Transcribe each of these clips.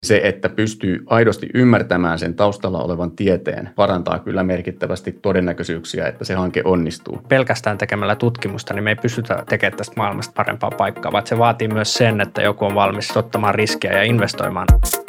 Se, että pystyy aidosti ymmärtämään sen taustalla olevan tieteen, parantaa kyllä merkittävästi todennäköisyyksiä, että se hanke onnistuu. Pelkästään tekemällä tutkimusta niin me ei pystytä tekemään tästä maailmasta parempaa paikkaa, vaan se vaatii myös sen, että joku on valmis ottamaan riskiä ja investoimaan.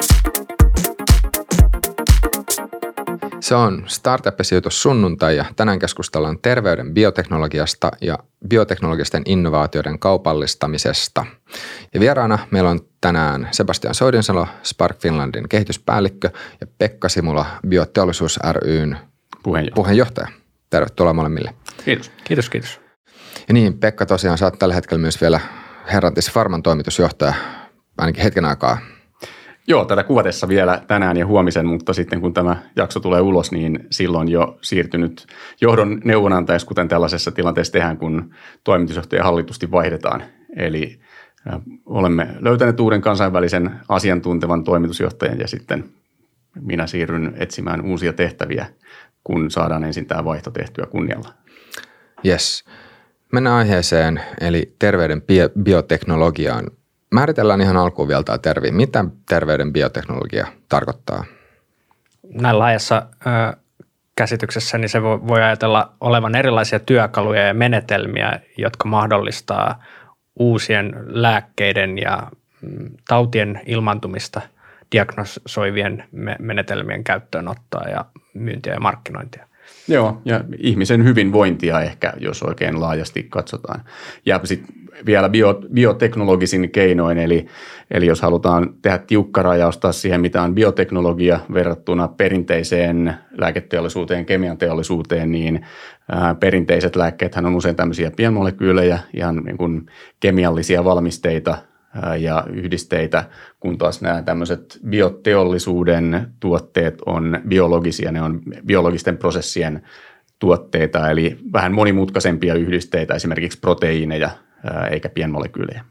Se on Startup-sijoitus sunnuntai ja tänään keskustellaan terveyden bioteknologiasta ja bioteknologisten innovaatioiden kaupallistamisesta. Ja vieraana meillä on tänään Sebastian Soidinsalo, Spark Finlandin kehityspäällikkö ja Pekka Simula, Bioteollisuus ry:n puheenjohtaja. Tervetuloa molemmille. Kiitos. Kiitos. Ja niin, Pekka tosiaan, sä oot tällä hetkellä myös vielä Herrantis Pharman toimitusjohtaja, ainakin hetken aikaa. Joo, tätä kuvatessa vielä tänään ja huomisen, mutta sitten kun tämä jakso tulee ulos, niin silloin jo siirtynyt johdon neuvonantajaksi, kuten tällaisessa tilanteessa tehdään, kun toimitusjohtaja hallitusti vaihdetaan. Eli olemme löytäneet uuden kansainvälisen asiantuntevan toimitusjohtajan ja sitten minä siirryn etsimään uusia tehtäviä, kun saadaan ensin tämä vaihto tehtyä kunnialla. Yes. Mennään aiheeseen, eli terveyden bioteknologiaan. Määritellään ihan alkuun vielä tämä termi. Mitä terveyden bioteknologia tarkoittaa? Näin laajassa käsityksessä niin se voi ajatella olevan erilaisia työkaluja ja menetelmiä, jotka mahdollistaa uusien lääkkeiden ja tautien ilmaantumista diagnosoivien menetelmien käyttöönottoa ja myyntiä ja markkinointia. Joo, ja ihmisen hyvinvointia ehkä, jos oikein laajasti katsotaan. Ja sitten vielä bioteknologisin keinoin, eli jos halutaan tehdä tiukka rajaus taas siihen, mitä on bioteknologia verrattuna perinteiseen lääketeollisuuteen, kemianteollisuuteen, niin perinteiset lääkkeethän on usein tämmöisiä pienmolekyylejä, ihan niin kuin kemiallisia valmisteita ja yhdisteitä, kun taas nämä tämmöiset bioteollisuuden tuotteet on biologisia, ne on biologisten prosessien tuotteita, eli vähän monimutkaisempia yhdisteitä, esimerkiksi proteiineja eikä pienmolekyylejä.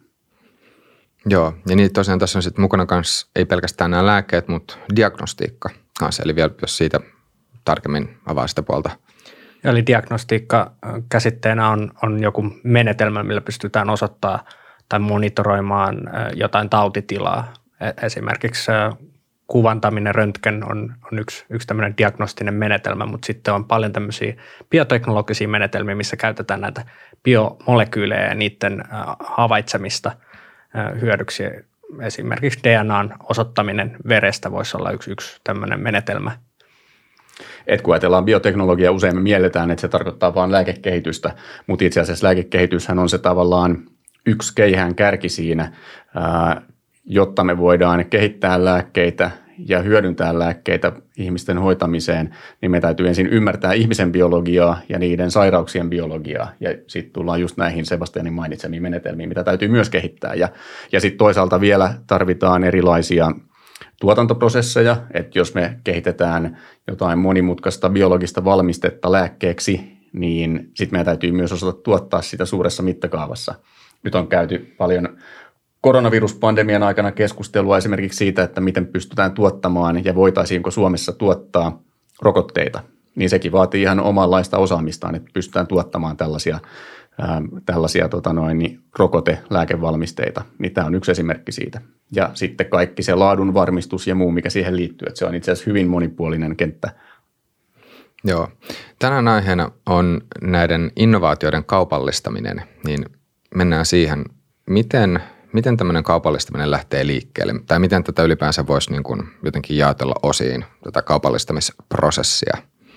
Joo, ja niin tosiaan tässä on sitten mukana myös ei pelkästään nämä lääkkeet, mutta diagnostiikka kanssa, eli vielä jos siitä tarkemmin avaa sitä puolta. Eli diagnostiikka käsitteenä on joku menetelmä, millä pystytään osoittamaan tai monitoroimaan jotain tautitilaa. Esimerkiksi kuvantaminen, röntgen on yksi tämmöinen diagnostinen menetelmä, mutta sitten on paljon tämmöisiä bioteknologisia menetelmiä, missä käytetään näitä biomolekyylejä ja niiden havaitsemista hyödyksi. Esimerkiksi DNAn osoittaminen verestä voisi olla yksi tämmöinen menetelmä. Et kun ajatellaan bioteknologiaa, usein me mielletään, että se tarkoittaa vain lääkekehitystä, mutta itse asiassa lääkekehityshän on se tavallaan yksi keihään kärki siinä, jotta me voidaan kehittää lääkkeitä ja hyödyntää lääkkeitä ihmisten hoitamiseen, niin me täytyy ensin ymmärtää ihmisen biologiaa ja niiden sairauksien biologiaa. Ja sitten tullaan just näihin Sebastianin mainitsemiin menetelmiin, mitä täytyy myös kehittää. Ja sitten toisaalta vielä tarvitaan erilaisia tuotantoprosesseja, että jos me kehitetään jotain monimutkaista biologista valmistetta lääkkeeksi, niin sitten meidän täytyy myös osata tuottaa sitä suuressa mittakaavassa. Nyt on käyty paljon koronaviruspandemian aikana keskustelua esimerkiksi siitä, että miten pystytään tuottamaan ja voitaisiinko Suomessa tuottaa rokotteita. Niin sekin vaatii ihan omanlaista osaamistaan, että pystytään tuottamaan tällaisia rokotelääkevalmisteita. Niin tämä on yksi esimerkki siitä. Ja sitten kaikki se laadun varmistus ja muu, mikä siihen liittyy. Että se on itse asiassa hyvin monipuolinen kenttä. Joo. Tänään aiheena on näiden innovaatioiden kaupallistaminen, niin mennään siihen, miten tämmöinen kaupallistaminen lähtee liikkeelle, tai miten tätä ylipäänsä voisi niin kuin jotenkin jaotella osiin, tätä kaupallistamisprosessia?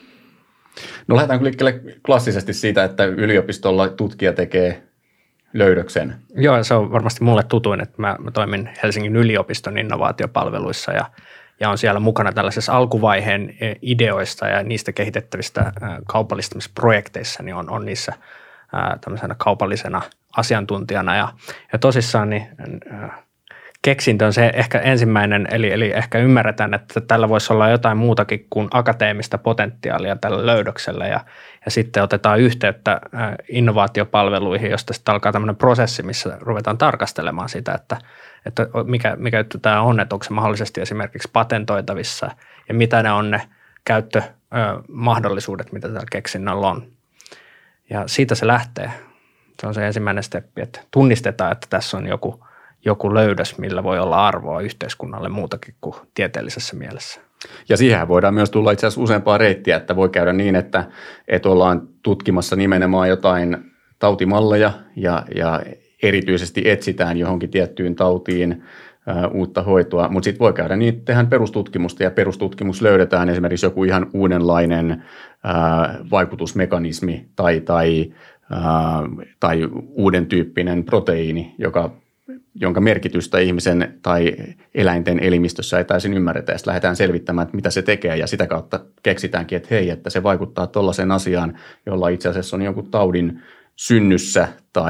No lähdetään liikkeelle klassisesti siitä, että yliopistolla tutkija tekee löydöksen. Joo, se on varmasti mulle tutuin, että mä toimin Helsingin yliopiston innovaatiopalveluissa ja on siellä mukana tällaisessa alkuvaiheen ideoista ja niistä kehitettävistä kaupallistamisprojekteissa, niin on niissä tämmöisenä kaupallisena asiantuntijana ja tosissaan niin keksintö on se ehkä ensimmäinen, eli ehkä ymmärretään, että tällä voisi olla jotain muutakin kuin akateemista potentiaalia tällä löydöksellä ja sitten otetaan yhteyttä innovaatiopalveluihin, josta sitten alkaa tämmöinen prosessi, missä ruvetaan tarkastelemaan sitä, että mikä juttu tämä on, että onko se mahdollisesti esimerkiksi patentoitavissa ja mitä ne on ne käyttömahdollisuudet, mitä tällä keksinnöllä on. Ja siitä se lähtee. Se on se ensimmäinen steppi, että tunnistetaan, että tässä on joku löydös, millä voi olla arvoa yhteiskunnalle muutakin kuin tieteellisessä mielessä. Ja siihen voidaan myös tulla itse asiassa useampaa reittiä, että voi käydä niin, että ollaan tutkimassa nimenomaan jotain tautimalleja ja erityisesti etsitään johonkin tiettyyn tautiin uutta hoitoa, mutta sitten voi käydä niin, että tehdään perustutkimusta ja perustutkimus löydetään esimerkiksi joku ihan uudenlainen vaikutusmekanismi tai uuden tyyppinen proteiini, jonka merkitystä ihmisen tai eläinten elimistössä ei täysin ymmärretä. Ja sitten lähdetään selvittämään, että mitä se tekee ja sitä kautta keksitäänkin, että hei, että se vaikuttaa tuollaiseen asiaan, jolla itse asiassa on jonkun taudin synnyssä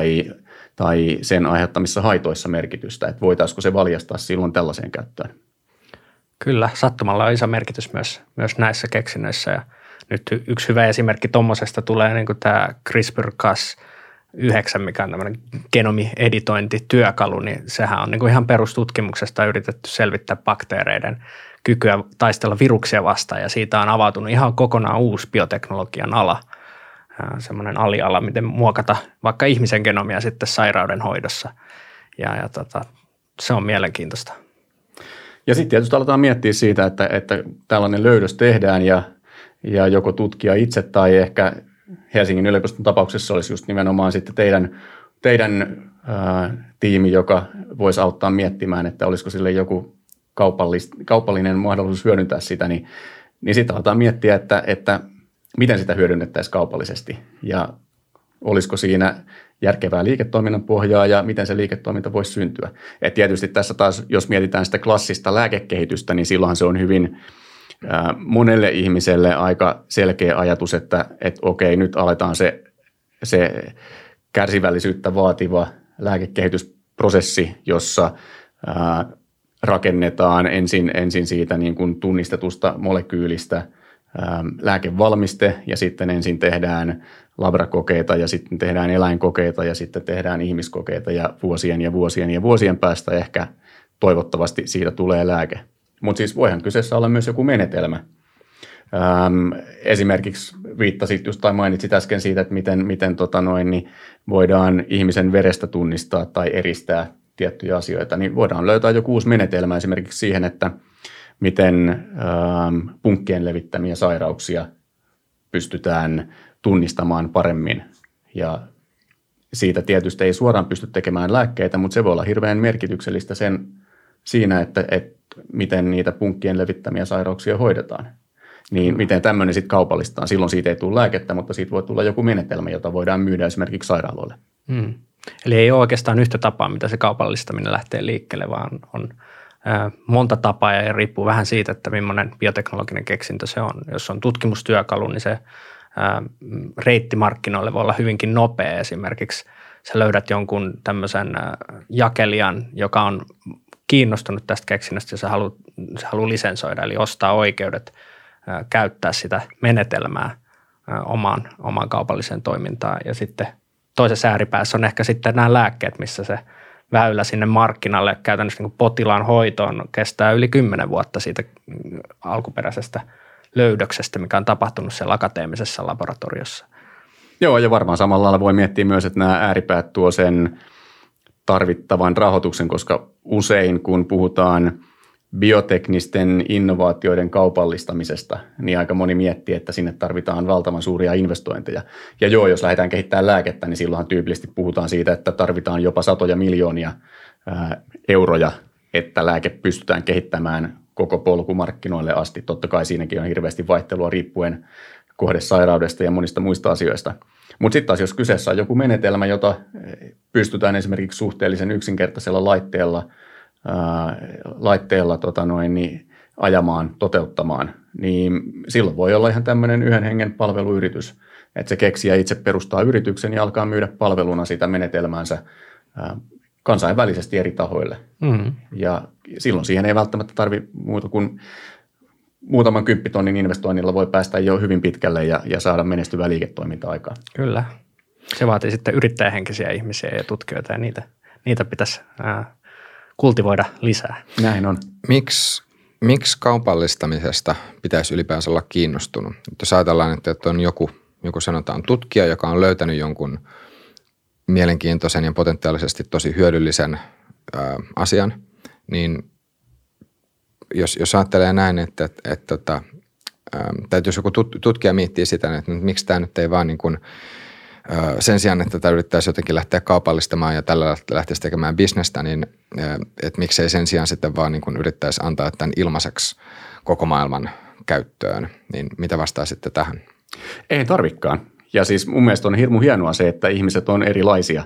tai sen aiheuttamissa haitoissa merkitystä, että voitaisiinko se valjastaa silloin tällaiseen käyttöön. Kyllä, sattumalla on iso merkitys myös näissä keksinnöissä ja nyt yksi hyvä esimerkki tuommoisesta tulee niin kuin tämä CRISPR-Cas9, mikä on tämmöinen genomieditointityökalu, niin sehän on niin kuin ihan perustutkimuksesta yritetty selvittää bakteereiden kykyä taistella viruksia vastaan ja siitä on avautunut ihan kokonaan uusi bioteknologian ala. Semmoinen aliala, miten muokata vaikka ihmisen genomia sitten sairauden hoidossa. Ja se on mielenkiintoista. Ja sitten tietysti aletaan miettiä siitä, että tällainen löydös tehdään ja joko tutkija itse tai ehkä Helsingin yliopiston tapauksessa olisi just nimenomaan sitten teidän tiimi, joka voisi auttaa miettimään, että olisiko sille joku kaupallinen mahdollisuus hyödyntää sitä, niin sitten aletaan miettiä, että miten sitä hyödynnettäisiin kaupallisesti ja olisiko siinä järkevää liiketoiminnan pohjaa ja miten se liiketoiminta voisi syntyä. Et tietysti tässä taas, jos mietitään sitä klassista lääkekehitystä, niin silloinhan se on hyvin monelle ihmiselle aika selkeä ajatus, että okei, nyt aletaan se kärsivällisyyttä vaativa lääkekehitysprosessi, jossa rakennetaan ensin siitä niin kuin tunnistetusta molekyylistä lääkevalmiste ja sitten ensin tehdään labrakokeita ja sitten tehdään eläinkokeita ja sitten tehdään ihmiskokeita ja vuosien päästä ehkä toivottavasti siitä tulee lääke. Mutta siis voihan kyseessä olla myös joku menetelmä. Esimerkiksi viittasit just tai mainitsit äsken siitä, että miten niin voidaan ihmisen verestä tunnistaa tai eristää tiettyjä asioita, niin voidaan löytää joku uusi menetelmä esimerkiksi siihen, että miten punkkien levittämiä sairauksia pystytään tunnistamaan paremmin. Ja siitä tietysti ei suoraan pysty tekemään lääkkeitä, mutta se voi olla hirveän merkityksellistä siinä, että miten niitä punkkien levittämiä sairauksia hoidetaan. Niin miten tämmöinen sitten kaupallistaan. Silloin siitä ei tule lääkettä, mutta siitä voi tulla joku menetelmä, jota voidaan myydä esimerkiksi sairaaloille. Eli ei ole oikeastaan yhtä tapaa, mitä se kaupallistaminen lähtee liikkeelle, vaan on monta tapaa ja riippuu vähän siitä, että millainen bioteknologinen keksintö se on. Jos on tutkimustyökalu, niin se reitti markkinoille voi olla hyvinkin nopea. Esimerkiksi sä löydät jonkun tämmöisen jakelijan, joka on kiinnostunut tästä keksinnöstä ja se haluaa lisensoida, eli ostaa oikeudet käyttää sitä menetelmää omaan kaupalliseen toimintaan. Ja sitten toisessa ääripäässä on ehkä sitten nämä lääkkeet, missä se väylä sinne markkinalle käytännössä niin kuin potilaan hoitoon kestää yli 10 vuotta siitä alkuperäisestä löydöksestä, mikä on tapahtunut siellä akateemisessa laboratoriossa. Joo, ja varmaan samalla lailla voi miettiä myös, että nämä ääripäät tuo sen tarvittavan rahoituksen, koska usein kun puhutaan bioteknisten innovaatioiden kaupallistamisesta, niin aika moni miettii, että sinne tarvitaan valtavan suuria investointeja. Ja joo, jos lähdetään kehittämään lääkettä, niin silloinhan tyypillisesti puhutaan siitä, että tarvitaan jopa satoja miljoonia euroja, että lääke pystytään kehittämään koko polkumarkkinoille asti. Totta kai siinäkin on hirveästi vaihtelua riippuen kohdesairaudesta ja monista muista asioista. Mutta sitten taas, jos kyseessä on joku menetelmä, jota pystytään esimerkiksi suhteellisen yksinkertaisella laitteella ajamaan, toteuttamaan, niin silloin voi olla ihan tämmöinen yhden hengen palveluyritys, että se keksijä itse perustaa yrityksen ja alkaa myydä palveluna sitä menetelmäänsä kansainvälisesti eri tahoille. Ja silloin siihen ei välttämättä tarvitse muuta kuin muutaman 10 000 investoinnilla voi päästä jo hyvin pitkälle ja saada menestyvää liiketoimintaa aikaan. Kyllä. Se vaatii sitten yrittäjähenkisiä ihmisiä ja tutkijoita ja niitä pitäisi kultivoida lisää. Näin on. Miksi kaupallistamisesta pitäisi ylipäänsä olla kiinnostunut? Jos ajatellaan, että on joku sanotaan tutkija, joka on löytänyt jonkun mielenkiintoisen ja potentiaalisesti tosi hyödyllisen asian, niin jos ajattelee näin, että täytyisi joku tutkija miettiä sitä, että miksi tämä nyt ei vaan niin kuin, sen sijaan, että tätä yrittäisi jotenkin lähteä kaupallistamaan ja tällä lähtisi tekemään bisnestä, niin että miksei sen sijaan sitten vaan niin kuin yrittäisi antaa tämän ilmaiseksi koko maailman käyttöön, niin mitä vastaisitte tähän? Ei tarvikaan. Ja siis mun mielestä on hirmu hienoa se, että ihmiset on erilaisia.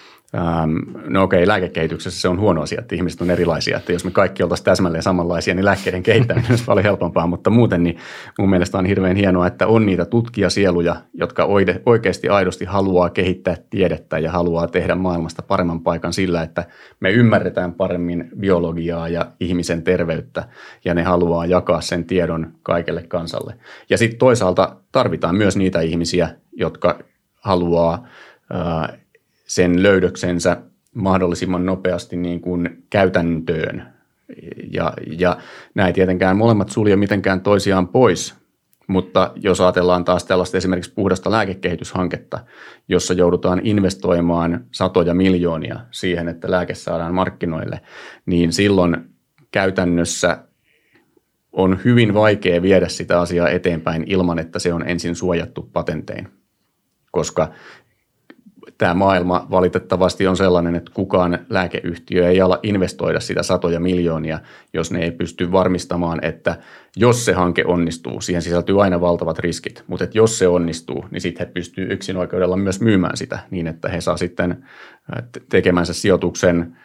No okei, lääkekehityksessä se on huono asia, että ihmiset on erilaisia. Että jos me kaikki oltaisiin täsmälleen samanlaisia, niin lääkkeiden kehittäminen olisi paljon helpompaa. Mutta muuten niin mun mielestä on hirveän hienoa, että on niitä tutkijasieluja, jotka oikeasti aidosti haluaa kehittää tiedettä ja haluaa tehdä maailmasta paremman paikan sillä, että me ymmärretään paremmin biologiaa ja ihmisen terveyttä ja ne haluaa jakaa sen tiedon kaikelle kansalle. Ja sitten toisaalta tarvitaan myös niitä ihmisiä, jotka haluaa sen löydöksensä mahdollisimman nopeasti niin kuin käytäntöön. Ja nämä ei tietenkään molemmat sulje mitenkään toisiaan pois, mutta jos ajatellaan taas tällaista esimerkiksi puhdasta lääkekehityshanketta, jossa joudutaan investoimaan satoja miljoonia siihen, että lääke saadaan markkinoille, niin silloin käytännössä on hyvin vaikea viedä sitä asiaa eteenpäin ilman, että se on ensin suojattu patentein, koska tämä maailma valitettavasti on sellainen, että kukaan lääkeyhtiö ei ala investoida sitä satoja miljoonia, jos ne ei pysty varmistamaan, että jos se hanke onnistuu, siihen sisältyy aina valtavat riskit, mutta että jos se onnistuu, niin sitten he pystyvät yksinoikeudella myös myymään sitä niin, että he saa sitten tekemänsä sijoituksen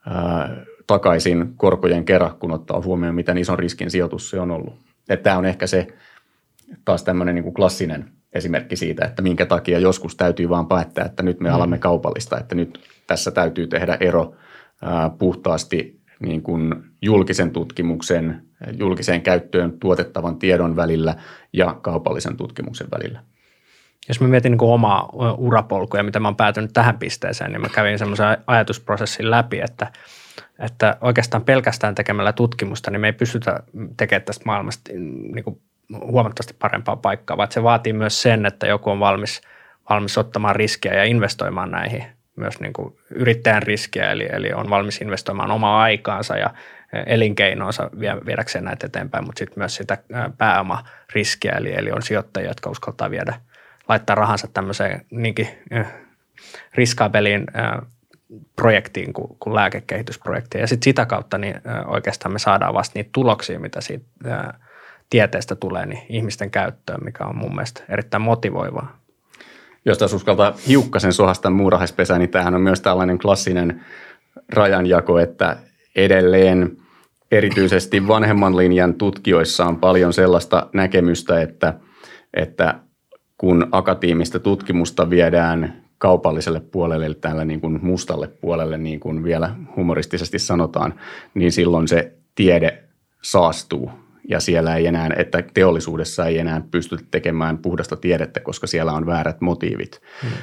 takaisin korkojen kerran, kun ottaa huomioon, miten ison riskin sijoitus se on ollut. Että tämä on ehkä se taas tämmöinen niin kuin klassinen esimerkki siitä, että minkä takia joskus täytyy vaan päättää, että nyt me alamme kaupallista, että nyt tässä täytyy tehdä ero puhtaasti niin kuin julkisen tutkimuksen, julkiseen käyttöön tuotettavan tiedon välillä ja kaupallisen tutkimuksen välillä. Jos mä mietin niin kuin omaa urapolkua ja mitä mä oon päätynyt tähän pisteeseen, niin mä kävin semmoisen ajatusprosessin läpi, että oikeastaan pelkästään tekemällä tutkimusta, niin me ei pystytä tekemään tästä maailmasta niin kuin huomattavasti parempaa paikkaa, vaan se vaatii myös sen, että joku on valmis ottamaan riskiä ja investoimaan näihin, myös niin kuin yrittäjän riskiä, eli on valmis investoimaan omaa aikaansa ja elinkeinoonsa viedäkseen näitä eteenpäin, mutta sitten myös sitä pääomariskiä, eli on sijoittajia, jotka uskaltaa laittaa rahansa tämmöiseen niinkin riskaabeliin projektiin kuin lääkekehitysprojektiin. Ja sitten sitä kautta niin oikeastaan me saadaan vasta niitä tuloksia, mitä siitä tieteestä tulee niin ihmisten käyttöön, mikä on mun mielestä erittäin motivoivaa. Jos taas uskaltaa hiukkasen sohasta muurahaispesään, niin tämähän on myös tällainen klassinen rajanjako, että edelleen erityisesti vanhemman linjan tutkijoissa on paljon sellaista näkemystä, että kun akateemista tutkimusta viedään kaupalliselle puolelle, eli täällä niin kuin mustalle puolelle, niin kuin vielä humoristisesti sanotaan, niin silloin se tiede saastuu. Ja siellä ei enää, että teollisuudessa ei enää pystytä tekemään puhdasta tiedettä, koska siellä on väärät motiivit.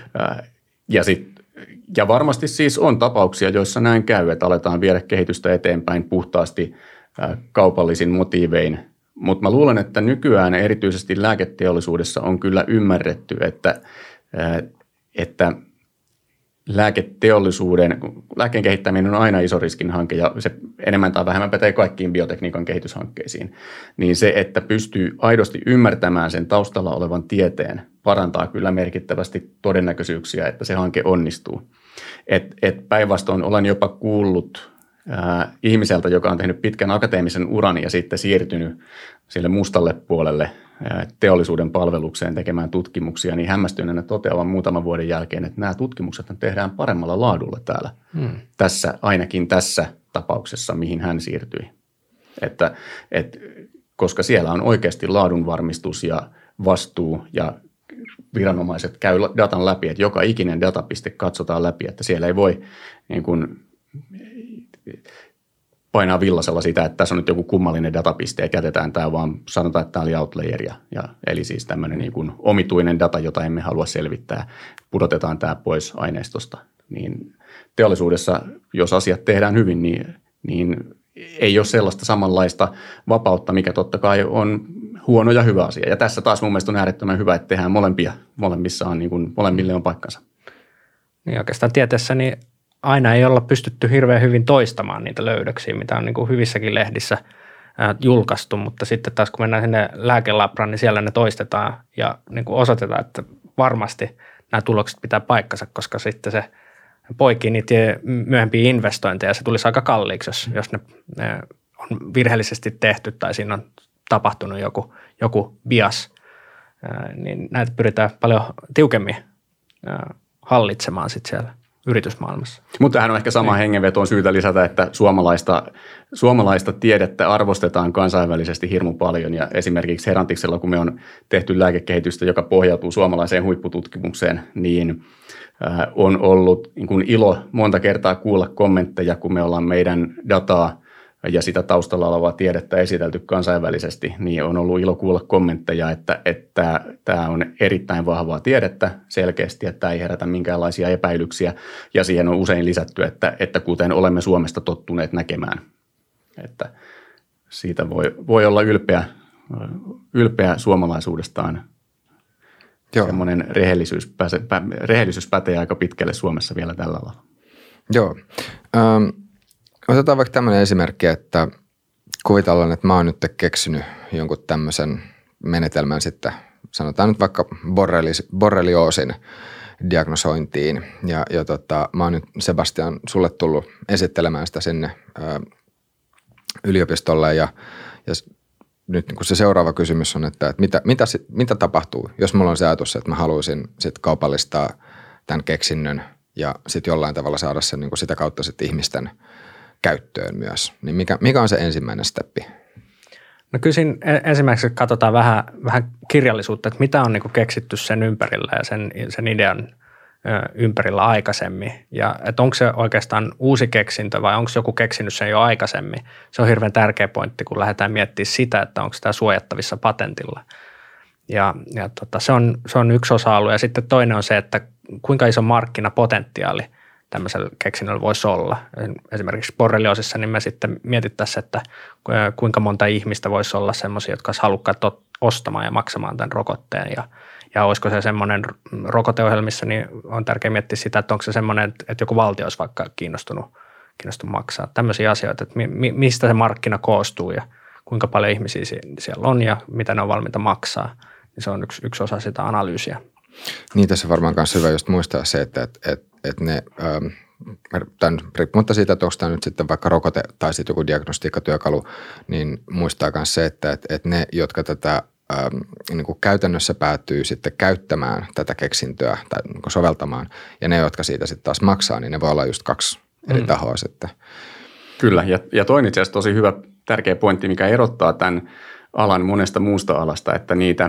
Ja varmasti siis on tapauksia, joissa näin käy, että aletaan viedä kehitystä eteenpäin puhtaasti kaupallisin motiivein. Mutta mä luulen, että nykyään erityisesti lääketeollisuudessa on kyllä ymmärretty, että lääkkeen kehittäminen on aina iso riskin hanke ja se enemmän tai vähemmän pätee kaikkiin biotekniikan kehityshankkeisiin. Niin se, että pystyy aidosti ymmärtämään sen taustalla olevan tieteen, parantaa kyllä merkittävästi todennäköisyyksiä, että se hanke onnistuu. Päinvastoin olen jopa kuullut ihmiseltä, joka on tehnyt pitkän akateemisen uran ja sitten siirtynyt sille mustalle puolelle teollisuuden palvelukseen tekemään tutkimuksia, niin hämmästyneenä toteavan muutaman vuoden jälkeen, että nämä tutkimukset tehdään paremmalla laadulla täällä. Ainakin tässä tapauksessa, mihin hän siirtyi. Koska siellä on oikeasti laadunvarmistus ja vastuu ja viranomaiset käy datan läpi, että joka ikinen datapiste katsotaan läpi, että siellä ei voi niin kuin painaa villasella sitä, että tässä on nyt joku kummallinen datapiste ja jätetään tämä, vaan sanotaan, että tämä oli outlier. Eli siis tämmöinen niin kuin omituinen data, jota emme halua selvittää, pudotetaan tämä pois aineistosta. Niin teollisuudessa, jos asiat tehdään hyvin, niin ei ole sellaista samanlaista vapautta, mikä totta kai on huono ja hyvä asia. Ja tässä taas mun mielestä on äärettömän hyvä, että tehdään molempia. Molemmissa on niin kuin, molemmille on paikkansa. Niin oikeastaan tieteessä niin aina ei olla pystytty hirveän hyvin toistamaan niitä löydöksiä, mitä on niin kuin hyvissäkin lehdissä julkaistu, mutta sitten taas kun mennään sinne lääkelabraan, niin siellä ne toistetaan ja niin kuin osoitetaan, että varmasti nämä tulokset pitää paikkansa, koska sitten se poikii niitä myöhempiä investointeja ja se tulisi aika kalliiksi, jos ne on virheellisesti tehty tai siinä on tapahtunut joku bias, niin näitä pyritään paljon tiukemmin hallitsemaan sitten siellä yritysmaailmassa. Mutta tähän on ehkä sama hengenveto on syytä lisätä, että suomalaista tiedettä arvostetaan kansainvälisesti hirmu paljon ja esimerkiksi Herantiksella, kun me on tehty lääkekehitystä, joka pohjautuu suomalaiseen huippututkimukseen, niin on ollut niin kuin ilo monta kertaa kuulla kommentteja, kun me ollaan meidän dataa ja sitä taustalla olevaa tiedettä esitelty kansainvälisesti, niin on ollut ilo kuulla kommentteja, että tämä on erittäin vahvaa tiedettä selkeästi, että ei herätä minkäänlaisia epäilyksiä, ja siihen on usein lisätty, että kuten olemme Suomesta tottuneet näkemään, että siitä voi olla ylpeä suomalaisuudestaan. Joo. Semmoinen rehellisyys pätee aika pitkälle Suomessa vielä tällä alalla. Joo. Otetaan vaikka tämmöinen esimerkki, että kuvitellaan, että mä oon nyt keksinyt jonkun tämmöisen menetelmän sitten, sanotaan nyt vaikka borrelioosin diagnosointiin. Ja mä oon nyt, Sebastian, sulle tullut esittelemään sitä sinne yliopistolle ja nyt niin kuin se seuraava kysymys on, että mitä tapahtuu, jos mulla on se ajatus, että mä haluaisin sitten kaupallistaa tämän keksinnön ja sitten jollain tavalla saada sen niin kuin sitä kautta sitten ihmisten käyttöön myös. Niin mikä on se ensimmäinen steppi? No kyllä ensimmäiseksi katsotaan vähän kirjallisuutta, että mitä on niin kuin keksitty sen ympärillä ja sen idean ympärillä aikaisemmin. Ja että onko se oikeastaan uusi keksintö vai onko joku keksinyt sen jo aikaisemmin. Se on hirveän tärkeä pointti, kun lähdetään miettimään sitä, että onko tämä suojattavissa patentilla. Ja se on yksi osa-alue. Ja sitten toinen on se, että kuinka iso markkinapotentiaali tämmöisellä keksinnöllä voisi olla. Esimerkiksi borrelioosissa niin me sitten mietittäisiin, että kuinka monta ihmistä voisi olla semmoisia, jotka olisi halukkaat ostamaan ja maksamaan tämän rokotteen. Ja olisiko se semmoinen rokoteohjelmissa, niin on tärkeää miettiä sitä, että onko se semmoinen, että joku valtio olisi vaikka kiinnostunut maksaa. Tämmöisiä asioita, että mistä se markkina koostuu ja kuinka paljon ihmisiä siellä on ja mitä ne on valmiita maksaa. Niin se on yksi osa sitä analyysiä. Niin, tässä varmaan myös hyvä just muistaa se, että ne, riippumatta siitä, että onko tämä nyt sitten vaikka rokote tai sitten joku diagnostiikkatyökalu, niin muistaa myös se, että ne, jotka tätä niin kuin käytännössä päätyy sitten käyttämään tätä keksintöä tai niin kuin soveltamaan, ja ne, jotka siitä sitten taas maksaa, niin ne voi olla just kaksi eri tahoa sitten. Kyllä, ja toinen itse asiassa tosi hyvä, tärkeä pointti, mikä erottaa tämän alan monesta muusta alasta, että niitä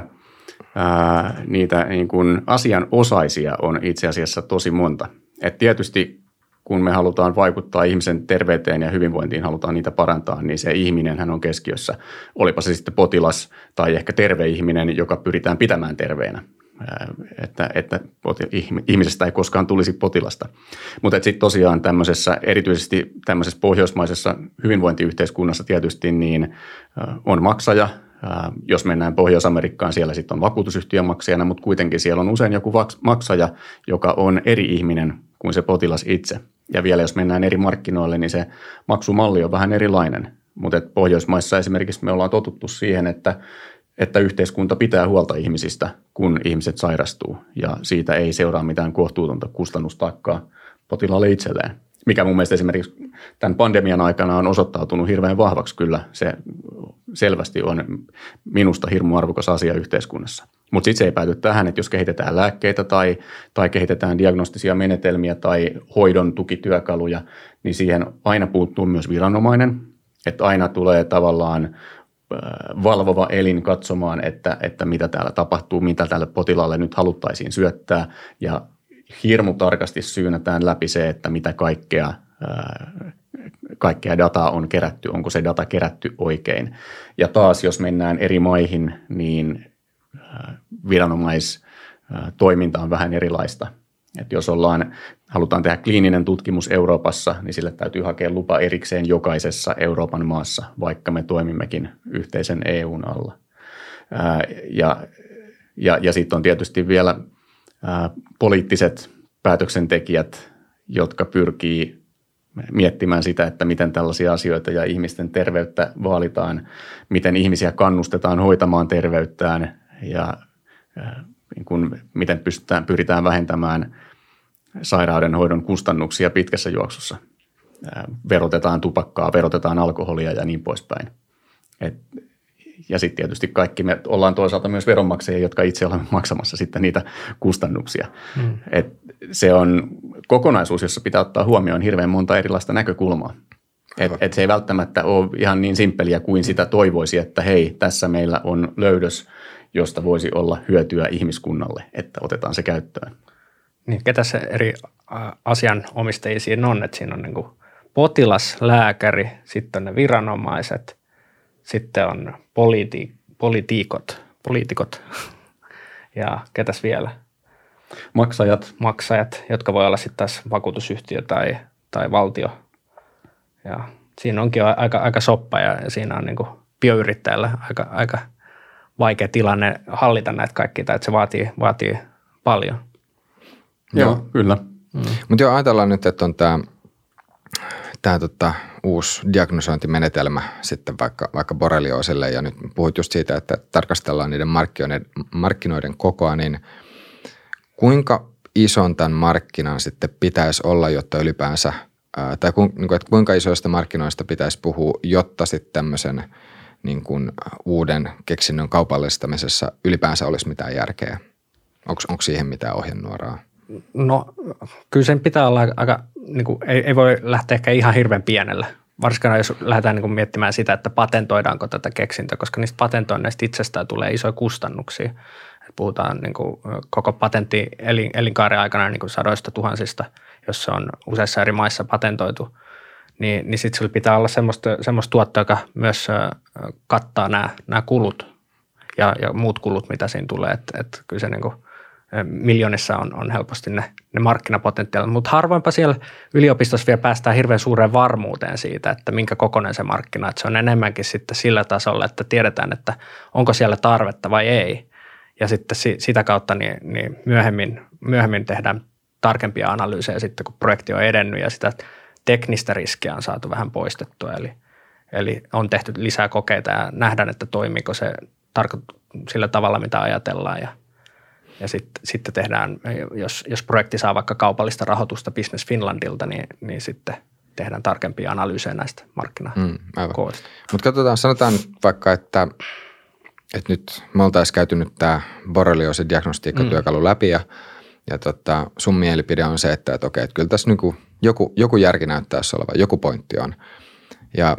niin kuin asianosaisia on itse asiassa tosi monta. Et tietysti kun me halutaan vaikuttaa ihmisen terveyteen ja hyvinvointiin, halutaan niitä parantaa, niin se ihminenhän on keskiössä. Olipa se sitten potilas tai ehkä terve ihminen, joka pyritään pitämään terveenä. Että ihmisestä ei koskaan tulisi potilasta. Mutta sitten tosiaan erityisesti tämmöisessä pohjoismaisessa hyvinvointiyhteiskunnassa tietysti niin on maksaja. Jos mennään Pohjois-Amerikkaan, siellä sitten on vakuutusyhtiön maksajana, mutta kuitenkin siellä on usein joku maksaja, joka on eri ihminen kuin se potilas itse. Ja vielä jos mennään eri markkinoille, niin se maksumalli on vähän erilainen. Mutta Pohjoismaissa esimerkiksi me ollaan totuttu siihen, että yhteiskunta pitää huolta ihmisistä, kun ihmiset sairastuu. Ja siitä ei seuraa mitään kohtuutonta kustannustaakkaa potilaalle itselleen. Mikä mun mielestä esimerkiksi tämän pandemian aikana on osoittautunut hirveän vahvaksi kyllä. Se selvästi on minusta hirmu arvokas asia yhteiskunnassa. Mutta sitten se ei pääty tähän, että jos kehitetään lääkkeitä tai kehitetään diagnostisia menetelmiä tai hoidon tukityökaluja, niin siihen aina puuttuu myös viranomainen. Että aina tulee tavallaan valvova elin katsomaan, että mitä täällä tapahtuu, mitä tälle potilaalle nyt haluttaisiin syöttää ja hirmu tarkasti syynätään läpi se, että mitä kaikkea dataa on kerätty, onko se data kerätty oikein. Ja taas, jos mennään eri maihin, niin viranomaistoiminta on vähän erilaista. Et jos halutaan tehdä kliininen tutkimus Euroopassa, niin sille täytyy hakea lupa erikseen jokaisessa Euroopan maassa, vaikka me toimimmekin yhteisen EUn alla. Ja sitten on tietysti vielä poliittiset päätöksentekijät jotka pyrkii miettimään sitä, että miten tällaisia asioita ja ihmisten terveyttä vaalitaan, miten ihmisiä kannustetaan hoitamaan terveyttään ja miten pyritään vähentämään sairaudenhoidon kustannuksia pitkässä juoksussa. Verotetaan tupakkaa, verotetaan alkoholia ja niin poispäin. Ja sitten tietysti kaikki me ollaan toisaalta myös veronmaksajia, jotka itse olemme maksamassa sitten niitä kustannuksia. Se on kokonaisuus, jossa pitää ottaa huomioon hirveän monta erilaista näkökulmaa. Se ei välttämättä ole ihan niin simppeliä kuin sitä toivoisi, että hei, tässä meillä on löydös, josta voisi olla hyötyä ihmiskunnalle, että otetaan se käyttöön. Niin, ketä se eri asianomistajia siinä on, että siinä on niin kuin potilas, lääkäri, sitten on ne viranomaiset, sitten on poliitikot ja ketäs vielä? Maksajat, jotka voi olla sitten taas vakuutusyhtiö tai valtio. Ja siinä onkin aika soppa ja siinä on niin kuin bioyrittäjällä aika vaikea tilanne hallita näitä kaikkia, että se vaatii paljon. Joo, kyllä. Mutta joo, ajatellaan nyt, että on tämä uusi diagnosointimenetelmä sitten vaikka borrelioosille ja nyt puhut just siitä, että tarkastellaan niiden markkinoiden kokoa, niin kuinka ison tämän markkinan sitten pitäisi olla, jotta ylipäänsä, tai kuinka isoista markkinoista pitäisi puhua, jotta sitten tämmöisen niin kuin uuden keksinnön kaupallistamisessa ylipäänsä olisi mitään järkeä? Onko siihen mitään ohjenuoraa? No kyllä sen pitää olla aika, niin kuin, ei voi lähteä ehkä ihan hirveän pienellä. Varsinkin jos lähdetään niin kuin miettimään sitä, että patentoidaanko tätä keksintöä, koska niistä patentoinneista itsestään tulee isoja kustannuksia. Puhutaan niin kuin koko patentti elinkaaren aikana niin kuin sadoista tuhansista, jos se on useissa eri maissa patentoitu, niin sitten sillä pitää olla semmoista tuottoa, joka myös kattaa nämä kulut ja muut kulut, mitä siinä tulee. Että kyllä se niin kuin miljoonissa on helposti ne markkinapotentiaalit, mutta harvoinpa siellä yliopistossa vielä päästään hirveän suureen varmuuteen siitä, että minkä kokoinen se markkina, että se on enemmänkin sitten sillä tasolla, että tiedetään, että onko siellä tarvetta vai ei. Ja sitten sitä kautta niin myöhemmin tehdään tarkempia analyysejä sitten, kun projekti on edennyt ja sitä teknistä riskiä on saatu vähän poistettua. Eli on tehty lisää kokeita ja nähdään, että toimiiko se sillä tavalla, mitä ajatellaan. Ja sitten tehdään, jos projekti saa vaikka kaupallista rahoitusta Business Finlandilta, niin sitten tehdään tarkempia analyysejä näistä markkinakooista. Mutta katsotaan, sanotaan vaikka, että nyt me oltaisiin käyty nyt tämä borrelioosi-diagnostiikkatyökalu läpi ja sun mielipide on se, että okei, että kyllä tässä niinku joku järki näyttäisi olevan, joku pointti on. Ja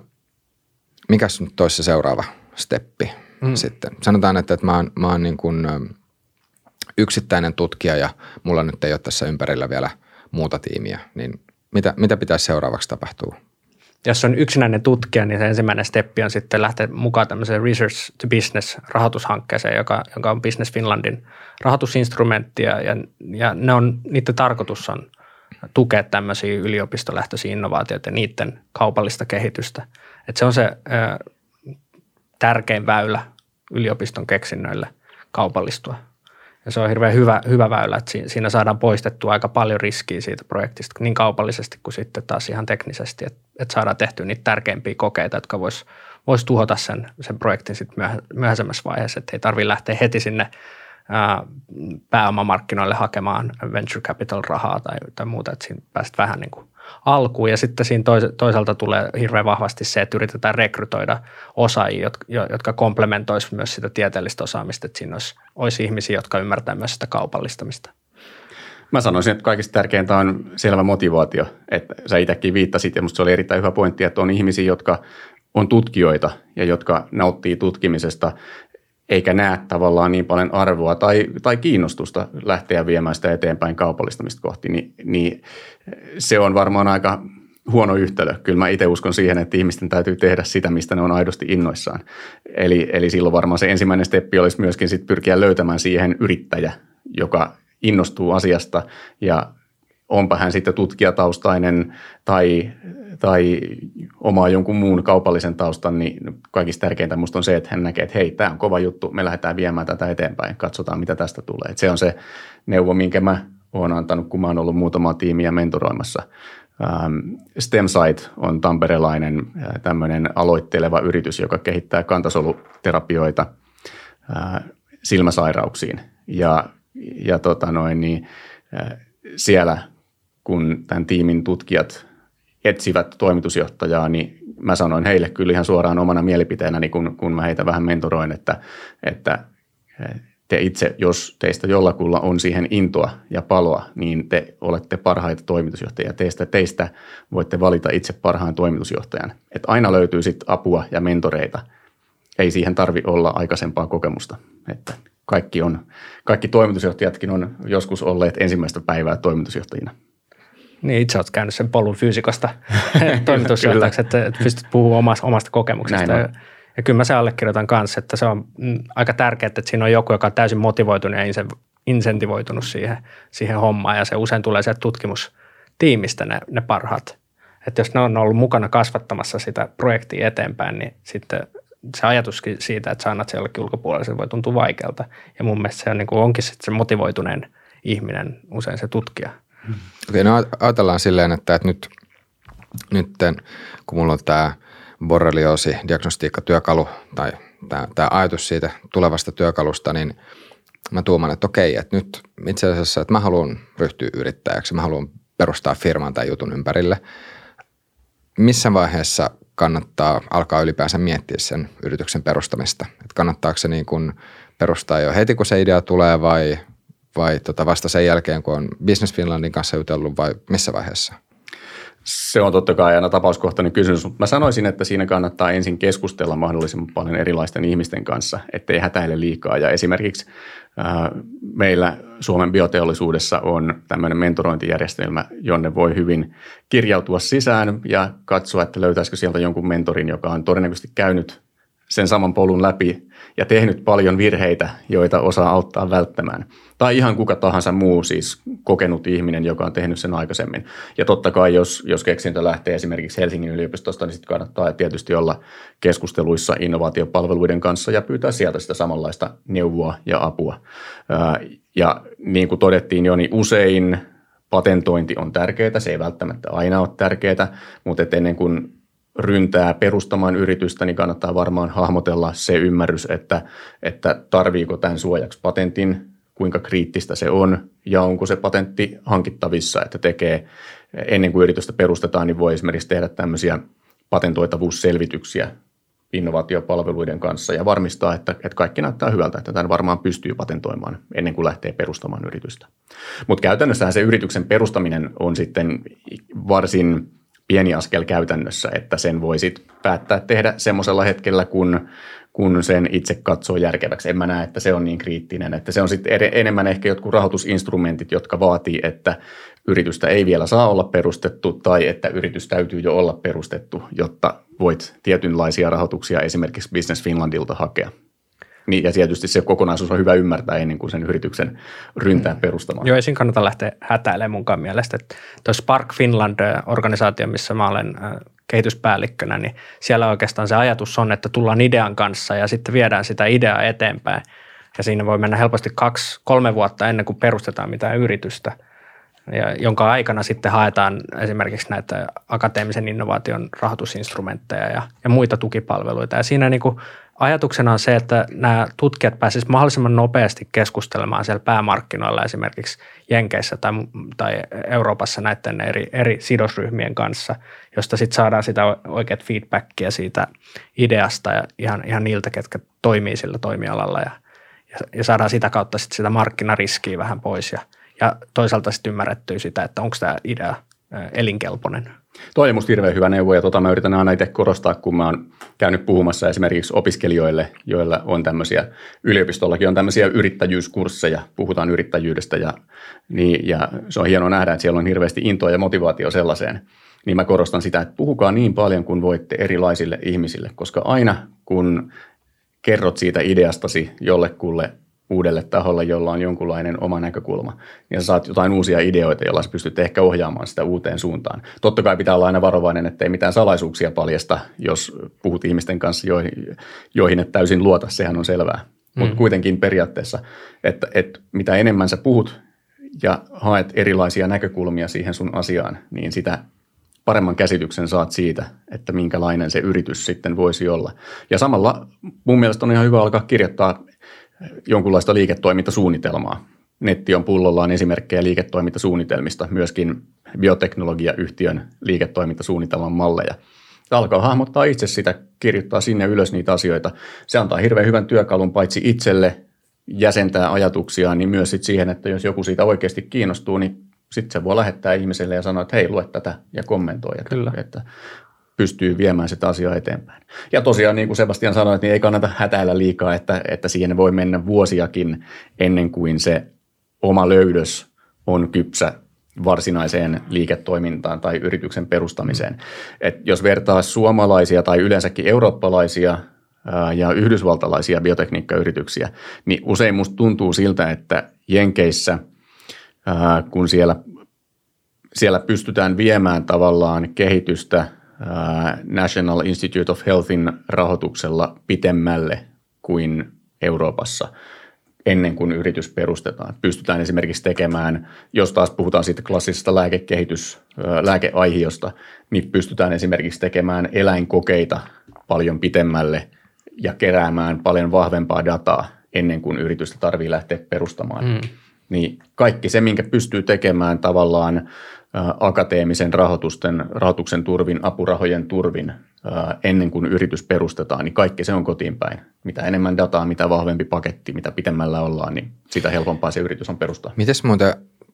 mikäs nyt olisi se seuraava steppi sitten? Sanotaan, että mä oon niin kuin yksittäinen tutkija ja mulla nyt ei ole tässä ympärillä vielä muuta tiimiä, niin mitä pitäisi seuraavaksi tapahtua? Jos on yksinäinen tutkija, niin se ensimmäinen steppi on sitten lähteä mukaan tämmöiseen Research to Business -rahoitushankkeeseen, joka on Business Finlandin rahoitusinstrumentti ja niiden tarkoitus on tukea tämmöisiä yliopistolähtöisiä innovaatioita ja niiden kaupallista kehitystä. Että se on se tärkein väylä yliopiston keksinnöille kaupallistua. Ja se on hirveän hyvä väylä, että siinä saadaan poistettua aika paljon riskiä siitä projektista niin kaupallisesti kuin sitten taas ihan teknisesti, että saadaan tehtyä niitä tärkeimpiä kokeita, jotka vois tuhota sen projektin sitten myöhäisemmässä vaiheessa, että ei tarvitse lähteä heti sinne pääomamarkkinoille hakemaan venture capital rahaa tai muuta, että siinä pääset vähän niin kuin alkuun. Ja sitten siinä toisaalta tulee hirveän vahvasti se, että yritetään rekrytoida osaajia, jotka komplementoisivat myös sitä tieteellistä osaamista, että siinä olisi ihmisiä, jotka ymmärtää myös sitä kaupallistamista. Mä sanoisin, että kaikista tärkeintä on selvä motivaatio, että sä itsekin viittasit ja musta se oli erittäin hyvä pointti, että on ihmisiä, jotka on tutkijoita ja jotka nauttii tutkimisesta eikä näe tavallaan niin paljon arvoa tai kiinnostusta lähteä viemään sitä eteenpäin kaupallistamista kohti, niin se on varmaan aika huono yhtälö. Kyllä mä itse uskon siihen, että ihmisten täytyy tehdä sitä, mistä ne on aidosti innoissaan. Eli silloin varmaan se ensimmäinen steppi olisi myöskin sit pyrkiä löytämään siihen yrittäjä, joka innostuu asiasta ja onpa hän sitten tutkijataustainen tai omaa jonkun muun kaupallisen taustan, niin kaikista tärkeintä musta on se, että hän näkee, että hei, tämä on kova juttu, me lähdetään viemään tätä eteenpäin, katsotaan mitä tästä tulee. Että se on se neuvo, minkä mä olen antanut, kun mä oon ollut muutamaa tiimiä mentoroimassa. StemSite on tamperelainen tämmöinen aloitteleva yritys, joka kehittää kantasoluterapioita silmäsairauksiin. Siellä kun tämän tiimin tutkijat etsivät toimitusjohtajaa, niin mä sanoin heille kyllä ihan suoraan omana mielipiteenäni, kun mä heitä vähän mentoroin, että te itse, jos teistä jollakulla on siihen intoa ja paloa, niin te olette parhaita toimitusjohtajia. Teistä voitte valita itse parhaan toimitusjohtajan. Että aina löytyy sitten apua ja mentoreita. Ei siihen tarvi olla aikaisempaa kokemusta. Että kaikki toimitusjohtajatkin on joskus olleet ensimmäistä päivää toimitusjohtajina. Niin, itse olet käynyt sen polun fyysikosta toimitusjohtajaksi, että pystyt puhumaan omasta kokemuksesta. Ja kyllä mä se allekirjoitan kanssa, että se on aika tärkeää, että siinä on joku, joka on täysin motivoitunut ja insentivoitunut siihen hommaan. Ja se usein tulee sieltä tutkimustiimistä ne parhaat. Että jos ne on ollut mukana kasvattamassa sitä projektia eteenpäin, niin sitten se ajatuskin siitä, että sä annat se jollekin ulkopuolelle, voi tuntua vaikealta. Ja mun mielestä se on, niin kuin onkin sitten se motivoituneen ihminen, usein se tutkija. Okei, no ajatellaan silleen, että nyt kun mulla on tämä borrelioosi-diagnostiikkatyökalu tai tämä ajatus siitä tulevasta työkalusta, niin mä tuuman, että okei, että nyt itse asiassa, että mä haluan ryhtyä yrittäjäksi, mä haluan perustaa firman tai jutun ympärille. Missä vaiheessa kannattaa alkaa ylipäänsä miettiä sen yrityksen perustamista? Että kannattaako se niin kuin perustaa jo heti, kun se idea tulee vai vasta sen jälkeen, kun on Business Finlandin kanssa jutellut vai missä vaiheessa? Se on totta kai aina tapauskohtainen kysymys, mutta mä sanoisin, että siinä kannattaa ensin keskustella mahdollisimman paljon erilaisten ihmisten kanssa, ettei hätäile liikaa. Ja esimerkiksi meillä Suomen bioteollisuudessa on tämmöinen mentorointijärjestelmä, jonne voi hyvin kirjautua sisään ja katsoa, että löytäisikö sieltä jonkun mentorin, joka on todennäköisesti käynyt sen saman polun läpi ja tehnyt paljon virheitä, joita osaa auttaa välttämään. Tai ihan kuka tahansa muu, siis kokenut ihminen, joka on tehnyt sen aikaisemmin. Ja totta kai, jos keksintö lähtee esimerkiksi Helsingin yliopistosta, niin sitten kannattaa tietysti olla keskusteluissa innovaatiopalveluiden kanssa ja pyytää sieltä sitä samanlaista neuvoa ja apua. Ja niin kuin todettiin jo, niin usein patentointi on tärkeää. Se ei välttämättä aina ole tärkeää, mutta ennen kuin ryntää perustamaan yritystä, niin kannattaa varmaan hahmotella se ymmärrys, että tarviiko tämän suojaksi patentin, kuinka kriittistä se on ja onko se patentti hankittavissa, että tekee ennen kuin yritystä perustetaan, niin voi esimerkiksi tehdä tämmöisiä patentoitavuusselvityksiä innovaatiopalveluiden kanssa ja varmistaa, että kaikki näyttää hyvältä, että tämän varmaan pystyy patentoimaan ennen kuin lähtee perustamaan yritystä. Mutta käytännössähän se yrityksen perustaminen on sitten varsin pieni askel käytännössä, että sen voi sitten päättää tehdä semmoisella hetkellä, kun sen itse katsoo järkeväksi. En mä näe, että se on niin kriittinen, että se on sitten enemmän ehkä jotkut rahoitusinstrumentit, jotka vaatii, että yritystä ei vielä saa olla perustettu tai että yritys täytyy jo olla perustettu, jotta voit tietynlaisia rahoituksia esimerkiksi Business Finlandilta hakea. Niin, ja tietysti se kokonaisuus on hyvä ymmärtää ennen kuin sen yrityksen ryntää perustamaan. Joo, ei siinä kannata lähteä hätäilemään munkaan mielestä. Tuo Spark Finland-organisaatio, missä mä olen kehityspäällikkönä, niin siellä oikeastaan se ajatus on, että tullaan idean kanssa ja sitten viedään sitä ideaa eteenpäin. Ja siinä voi mennä helposti 2-3 vuotta ennen kuin perustetaan mitään yritystä, jonka aikana sitten haetaan esimerkiksi näitä akateemisen innovaation rahoitusinstrumentteja ja muita tukipalveluita. Ja siinä niin kuin ajatuksena on se, että nämä tutkijat pääsisivät mahdollisimman nopeasti keskustelemaan siellä päämarkkinoilla esimerkiksi Jenkeissä tai Euroopassa näiden eri sidosryhmien kanssa, josta sitten saadaan sitä oikeat feedbackia siitä ideasta ja ihan niiltä, ketkä toimii sillä toimialalla ja saadaan sitä kautta sitten sitä markkinariskiä vähän pois ja toisaalta sitten ymmärrettyä sitä, että onko tämä idea elinkelpoinen. Toi on musta hirveän hyvä neuvo ja mä yritän aina itse korostaa, kun mä oon käynyt puhumassa esimerkiksi opiskelijoille, joilla on tämmöisiä, yliopistollakin on tämmöisiä yrittäjyyskursseja, puhutaan yrittäjyydestä ja se on hienoa nähdä, että siellä on hirveästi intoa ja motivaatio sellaiseen. Niin mä korostan sitä, että puhukaa niin paljon kuin voitte erilaisille ihmisille, koska aina kun kerrot siitä ideastasi jollekulle uudelle taholle, jolla on jonkunlainen oma näkökulma, niin sä saat jotain uusia ideoita, joilla sä pystyt ehkä ohjaamaan sitä uuteen suuntaan. Totta kai pitää olla aina varovainen, ettei mitään salaisuuksia paljasta, jos puhut ihmisten kanssa, joihin et täysin luota, sehän on selvää. Mutta kuitenkin periaatteessa, että mitä enemmän sä puhut ja haet erilaisia näkökulmia siihen sun asiaan, niin sitä paremman käsityksen saat siitä, että minkälainen se yritys sitten voisi olla. Ja samalla mun mielestä on ihan hyvä alkaa kirjoittaa jonkunlaista liiketoimintasuunnitelmaa. Netti on pullollaan esimerkkejä liiketoimintasuunnitelmista, myöskin bioteknologiayhtiön liiketoimintasuunnitelman malleja. Alkaa hahmottaa itse sitä, kirjoittaa sinne ylös niitä asioita. Se antaa hirveän hyvän työkalun paitsi itselle jäsentää ajatuksiaan, niin myös sit siihen, että jos joku siitä oikeasti kiinnostuu, niin sitten se voi lähettää ihmiselle ja sanoa, että hei, lue tätä ja kommentoi, että pystyy viemään sitä asiaa eteenpäin. Ja tosiaan, niin kuin Sebastian sanoi, niin ei kannata hätäillä liikaa, että siihen voi mennä vuosiakin ennen kuin se oma löydös on kypsä varsinaiseen liiketoimintaan tai yrityksen perustamiseen. Et jos vertaa suomalaisia tai yleensäkin eurooppalaisia ja yhdysvaltalaisia biotekniikkayrityksiä, niin usein musta tuntuu siltä, että Jenkeissä, kun siellä pystytään viemään tavallaan kehitystä National Institute of Healthin rahoituksella pitemmälle kuin Euroopassa ennen kuin yritys perustetaan. Pystytään esimerkiksi tekemään, jos taas puhutaan siitä klassisesta lääkeaihiosta, niin pystytään esimerkiksi tekemään eläinkokeita paljon pitemmälle ja keräämään paljon vahvempaa dataa ennen kuin yritystä tarvitsee lähteä perustamaan. Niin kaikki se, minkä pystyy tekemään tavallaan akateemisen rahoituksen turvin, apurahojen turvin ennen kuin yritys perustetaan, niin kaikki se on kotiin päin. Mitä enemmän dataa, mitä vahvempi paketti, mitä pitemmällä ollaan, niin sitä helpompaa se yritys on perustaa. Mites muuten,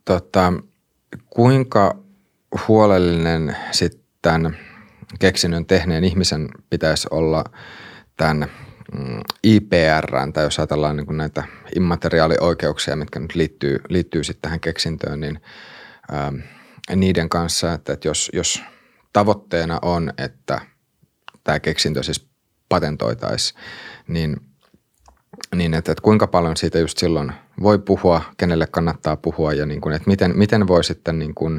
kuinka huolellinen sitten keksinnön tehneen ihmisen pitäisi olla tämän IPR:ään, tai jos ajatellaan niin kuin näitä immateriaalioikeuksia, mitkä nyt liittyy sitten tähän keksintöön, niin niiden kanssa, että jos tavoitteena on, että tämä keksintö siis patentoitaisiin, niin että kuinka paljon siitä just silloin voi puhua, kenelle kannattaa puhua ja niin kuin, että miten voi sitten niin kuin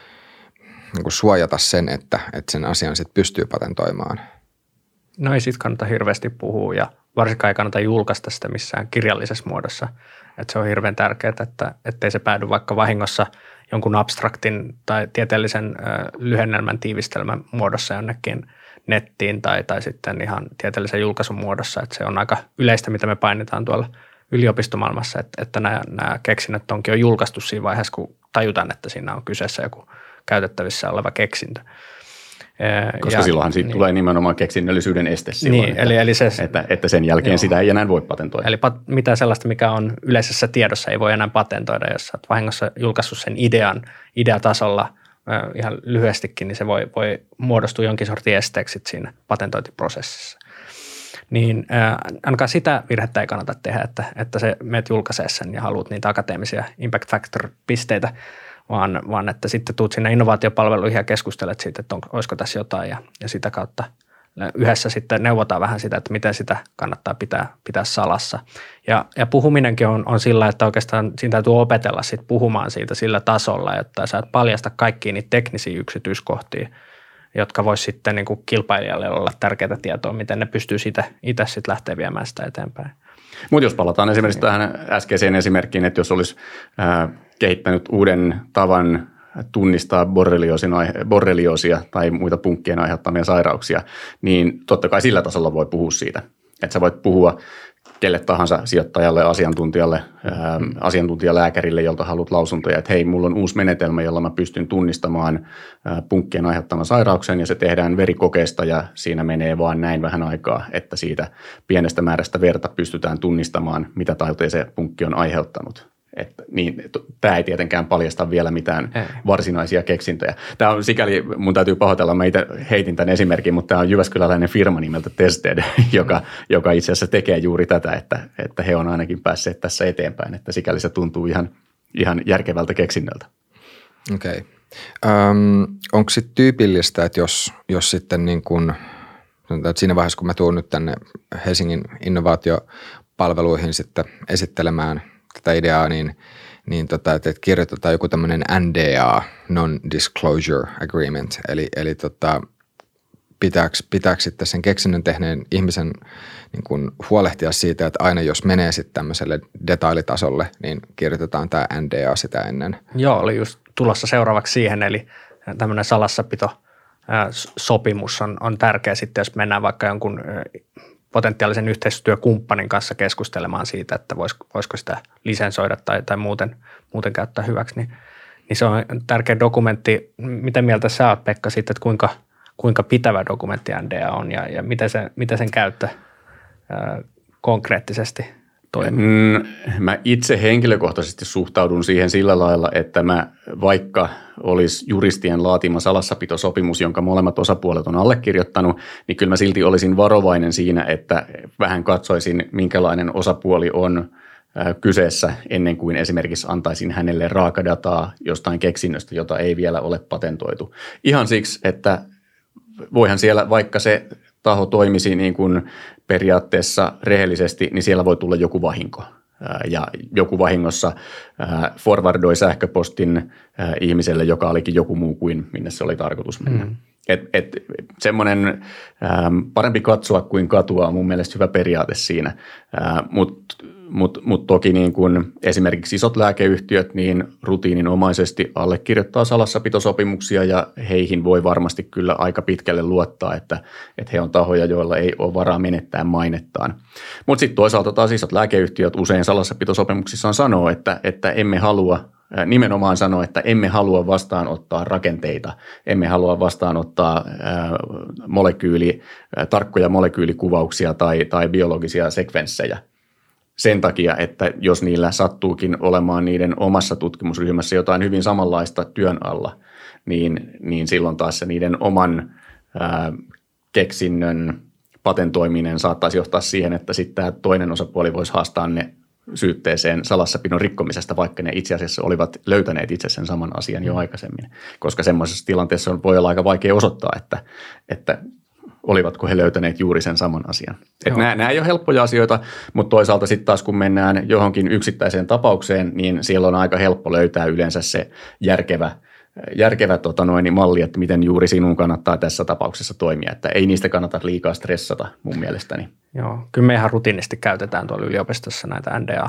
suojata sen, että sen asian sitten pystyy patentoimaan. No ei siitä kannata hirveästi puhua ja varsinkaan ei kannata julkaista sitä missään kirjallisessa muodossa. Että se on hirveän tärkeää, ettei se päädy vaikka vahingossa jonkun abstraktin tai tieteellisen lyhennelmän tiivistelmän muodossa jonnekin nettiin tai sitten ihan tieteellisen julkaisun muodossa. Että se on aika yleistä, mitä me painetaan tuolla yliopistomaailmassa, että nämä keksinnöt onkin jo julkaistu siinä vaiheessa, kun tajutaan, että siinä on kyseessä joku käytettävissä oleva keksintö. Koska silloinhan siitä tulee nimenomaan keksinnöllisyyden este silloin, niin, eli se, että sen jälkeen sitä ei enää voi patentoida. Eli mitään sellaista, mikä on yleisessä tiedossa, ei voi enää patentoida. Jos olet vahingossa julkaissut sen ideatasolla ihan lyhyestikin, niin se voi muodostua jonkin sortin esteeksi siinä patentointiprosessissa. Niin ainakaan sitä virhettä ei kannata tehdä, että se menet julkaisee sen ja haluat niitä akateemisia impact factor-pisteitä, vaan että sitten tuut sinne innovaatiopalveluihin ja keskustelet siitä, että olisiko tässä jotain ja sitä kautta yhdessä sitten neuvotaan vähän sitä, että miten sitä kannattaa pitää salassa. Ja puhuminenkin on sillä, että oikeastaan siinä täytyy opetella sitten puhumaan siitä sillä tasolla, että sä et paljasta kaikkia niitä teknisiä yksityiskohtia, jotka vois sitten niin kuin kilpailijalle olla tärkeää tietoa, miten ne pystyy siitä itse sitten lähteä viemään sitä eteenpäin. Mutta jos palataan esimerkiksi tähän äskeiseen esimerkkiin, että jos olisi kehittänyt uuden tavan tunnistaa borrelioosia tai muita punkkien aiheuttamia sairauksia, niin totta kai sillä tasolla voi puhua siitä. Että sä voit puhua kelle tahansa sijoittajalle, asiantuntijalääkärille, jolta haluat lausuntoja, että hei, mulla on uusi menetelmä, jolla mä pystyn tunnistamaan punkkien aiheuttaman sairauksen ja se tehdään verikokeesta ja siinä menee vaan näin vähän aikaa, että siitä pienestä määrästä verta pystytään tunnistamaan, mitä tautia se punkki on aiheuttanut. Tämä ei tietenkään paljasta vielä mitään varsinaisia keksintöjä. Tämä on sikäli, mun täytyy pahoitella, mä itse heitin tämän esimerkin, mutta tämä on jyväskyläläinen firma nimeltä Tested, joka itse asiassa tekee juuri tätä, että he on ainakin päässeet tässä eteenpäin, että sikäli se tuntuu ihan järkevältä keksinnöltä. Okei. Onko sitten tyypillistä, että jos sitten niin kun, siinä vaiheessa, kun mä tuun nyt tänne Helsingin innovaatiopalveluihin sitten esittelemään tätä ideaa, niin että kirjoitetaan joku tämmöinen NDA, Non-Disclosure Agreement, eli pitääkö sitten sen keksinnön tehneen ihmisen niin kuin huolehtia siitä, että aina jos menee sitten tämmöiselle detailitasolle, niin kirjoitetaan tämä NDA sitä ennen. Joo, oli just tulossa seuraavaksi siihen, eli tämmöinen salassapito sopimus on tärkeä sitten, jos mennään vaikka jonkun potentiaalisen yhteistyökumppanin kanssa keskustelemaan siitä, että voisiko sitä lisensoida tai muuten käyttää hyväksi, niin se on tärkeä dokumentti. Mitä mieltä sä oot, Pekka, siitä, että kuinka pitävä dokumentti NDA on ja miten sen käyttö konkreettisesti toimii? Mä itse henkilökohtaisesti suhtaudun siihen sillä lailla, että vaikka olisi juristien laatima salassapitosopimus, jonka molemmat osapuolet on allekirjoittanut, niin kyllä mä silti olisin varovainen siinä, että vähän katsoisin, minkälainen osapuoli on kyseessä ennen kuin esimerkiksi antaisin hänelle raakadataa jostain keksinnöstä, jota ei vielä ole patentoitu. Ihan siksi, että voihan siellä, vaikka se taho toimisi niin kuin periaatteessa rehellisesti, niin siellä voi tulla joku vahinko. Ja joku vahingossa forwardoi sähköpostin ihmiselle, joka olikin joku muu kuin minne se oli tarkoitus mennä. Semmoinen parempi katsoa kuin katua on mun mielestä hyvä periaate siinä, mutta toki niin kuin esimerkiksi isot lääkeyhtiöt niin rutiininomaisesti allekirjoittaa salassapitosopimuksia ja heihin voi varmasti kyllä aika pitkälle luottaa, että he on tahoja, joilla ei ole varaa menettää mainettaan. Mutta sitten toisaalta taas isot lääkeyhtiöt usein salassapitosopimuksissaan sanoo, että emme halua nimenomaan sanoo, että emme halua vastaanottaa rakenteita, emme halua vastaanottaa tarkkoja molekyylikuvauksia tai biologisia sekvenssejä. Sen takia, että jos niillä sattuukin olemaan niiden omassa tutkimusryhmässä jotain hyvin samanlaista työn alla, niin silloin taas se niiden oman keksinnön patentoiminen saattaisi johtaa siihen, että sitten tämä toinen osapuoli voisi haastaa ne syytteeseen salassapidon rikkomisesta, vaikka ne itse asiassa olivat löytäneet itse sen saman asian jo aikaisemmin. Koska semmoisessa tilanteessa voi olla aika vaikea osoittaa, että olivatko he löytäneet juuri sen saman asian. Nämä ei ole helppoja asioita, mutta toisaalta sitten taas kun mennään johonkin yksittäiseen tapaukseen, niin siellä on aika helppo löytää yleensä se järkevä malli, että miten juuri sinun kannattaa tässä tapauksessa toimia. Että ei niistä kannata liikaa stressata mun mielestäni. Joo, kyllä me ihan rutiinisti käytetään tuolla yliopistossa näitä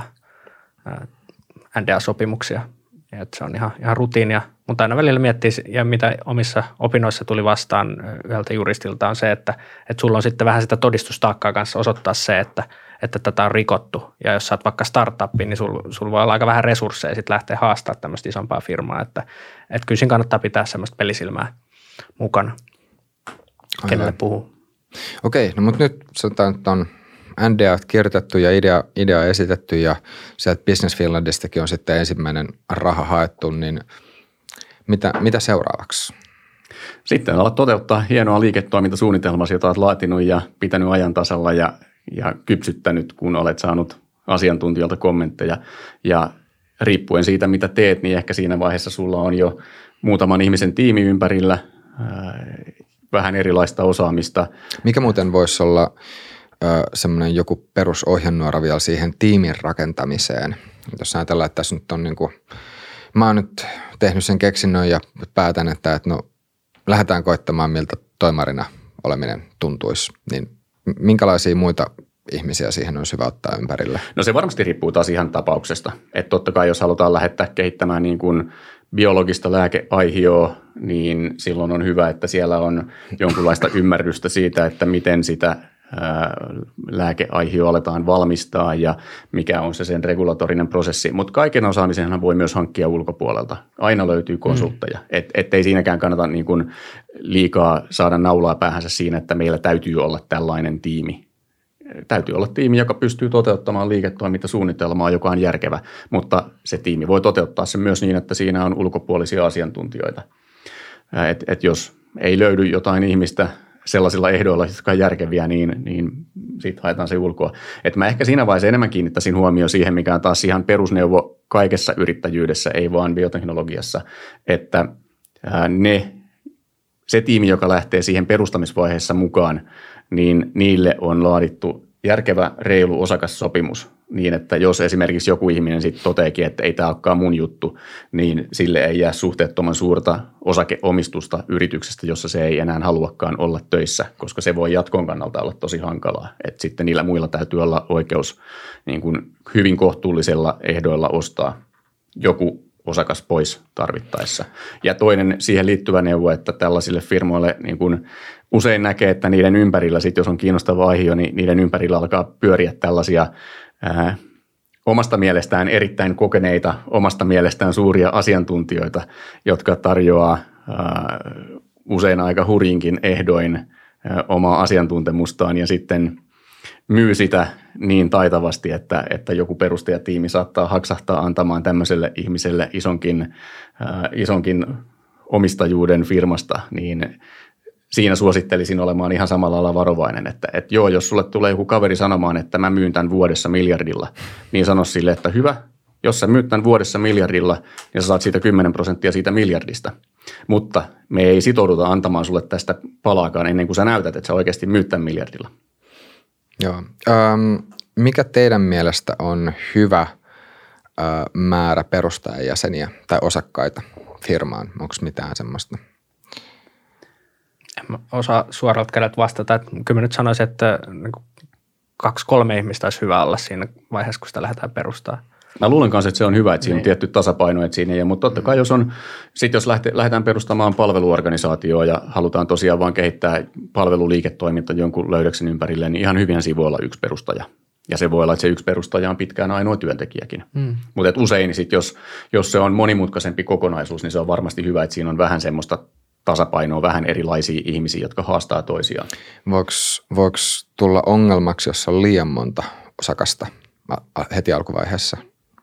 NDA-sopimuksia. Että se on ihan rutiinia, mutta aina välillä miettii, ja mitä omissa opinnoissa tuli vastaan yhdeltä juristilta on se, että sulla on sitten vähän sitä todistustaakkaa kanssa osoittaa se, että tätä on rikottu. Ja jos sä oot vaikka startuppi, niin sulla voi olla aika vähän resursseja sitten lähteä haastamaan tämmöistä isompaa firmaa. Että kyllä siinä kannattaa pitää semmoista pelisilmää mukana, kenelle puhuu. Okei, no mutta nyt sanotaan, että on NDA kirjoitettu ja idea esitetty ja sieltä Business Finlandistakin on sitten ensimmäinen raha haettu, niin mitä seuraavaksi? Sitten alat toteuttaa hienoa liiketoimintasuunnitelmaa, jota olet laatinut ja pitänyt ajan tasalla ja kypsyttänyt, kun olet saanut asiantuntijalta kommentteja. Ja riippuen siitä, mitä teet, niin ehkä siinä vaiheessa sulla on jo muutaman ihmisen tiimi ympärillä, vähän erilaista osaamista. Mikä muuten voisi olla semmoinen joku perusohjenuora vielä siihen tiimin rakentamiseen? Jos ajatellaan, että tässä nyt on niin kuin, mä oon nyt tehnyt sen keksinnön ja päätän, että no lähdetään koittamaan, miltä toimarina oleminen tuntuisi, niin minkälaisia muita ihmisiä siihen on hyvä ottaa ympärille? No se varmasti riippuu taas ihan tapauksesta. Että totta kai jos halutaan lähettää kehittämään niin kuin biologista lääkeaihioa, niin silloin on hyvä, että siellä on jonkunlaista ymmärrystä siitä, että miten sitä lääkeaihioa aletaan valmistaa ja mikä on se sen regulatorinen prosessi. Mutta kaiken osaamisenhan voi myös hankkia ulkopuolelta. Aina löytyy konsultteja. Ettei siinäkään kannata niin kuin liikaa saada naulaa päähänsä siinä, että meillä täytyy olla tällainen tiimi. Täytyy olla tiimi, joka pystyy toteuttamaan liiketoimintasuunnitelmaa, joka on järkevä, mutta se tiimi voi toteuttaa sen myös niin, että siinä on ulkopuolisia asiantuntijoita. Et jos ei löydy jotain ihmistä sellaisilla ehdoilla, jotka on järkeviä, niin siitä haetaan se ulkoa. Et mä ehkä siinä vaiheessa enemmän kiinnittäisin huomioon siihen, mikä on taas ihan perusneuvo kaikessa yrittäjyydessä, ei vaan bioteknologiassa, että se tiimi, joka lähtee siihen perustamisvaiheessa mukaan, niin niille on laadittu järkevä, reilu osakassopimus. niin, että jos esimerkiksi joku ihminen sitten toteekin, että ei tämä olekaan mun juttu, niin sille ei jää suhteettoman suurta osakeomistusta yrityksestä, jossa se ei enää haluakaan olla töissä, koska se voi jatkon kannalta olla tosi hankalaa. Et sitten niillä muilla täytyy olla oikeus niin kuin hyvin kohtuullisella ehdoilla ostaa joku osakas pois tarvittaessa. Ja toinen siihen liittyvä neuvo, että tällaisille firmoille niin kuin usein näkee, että niiden ympärillä, sit jos on kiinnostava aihe, niin niiden ympärillä alkaa pyöriä tällaisia omasta mielestään erittäin kokeneita, omasta mielestään suuria asiantuntijoita, jotka tarjoaa usein aika hurjinkin ehdoin omaa asiantuntemustaan ja sitten myy sitä niin taitavasti, että joku perustajatiimi saattaa haksahtaa antamaan tämmöiselle ihmiselle isonkin omistajuuden firmasta, niin siinä suosittelisin olemaan ihan samalla lailla varovainen, että joo, jos sulle tulee joku kaveri sanomaan, että mä myyn tämän vuodessa miljardilla, niin sano sille, että hyvä, jos sä myyt tämän vuodessa miljardilla, niin sä saat siitä 10% siitä miljardista. Mutta me ei sitouduta antamaan sulle tästä palaakaan ennen kuin sä näytät, että sä oikeasti myyt tämän miljardilla. Joo. Mikä teidän mielestä on hyvä määrä perustajajäseniä tai osakkaita firmaan? Onko mitään semmoista? En osaa suoralta kädet vastata. Kyllä mä nyt sanoisin, että 2-3 ihmistä olisi hyvä olla siinä vaiheessa, kun sitä lähdetään perustamaan. Mä luulen kanssa, että se on hyvä, että siinä on tietty tasapaino, että siinä ei, mutta totta kai jos lähdetään perustamaan palveluorganisaatioa ja halutaan tosiaan vaan kehittää palveluliiketoiminta jonkun löydöksen ympärille, niin ihan hyvin siinä voi olla yksi perustaja. Ja se voi olla, että se yksi perustaja on pitkään ainoa työntekijäkin. Mutta usein sit, jos se on monimutkaisempi kokonaisuus, niin se on varmasti hyvä, että siinä on vähän semmoista tasapainoa, vähän erilaisia ihmisiä, jotka haastaa toisiaan. Voiko tulla ongelmaksi, jos on liian monta osakasta heti alkuvaiheessa?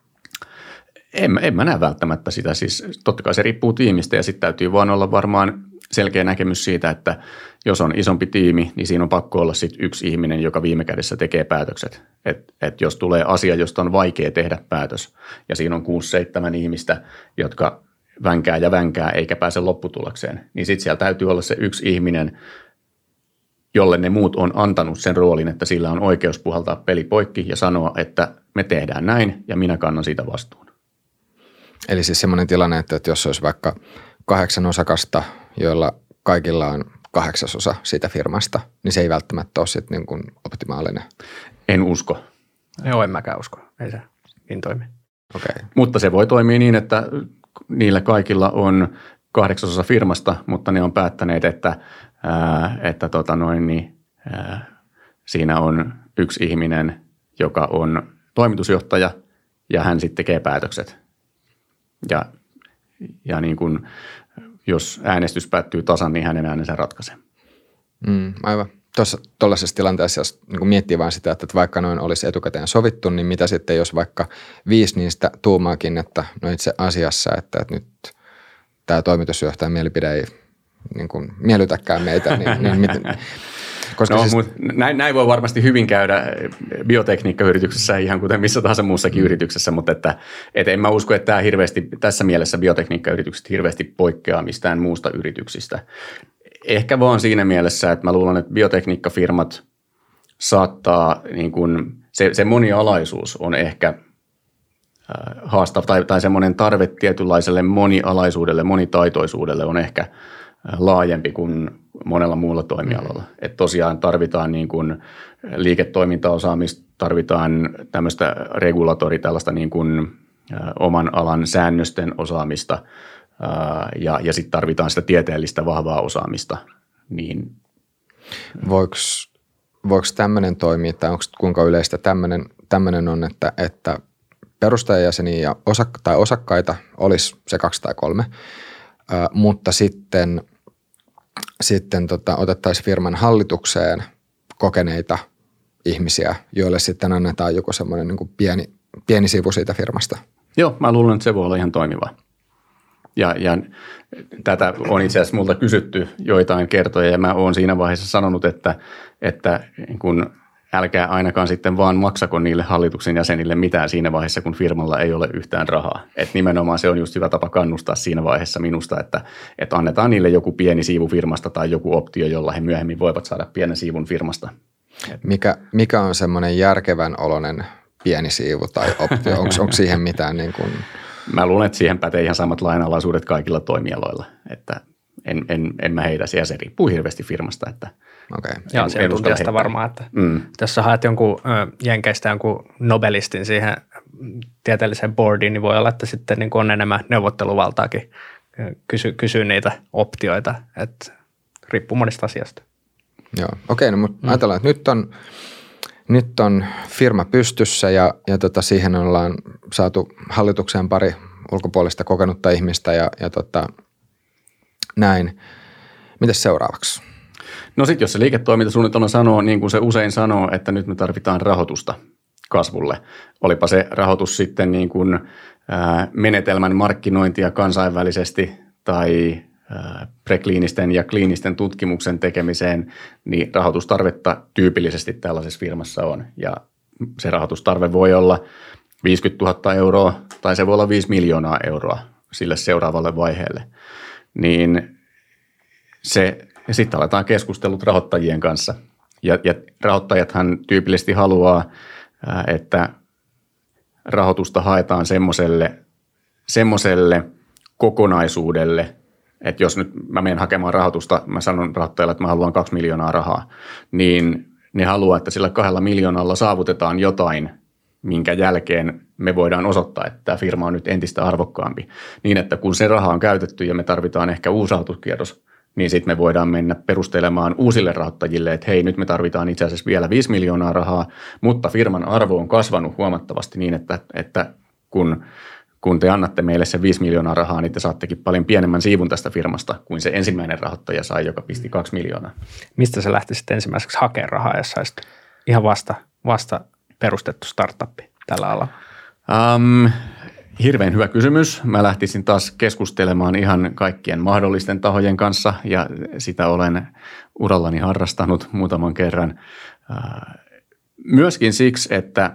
En mä näe välttämättä sitä. Siis totta kai se riippuu tiimistä ja sitten täytyy vaan olla varmaan selkeä näkemys siitä, että jos on isompi tiimi, niin siinä on pakko olla sitten yksi ihminen, joka viime kädessä tekee päätökset. Et jos tulee asia, josta on vaikea tehdä päätös ja siinä on 6-7 ihmistä, jotka vänkää eikä pääse lopputulokseen, niin sitten siellä täytyy olla se yksi ihminen, jolle ne muut on antanut sen roolin, että sillä on oikeus puhaltaa peli poikki ja sanoa, että me tehdään näin ja minä kannan siitä vastuun. Eli siis semmoinen tilanne, että jos olisi vaikka 8 osakasta, joilla kaikilla on 8/8 siitä firmasta, niin se ei välttämättä ole sitten niin kuin optimaalinen. En usko. Joo, en mäkään usko. Ei se niin toimi. Okay. Mutta se voi toimia niin, että niillä kaikilla on 8/8 firmasta, mutta ne on päättäneet, että siinä on yksi ihminen, joka on toimitusjohtaja ja hän sitten tekee päätökset. Ja niin kuin, jos äänestys päättyy tasan, niin hänen äänensä ratkaisee. Aivan. Tuollaisessa tilanteessa, jos niin miettii vain sitä, että vaikka noin olisi etukäteen sovittu, niin mitä sitten, jos vaikka 5 niistä tuumaakin, että no itse asiassa, että nyt tämä toimitusjohtajan mielipide ei niin kuin miellytäkään meitä, niin miten? Koska no, siis näin voi varmasti hyvin käydä biotekniikkayrityksessä ihan kuten missä tahansa muussakin yrityksessä, mutta että en mä usko, että tämä tässä mielessä biotekniikkayritykset hirveästi poikkeaa mistään muusta yrityksistä. Ehkä vaan siinä mielessä, että mä luulen, että biotekniikkafirmat saattaa, niin kuin, se monialaisuus on ehkä haastava tai semmoinen tarve tietynlaiselle monialaisuudelle, monitaitoisuudelle on ehkä laajempi kuin monella muulla toimialalla. Että tosiaan tarvitaan niin kuin liiketoimintaosaamista, tarvitaan tämmöistä tällaista niin kuin oman alan säännösten osaamista ja sitten tarvitaan sitä tieteellistä vahvaa osaamista. Niin. Voiko tämmöinen toimia tai kuinka yleistä tämmöinen on, että perustajajäseniä ja osakkaita olisi se 2 tai 3, mutta sitten otettaisiin firman hallitukseen kokeneita ihmisiä, joille sitten annetaan joku semmoinen niin kuin pieni sivu siitä firmasta. Joo, mä luulen, että se voi olla ihan toimiva. Ja tätä on itse asiassa multa kysytty joitain kertoja ja mä oon siinä vaiheessa sanonut, että kun älkää ainakaan sitten vaan maksako niille hallituksen jäsenille mitään siinä vaiheessa, kun firmalla ei ole yhtään rahaa. Että nimenomaan se on just hyvä tapa kannustaa siinä vaiheessa minusta, että annetaan niille joku pieni siivu firmasta tai joku optio, jolla he myöhemmin voivat saada pienen siivun firmasta. Mikä on semmoinen järkevän oloinen pieni siivu tai optio? Onko siihen mitään niin kuin... Mä luulen, että siihen pätee ihan samat lainalaisuudet kaikilla toimialoilla, että en mä heitä siellä. Se riippuu hirveästi firmasta. Että okay. Ja asiantuntijasta varmaan, että jos sä haet jonkun jenkeistä jonkun Nobelistin siihen tieteelliseen boardiin, niin voi olla, että sitten niin on enemmän neuvotteluvaltaakin kysyä niitä optioita, että riippuu monista asiasta. Joo, okei, no mutta ajatellaan, että nyt on firma pystyssä ja siihen ollaan saatu hallitukseen pari ulkopuolista kokenutta ihmistä ja näin. Mitäs seuraavaksi? No sitten jos se liiketoimintasuunnitelma sanoo, niin kuin se usein sanoo, että nyt me tarvitaan rahoitusta kasvulle. Olipa se rahoitus sitten niin kuin menetelmän markkinointia kansainvälisesti tai prekliinisten ja kliinisten tutkimuksen tekemiseen, niin rahoitustarvetta tyypillisesti tällaisessa firmassa on. Ja se rahoitustarve voi olla 50 000 euroa tai se voi olla 5 miljoonaa euroa sille seuraavalle vaiheelle. Niin sitten aletaan keskustelut rahoittajien kanssa. Ja rahoittajathan tyypillisesti haluaa, että rahoitusta haetaan semmoiselle kokonaisuudelle, että jos nyt mä menen hakemaan rahoitusta, mä sanon rahoittajalle, että mä haluan 2 miljoonaa rahaa, niin ne haluaa, että sillä 2 miljoonalla saavutetaan jotain, minkä jälkeen me voidaan osoittaa, että tämä firma on nyt entistä arvokkaampi. Niin, että kun se raha on käytetty ja me tarvitaan ehkä uusi rahoituskierros, niin sitten me voidaan mennä perustelemaan uusille rahoittajille, että hei, nyt me tarvitaan itse asiassa vielä 5 miljoonaa rahaa, mutta firman arvo on kasvanut huomattavasti niin, että kun te annatte meille se 5 miljoonaa rahaa, niin te saattekin paljon pienemmän siivun tästä firmasta kuin se ensimmäinen rahoittaja sai, joka pisti 2 miljoonaa. Mistä sä lähtisit ensimmäiseksi hakemaan rahaa, jos saisit ihan vasta perustettu startuppi tällä alalla? Hirveän hyvä kysymys. Mä lähtisin taas keskustelemaan ihan kaikkien mahdollisten tahojen kanssa ja sitä olen urallani harrastanut muutaman kerran. Myöskin siksi, että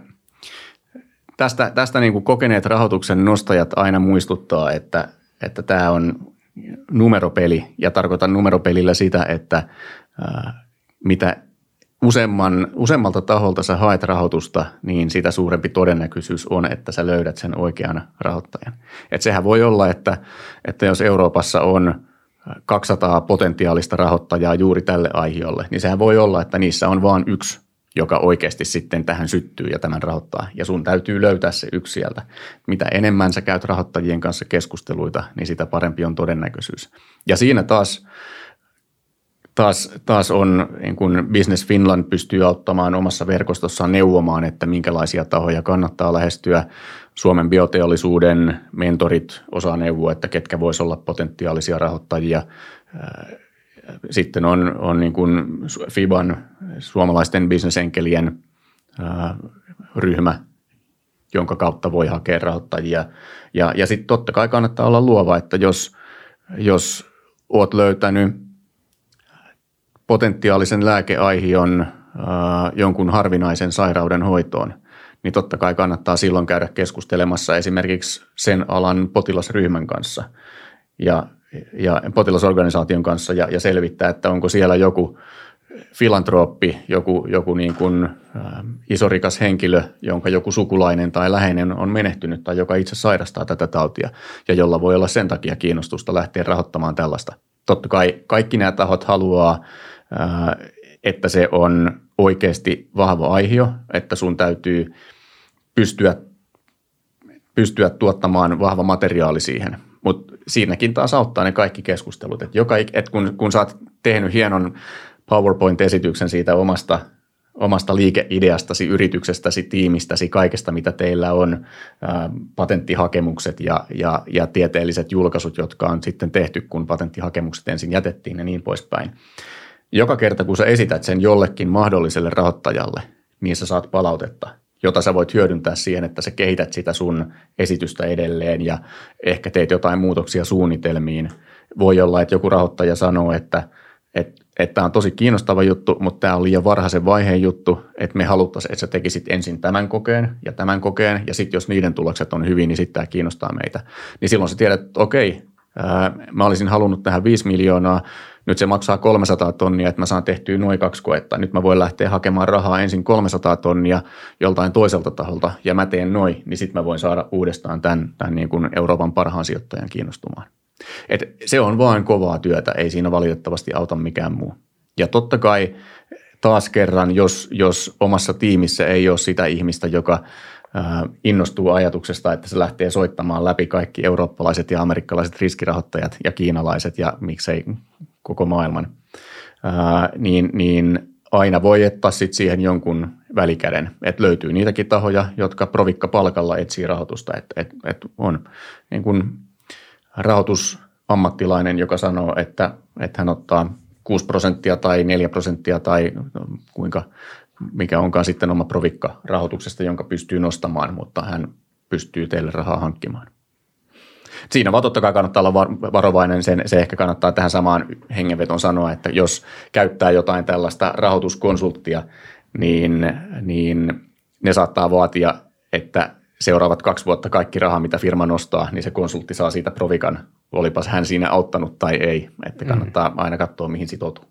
tästä niin kuin kokeneet rahoituksen nostajat aina muistuttaa, että tämä on numeropeli ja tarkoitan numeropelillä sitä, että mitä useammalta taholta sä haet rahoitusta, niin sitä suurempi todennäköisyys on, että sä löydät sen oikean rahoittajan. Et sehän voi olla, että jos Euroopassa on 200 potentiaalista rahoittajaa juuri tälle aihiolle, niin sehän voi olla, että niissä on vain yksi, joka oikeasti sitten tähän syttyy ja tämän rahoittaa. Ja sun täytyy löytää se yksi sieltä. Mitä enemmän sä käyt rahoittajien kanssa keskusteluita, niin sitä parempi on todennäköisyys. Ja siinä taas on, niin kuin Business Finland pystyy auttamaan omassa verkostossaan neuvomaan, että minkälaisia tahoja kannattaa lähestyä. Suomen bioteollisuuden mentorit osaa neuvoa, että ketkä voisi olla potentiaalisia rahoittajia. Sitten on niin kuin FIBAn suomalaisten bisnesenkelien ryhmä, jonka kautta voi hakea rahoittajia. Ja sitten totta kai kannattaa olla luova, että jos olet löytänyt potentiaalisen lääkeaihion jonkun harvinaisen sairauden hoitoon, niin totta kai kannattaa silloin käydä keskustelemassa esimerkiksi sen alan potilasryhmän kanssa ja potilasorganisaation kanssa ja selvittää, että onko siellä joku filantrooppi, joku niin kuin isorikas henkilö, jonka joku sukulainen tai läheinen on menehtynyt tai joka itse sairastaa tätä tautia ja jolla voi olla sen takia kiinnostusta lähteä rahoittamaan tällaista. Totta kai kaikki nämä tahot haluaa, että se on oikeasti vahva aihio, että sun täytyy pystyä tuottamaan vahva materiaali siihen. Mutta siinäkin taas auttaa ne kaikki keskustelut, että kun sä oot tehnyt hienon PowerPoint-esityksen siitä omasta liikeideastasi, yrityksestäsi, tiimistäsi, kaikesta mitä teillä on, patenttihakemukset ja tieteelliset julkaisut, jotka on sitten tehty, kun patenttihakemukset ensin jätettiin ja niin poispäin. Joka kerta, kun sä esität sen jollekin mahdolliselle rahoittajalle, niin sä saat palautetta, jota sä voit hyödyntää siihen, että sä kehität sitä sun esitystä edelleen ja ehkä teet jotain muutoksia suunnitelmiin. Voi olla, että joku rahoittaja sanoo, että tämä on tosi kiinnostava juttu, mutta tämä on liian varhaisen vaiheen juttu, että me haluttaisiin, että sä tekisit ensin tämän kokeen ja sitten jos niiden tulokset on hyvin, niin sitten tämä kiinnostaa meitä. Niin silloin sä tiedät, että okei, Mä olisin halunnut tähän 5 miljoonaa, nyt se maksaa 300 tonnia, että mä saan tehtyä noin 2 koetta. Nyt mä voin lähteä hakemaan rahaa ensin 300 tonnia joltain toiselta taholta ja mä teen noin, niin sitten mä voin saada uudestaan tämän niin kuin Euroopan parhaan sijoittajan kiinnostumaan. Et se on vaan kovaa työtä, ei siinä valitettavasti auta mikään muu. Ja totta kai taas kerran, jos omassa tiimissä ei ole sitä ihmistä, joka innostuu ajatuksesta, että se lähtee soittamaan läpi kaikki eurooppalaiset ja amerikkalaiset riskirahoittajat ja kiinalaiset ja miksei koko maailman, niin aina voi ottaa sitten siihen jonkun välikäden, että löytyy niitäkin tahoja, jotka provikkapalkalla etsii rahoitusta, että on niin kuin rahoitusammattilainen, joka sanoo, että hän ottaa 6% tai 4% tai mikä onkaan sitten oma provikka rahoituksesta, jonka pystyy nostamaan, mutta hän pystyy teille rahaa hankkimaan. Siinä vaan totta kai kannattaa olla varovainen, se ehkä kannattaa tähän samaan hengenvetoon sanoa, että jos käyttää jotain tällaista rahoituskonsulttia, niin ne saattaa vaatia, että seuraavat 2 vuotta kaikki raha, mitä firma nostaa, niin se konsultti saa siitä provikan, olipas hän siinä auttanut tai ei, että kannattaa aina katsoa, mihin sitoutuu.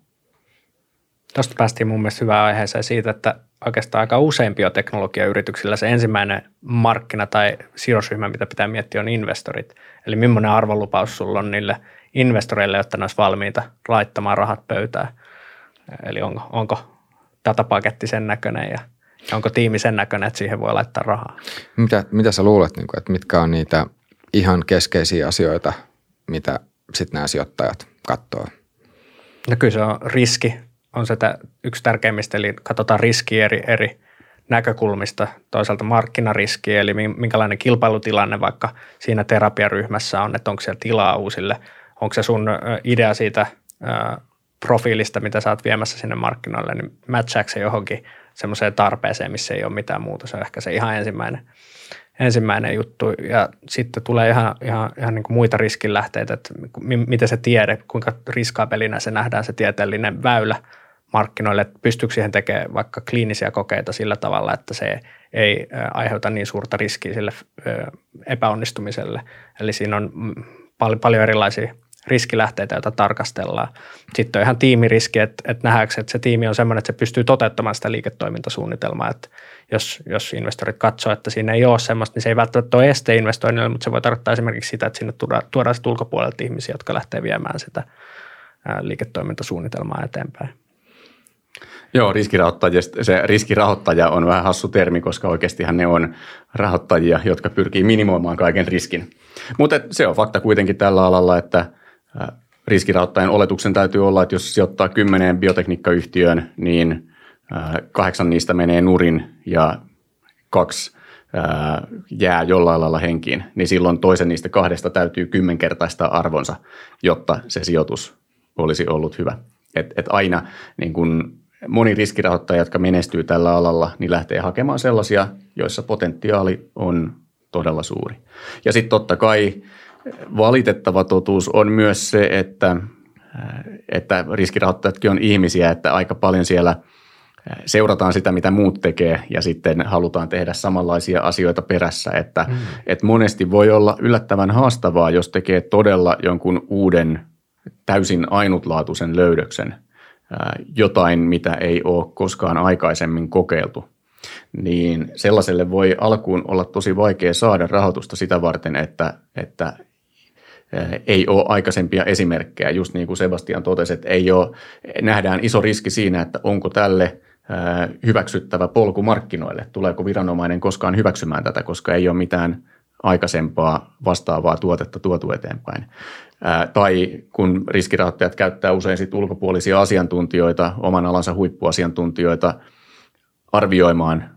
Tuosta päästiin mun mielestä hyvään aiheeseen siitä, että oikeastaan aika usein bioteknologiayrityksillä se ensimmäinen markkina tai sidosryhmä, mitä pitää miettiä, on investorit. Eli millainen arvonlupaus sulla on niille investoreille, jotta ne olisi valmiita laittamaan rahat pöytään. Eli onko datapaketti sen näköinen ja onko tiimi sen näköinen, että siihen voi laittaa rahaa? Mitä sä luulet, että mitkä on niitä ihan keskeisiä asioita, mitä sitten nämä sijoittajat katsoo? No kyllä se on riski. On se yksi tärkeimmistä, eli katsotaan riskiä eri näkökulmista. Toisaalta markkinariski, eli minkälainen kilpailutilanne vaikka siinä terapiaryhmässä on, että onko siellä tilaa uusille, onko se sun idea siitä profiilista, mitä sä oot viemässä sinne markkinoille, niin matchaako se johonkin semmoiseen tarpeeseen, missä ei ole mitään muuta. Se on ehkä se ihan ensimmäinen juttu. Ja sitten tulee ihan niin kuin muita riskinlähteitä, että miten se tiede, kuinka riskaapelinä se nähdään se tieteellinen väylä markkinoille, että pystyykö siihen tekemään vaikka kliinisiä kokeita sillä tavalla, että se ei aiheuta niin suurta riskiä sille epäonnistumiselle. Eli siinä on paljon erilaisia riskilähteitä, joita tarkastellaan. Sitten on ihan tiimiriski, että nähdäänkö, että se tiimi on sellainen, että se pystyy toteuttamaan sitä liiketoimintasuunnitelmaa. Että jos investorit katsoo, että siinä ei ole semmoista, niin se ei välttämättä ole este investoinnille, mutta se voi tarkoittaa esimerkiksi sitä, että sinne tuodaan sitten ulkopuolelta ihmisiä, jotka lähtee viemään sitä liiketoimintasuunnitelmaa eteenpäin. Joo, se riskirahoittaja on vähän hassu termi, koska oikeastihan ne on rahoittajia, jotka pyrkii minimoimaan kaiken riskin. Mutta se on fakta kuitenkin tällä alalla, että riskirahoittajan oletuksen täytyy olla, että jos sijoittaa 10 biotekniikkayhtiöön, niin 8 niistä menee nurin ja 2 jää jollain lailla henkiin, niin silloin toisen niistä 2 täytyy 10-kertaistaa arvonsa, jotta se sijoitus olisi ollut hyvä. Et aina niin kun moni riskirahoittaja, jotka menestyy tällä alalla, niin lähtee hakemaan sellaisia, joissa potentiaali on todella suuri. Ja sitten totta kai valitettava totuus on myös se, että riskirahoittajatkin on ihmisiä, että aika paljon siellä seurataan sitä, mitä muut tekee ja sitten halutaan tehdä samanlaisia asioita perässä, että monesti voi olla yllättävän haastavaa, jos tekee todella jonkun uuden täysin ainutlaatuisen löydöksen, jotain, mitä ei ole koskaan aikaisemmin kokeiltu, niin sellaiselle voi alkuun olla tosi vaikea saada rahoitusta sitä varten, että ei ole aikaisempia esimerkkejä. Just niin kuin Sebastian totesi, että nähdään iso riski siinä, että onko tälle hyväksyttävä polku markkinoille. Tuleeko viranomainen koskaan hyväksymään tätä, koska ei ole mitään aikaisempaa vastaavaa tuotetta tuotu eteenpäin. Tai kun riskirahoittajat käyttää usein sit ulkopuolisia asiantuntijoita, oman alansa huippuasiantuntijoita arvioimaan,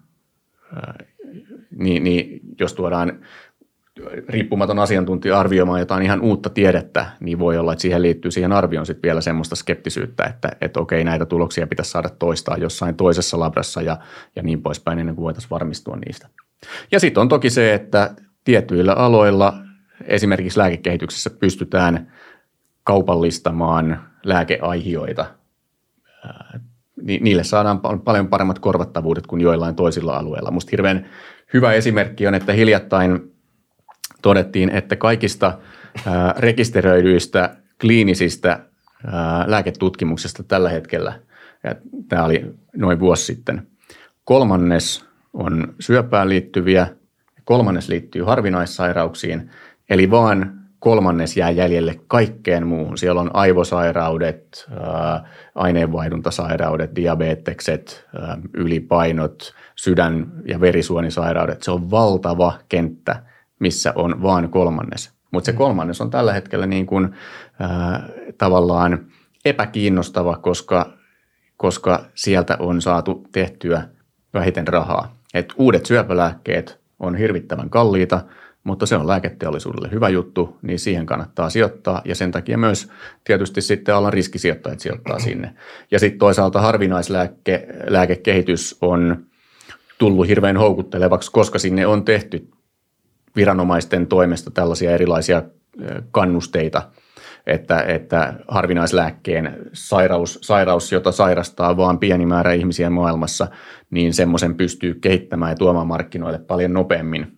niin jos tuodaan riippumaton asiantuntija arvioimaan jotain ihan uutta tiedettä, niin voi olla, että siihen liittyy siihen arvioon sitten vielä semmoista skeptisyyttä, että okei, näitä tuloksia pitäisi saada toistaa jossain toisessa labrassa ja niin poispäin, ennen kuin voitaisiin varmistua niistä. Ja sitten on toki se, että tietyillä aloilla, esimerkiksi lääkekehityksessä, pystytään kaupallistamaan lääkeaihioita. Niille saadaan paljon paremmat korvattavuudet kuin joillain toisilla alueilla. Musta hirveän hyvä esimerkki on, että hiljattain todettiin, että kaikista rekisteröidyistä kliinisistä lääketutkimuksesta tällä hetkellä. Ja tämä oli noin vuosi sitten. 1/3 on syöpään liittyviä, 1/3 liittyy harvinaissairauksiin, eli vaan 1/3 jää jäljelle kaikkeen muuhun. Siellä on aivosairaudet, aineenvaihduntasairaudet, diabetekset, ylipainot, sydän- ja verisuonisairaudet. Se on valtava kenttä, missä on vaan 1/3. Mutta se 1/3 on tällä hetkellä niin kuin, tavallaan epäkiinnostava, koska sieltä on saatu tehtyä vähiten rahaa. Et uudet syöpälääkkeet on hirvittävän kalliita, mutta se on lääketeollisuudelle hyvä juttu, niin siihen kannattaa sijoittaa ja sen takia myös tietysti sitten alan riskisijoittajat sijoittaa sinne. Ja sitten toisaalta harvinaislääkekehitys on tullut hirveän houkuttelevaksi, koska sinne on tehty viranomaisten toimesta tällaisia erilaisia kannusteita, että harvinaislääkkeen sairaus, jota sairastaa vaan pieni määrä ihmisiä maailmassa, niin semmoisen pystyy kehittämään ja tuomaan markkinoille paljon nopeammin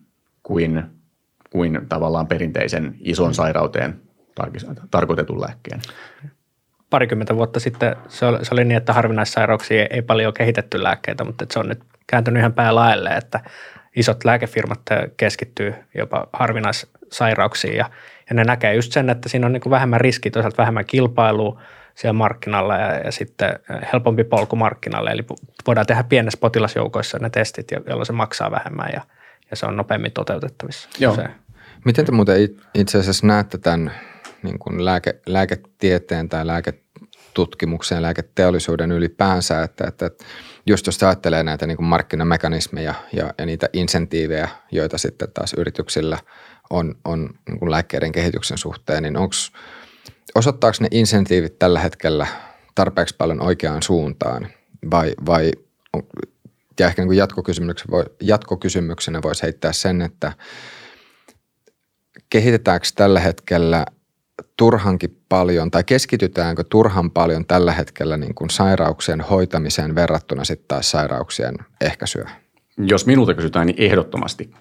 kuin tavallaan perinteisen ison sairauteen tarkoitetun lääkkeen. Parikymmentä vuotta sitten se oli niin, että harvinaissairauksia ei paljon kehitetty lääkkeitä, mutta se on nyt kääntynyt ihan päälaelle, että isot lääkefirmat keskittyy jopa harvinaissairauksiin ja ne näkee just sen, että siinä on niin kuin vähemmän riskiä, toisaalta vähemmän kilpailua siellä markkinalla ja sitten helpompi polku markkinalle. Eli voidaan tehdä pienessä potilasjoukoissa ne testit, jolloin se maksaa vähemmän ja se on nopeammin toteutettavissa. Joo. Miten te muuten itse asiassa näette tämän niin kuin lääketieteen tai lääketutkimuksen ja lääketeollisuuden ylipäänsä, että just jos ajattelee näitä niin kuin markkinamekanismeja ja niitä insentiivejä, joita sitten taas yrityksillä on niin kuin lääkkeiden kehityksen suhteen, niin osoittaako ne insentiivit tällä hetkellä tarpeeksi paljon oikeaan suuntaan vai ja ehkä niin kuin jatkokysymyksenä voisi heittää sen, että kehitetäänkö tällä hetkellä turhankin paljon tai keskitytäänkö turhan paljon tällä hetkellä niin kuin sairauksien hoitamiseen verrattuna sitten taas sairauksien ehkäisyä? Jos minulta kysytään, niin ehdottomasti.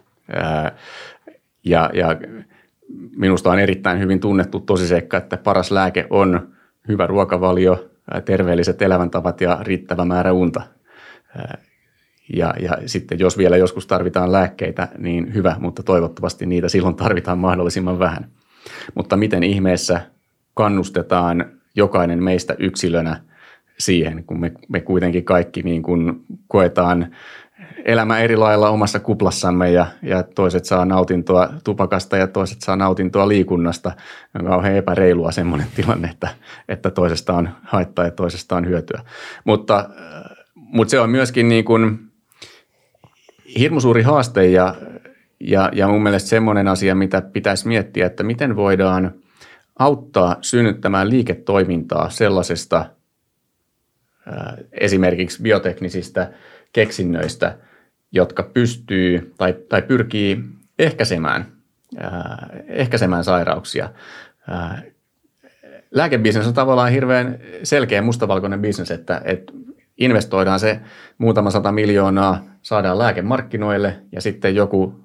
Ja minusta on erittäin hyvin tunnettu tosiseikka, että paras lääke on hyvä ruokavalio, terveelliset elämäntavat ja riittävä määrä unta. Ja sitten jos vielä joskus tarvitaan lääkkeitä, niin hyvä, mutta toivottavasti niitä silloin tarvitaan mahdollisimman vähän. Mutta miten ihmeessä kannustetaan jokainen meistä yksilönä siihen, kun me kuitenkin kaikki niin kuin koetaan elämä eri lailla omassa kuplassamme ja toiset saa nautintoa tupakasta ja toiset saa nautintoa liikunnasta. On kauhean epäreilua semmoinen tilanne, että toisesta on haittaa ja toisesta on hyötyä. Mutta se on myöskin niin kuin hirmu suuri haaste ja mun mielestä semmoinen asia, mitä pitäisi miettiä, että miten voidaan auttaa synnyttämään liiketoimintaa sellaisesta esimerkiksi bioteknisistä keksinnöistä, jotka pystyy tai pyrkii ehkäisemään sairauksia. Lääkebisnes on tavallaan hirveän selkeä mustavalkoinen bisnes, että investoidaan se muutama 100 miljoonaa, saadaan lääke markkinoille ja sitten joku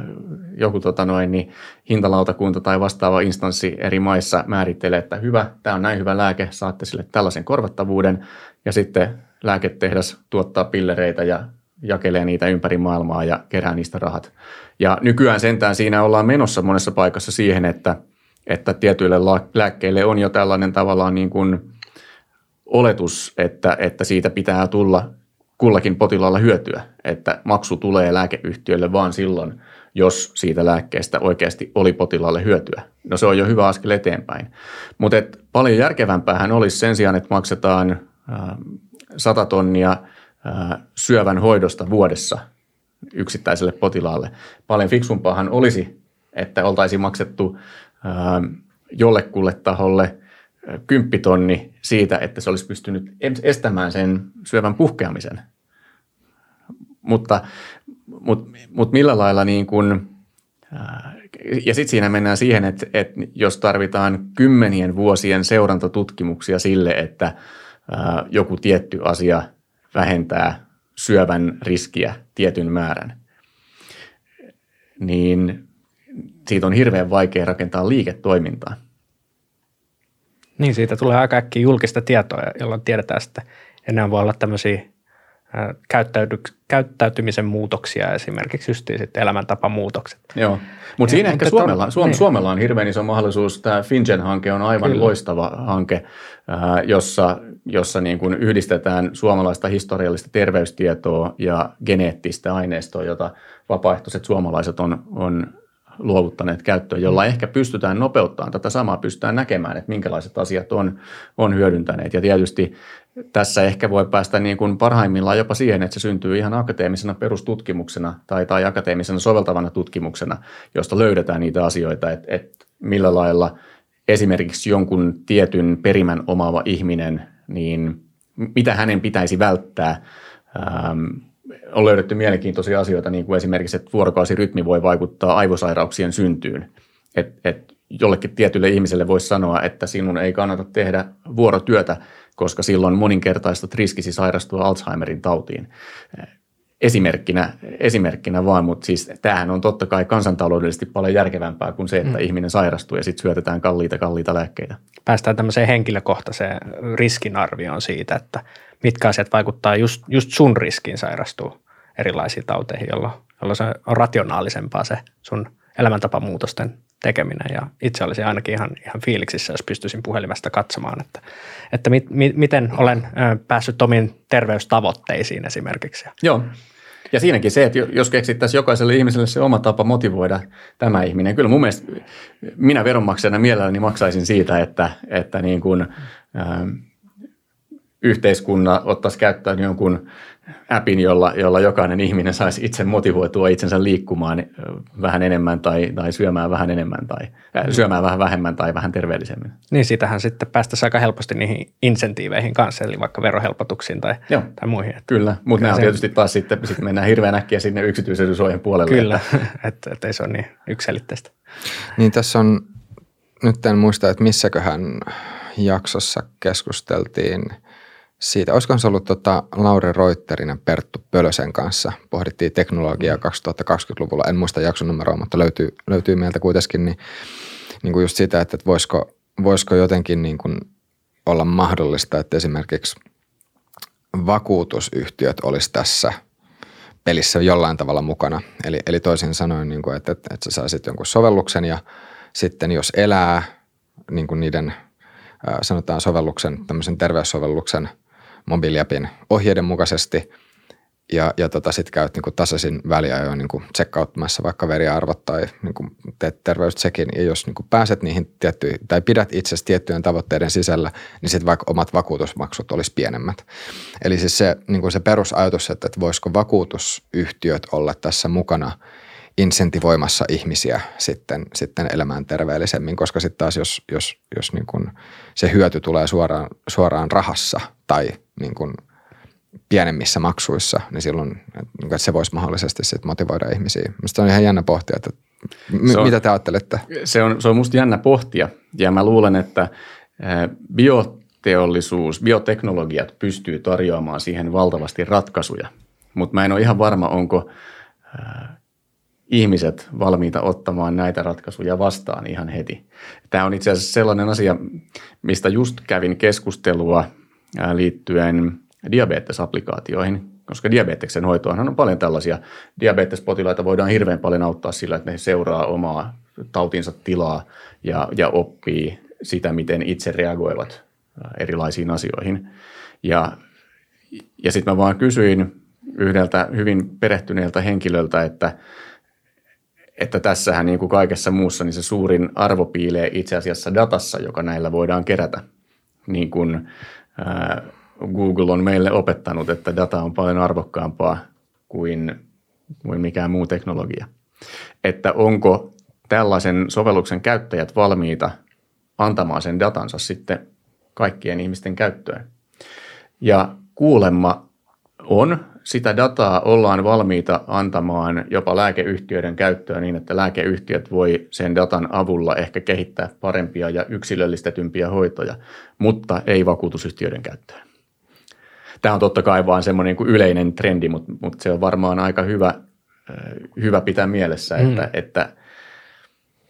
hintalautakunta tai vastaava instanssi eri maissa määrittelee, että hyvä, tämä on näin hyvä lääke, saatte sille tällaisen korvattavuuden ja sitten lääketehdas tuottaa pillereitä ja jakelee niitä ympäri maailmaa ja kerää niistä rahat. Ja nykyään sentään siinä ollaan menossa monessa paikassa siihen, että tietyille lääkkeille on jo tällainen tavallaan niin kuin oletus, että siitä pitää tulla kullakin potilaalla hyötyä, että maksu tulee lääkeyhtiölle vaan silloin, jos siitä lääkkeestä oikeasti oli potilaalle hyötyä. No se on jo hyvä askel eteenpäin. Mutta paljon järkevämpäähän olisi sen sijaan, että maksetaan 100 tonnia syövän hoidosta vuodessa yksittäiselle potilaalle. Paljon fiksumpaahan olisi, että oltaisiin maksettu jollekulle taholle 10 tonni siitä, että se olisi pystynyt estämään sen syövän puhkeamisen. Mutta millä lailla niin kuin, ja sitten siinä mennään siihen, että jos tarvitaan 10 vuosien seurantatutkimuksia sille, että joku tietty asia vähentää syövän riskiä tietyn määrän, niin siitä on hirveän vaikea rakentaa liiketoimintaa. Niin, siitä tulee aika äkkiä julkista tietoa, jolloin tiedetään, että enää voi olla tämmöisiä käyttäytymisen muutoksia, esimerkiksi just sitten elämäntapamuutokset. Joo, mutta siinä ehkä Suomella on hirveän iso mahdollisuus. Tämä FinGen-hanke on aivan loistava hanke, jossa niin kuin yhdistetään suomalaista historiallista terveystietoa ja geneettistä aineistoa, jota vapaaehtoiset suomalaiset on luovuttaneet käyttöön, jolla ehkä pystytään nopeuttamaan tätä samaa, pystytään näkemään, että minkälaiset asiat on hyödyntäneet. Ja tietysti tässä ehkä voi päästä niin kuin parhaimmillaan jopa siihen, että se syntyy ihan akateemisena perustutkimuksena tai akateemisena soveltavana tutkimuksena, josta löydetään niitä asioita, että millä lailla esimerkiksi jonkun tietyn perimän omaava ihminen, niin mitä hänen pitäisi välttää. On löydetty mielenkiintoisia asioita, niin kuin esimerkiksi, että vuorokausirytmi voi vaikuttaa aivosairauksien syntyyn. Että jollekin tietylle ihmiselle voisi sanoa, että sinun ei kannata tehdä vuorotyötä, koska silloin moninkertaistat riskisi sairastua Alzheimerin tautiin. Esimerkkinä vaan, mutta siis tämähän on totta kai kansantaloudellisesti paljon järkevämpää kuin se, että ihminen sairastuu ja sitten syötetään kalliita lääkkeitä. Päästään tämmöiseen henkilökohtaiseen riskinarvioon siitä, että mitkä asiat vaikuttaa just sun riskiin sairastua erilaisiin tauteihin, jolloin se on rationaalisempaa se sun elämäntapamuutosten tekeminen. Ja itse olisin ainakin ihan fiiliksissä, jos pystyisin puhelimesta katsomaan, että miten olen päässyt omiin terveystavoitteisiin esimerkiksi. Joo. Ja siinäkin se, että jos keksittäisiin jokaiselle ihmiselle se oma tapa motivoida tämä ihminen. Kyllä mun mielestä minä veronmaksajana mielelläni maksaisin siitä, että niin kuin, yhteiskunnan ottaisi käyttöön jonkun appin, jolla jokainen ihminen saisi itse motivoitua itsensä liikkumaan vähän enemmän tai syömään vähän enemmän tai syömään vähän vähemmän tai vähän terveellisemmin. Niin, siitähän sitten päästäisiin aika helposti niihin insentiiveihin kanssa, eli vaikka verohelpotuksiin tai muihin. Kyllä, mutta nämä on tietysti taas sitten mennään hirveän äkkiä sinne yksityisen suojan puolelle. Kyllä, että ei se ole niin yksiselitteistä. Niin tässä on, nyt en muista, että missäköhän jaksossa keskusteltiin siitä. Olisikohan se ollut Lauri Reuterin ja Perttu Pölösen kanssa. Pohdittiin teknologiaa 2020-luvulla. En muista jakson numeroa, mutta löytyy meiltä kuitenkin niin kuin just sitä, että voisiko jotenkin niin kuin olla mahdollista, että esimerkiksi vakuutusyhtiöt olisi tässä pelissä jollain tavalla mukana. Eli toisin sanoen, niin kuin, että sä saisit jonkun sovelluksen ja sitten jos elää niin kuin niiden sanotaan sovelluksen, tämmöisen terveyssovelluksen mobiiliapin ohjeiden mukaisesti ja sitten käyt niin kuin tasaisin väliajoin niin tsekkauttamassa vaikka veriarvot tai niin kuin teet terveystsekin ja jos niin kuin pääset niihin tiettyihin tai pidät itsesi tiettyjen tavoitteiden sisällä, niin sitten vaikka omat vakuutusmaksut olisi pienemmät. Eli siis se, niin kuin se perusajatus, että voisiko vakuutusyhtiöt olla tässä mukana insentivoimassa ihmisiä sitten elämään terveellisemmin, koska sitten taas jos niin kuin se hyöty tulee suoraan rahassa tai niin kuin pienemmissä maksuissa, niin silloin että se voisi mahdollisesti sitten motivoida ihmisiä. Minusta on ihan jännä pohtia, että mitä te ajattelette? Se on musta jännä pohtia ja mä luulen, että bioteknologiat pystyy tarjoamaan siihen valtavasti ratkaisuja, mutta mä en ole ihan varma, onko ihmiset valmiita ottamaan näitä ratkaisuja vastaan ihan heti. Tämä on itse asiassa sellainen asia, mistä just kävin keskustelua liittyen diabetesapplikaatioihin, koska diabeteksen hoitoonhan on paljon tällaisia. Diabetespotilaita voidaan hirveän paljon auttaa sillä, että ne seuraa omaa tautinsa tilaa ja oppii sitä, miten itse reagoivat erilaisiin asioihin. Ja sitten mä vaan kysyin yhdeltä hyvin perehtyneeltä henkilöltä, että tässähän niin kuin kaikessa muussa niin se suurin arvo piilee itse asiassa datassa, joka näillä voidaan kerätä. Niin kuin Google on meille opettanut, että data on paljon arvokkaampaa kuin mikään muu teknologia. Että onko tällaisen sovelluksen käyttäjät valmiita antamaan sen datansa sitten kaikkien ihmisten käyttöön. Ja kuulemma sitä dataa ollaan valmiita antamaan jopa lääkeyhtiöiden käyttöön niin, että lääkeyhtiöt voi sen datan avulla ehkä kehittää parempia ja yksilöllistetympiä hoitoja, mutta ei vakuutusyhtiöiden käyttöön. Tämä on totta kai vaan semmoinen niin kuin yleinen trendi, mutta se on varmaan aika hyvä pitää mielessä, että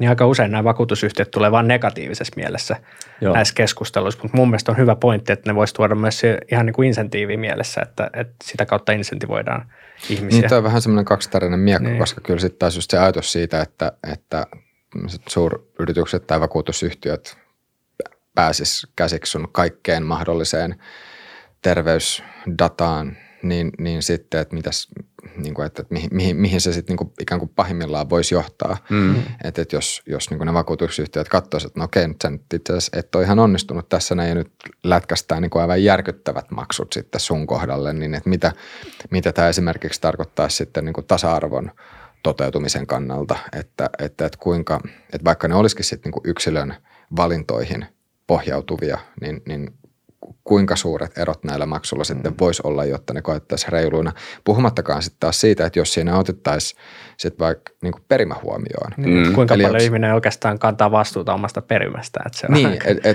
Niin aika usein nämä vakuutusyhtiöt tulee vain negatiivisessa mielessä näissä keskusteluissa, mutta mun mielestä on hyvä pointti, että ne voisi tuoda myös ihan niin kuin insentiivi mielessä, että sitä kautta insentivoidaan ihmisiä. Niin toi on vähän semmoinen kaksiteräinen miekka, koska kyllä sitten taas just se ajatus siitä, että suuryritykset tai vakuutusyhtiöt pääsis käsiksi sun kaikkeen mahdolliseen terveysdataan, niin sitten, että niin kuin, että mihin se sitten niin kuin ikään kuin pahimmillaan voisi johtaa. Että jos niin kuin ne vakuutusyhtiöt katsoisivat, että no okei, nyt sä itse asiassa et ole ihan onnistunut tässä näin ja nyt lätkästään niin kuin aivan järkyttävät maksut sitten sun kohdalle, niin että mitä tämä esimerkiksi tarkoittaa sitten niin kuin tasa-arvon toteutumisen kannalta, että kuinka, että vaikka ne olisikin sitten niin kuin yksilön valintoihin pohjautuvia, niin kuinka suuret erot näillä maksuilla sitten voisi olla, jotta ne koettaisiin reiluina. Puhumattakaan sitten taas siitä, että jos siinä otettaisiin sitten vaikka niin kuin perimä huomioon. Kuinka paljon ihminen oikeastaan kantaa vastuuta omasta perimästään. Että se on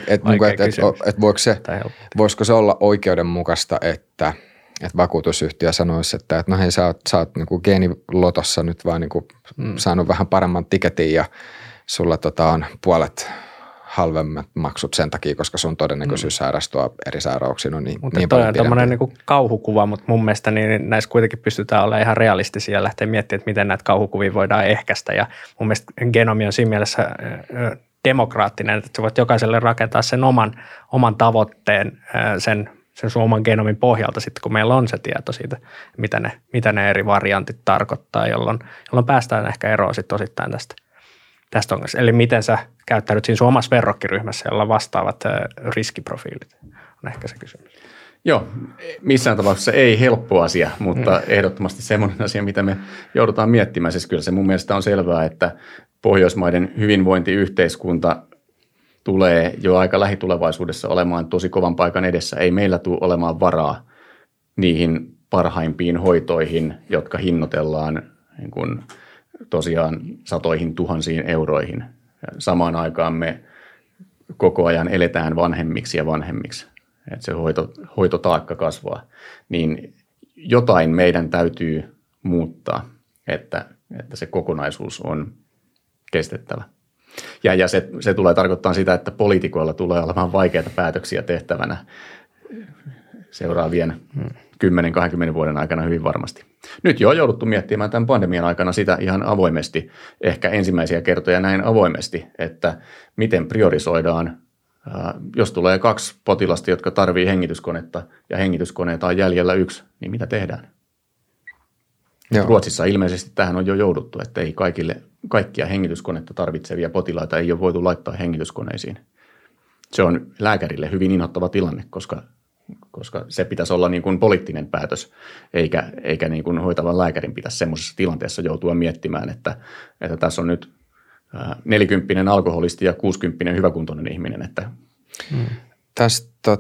voisiko se olla oikeudenmukaista, että vakuutusyhtiö sanoisi, että no hei, sä oot niin kuin geenilotossa nyt vaan niin kuin saanut vähän paremman tiketin ja sulla on puolet halvemmat maksut sen takia, koska sun todennäköisyys sairastua eri sairauksiin on niin paljon pidempi. Mutta toi on niin kauhukuva, mutta mun mielestä niin näissä kuitenkin pystytään olemaan ihan realistisia ja lähteä miettimään, että miten näitä kauhukuvia voidaan ehkäistä. Ja mun mielestä genomi on siinä mielessä demokraattinen, että sä voit jokaiselle rakentaa sen oman tavoitteen, sen sun oman genomin pohjalta sitten, kun meillä on se tieto siitä, mitä ne eri variantit tarkoittaa, jolloin päästään ehkä eroon sitten osittain tästä ongelmasta. Eli miten sä käyttäydyt siinä sun omassa verrokkiryhmässä, jolla vastaavat riskiprofiilit, on ehkä se kysymys. Joo, missään tapauksessa ei helppo asia, mutta ehdottomasti semmoinen asia, mitä me joudutaan miettimään. Siis kyllä se mun mielestä on selvää, että Pohjoismaiden hyvinvointiyhteiskunta tulee jo aika lähitulevaisuudessa olemaan tosi kovan paikan edessä. Ei meillä tule olemaan varaa niihin parhaimpiin hoitoihin, jotka hinnoitellaan niin kuin tosiaan satoihin tuhansiin euroihin. Samaan aikaan me koko ajan eletään vanhemmiksi ja vanhemmiksi, että se hoitotaakka kasvaa. Niin jotain meidän täytyy muuttaa, että se kokonaisuus on kestettävä. Ja se tulee tarkoittaa sitä, että poliitikoilla tulee olemaan vaikeita päätöksiä tehtävänä seuraavien 10-20 vuoden aikana hyvin varmasti. Nyt jo on jouduttu miettimään tämän pandemian aikana sitä ihan avoimesti, ehkä ensimmäisiä kertoja näin avoimesti, että miten priorisoidaan, jos tulee 2 potilasta, jotka tarvitsee hengityskonetta ja hengityskoneita on jäljellä 1, niin mitä tehdään? Joo. Ruotsissa ilmeisesti tähän on jo jouduttu, että ei kaikkia hengityskonetta tarvitsevia potilaita ei ole voitu laittaa hengityskoneisiin. Se on lääkärille hyvin inhottava tilanne, koska se pitäisi olla niin kuin poliittinen päätös, eikä niin kuin hoitavan lääkärin pitäisi semmoisessa tilanteessa joutua miettimään, että tässä on nyt 40 alkoholisti ja 60 hyväkuntoinen ihminen. Että. Tästä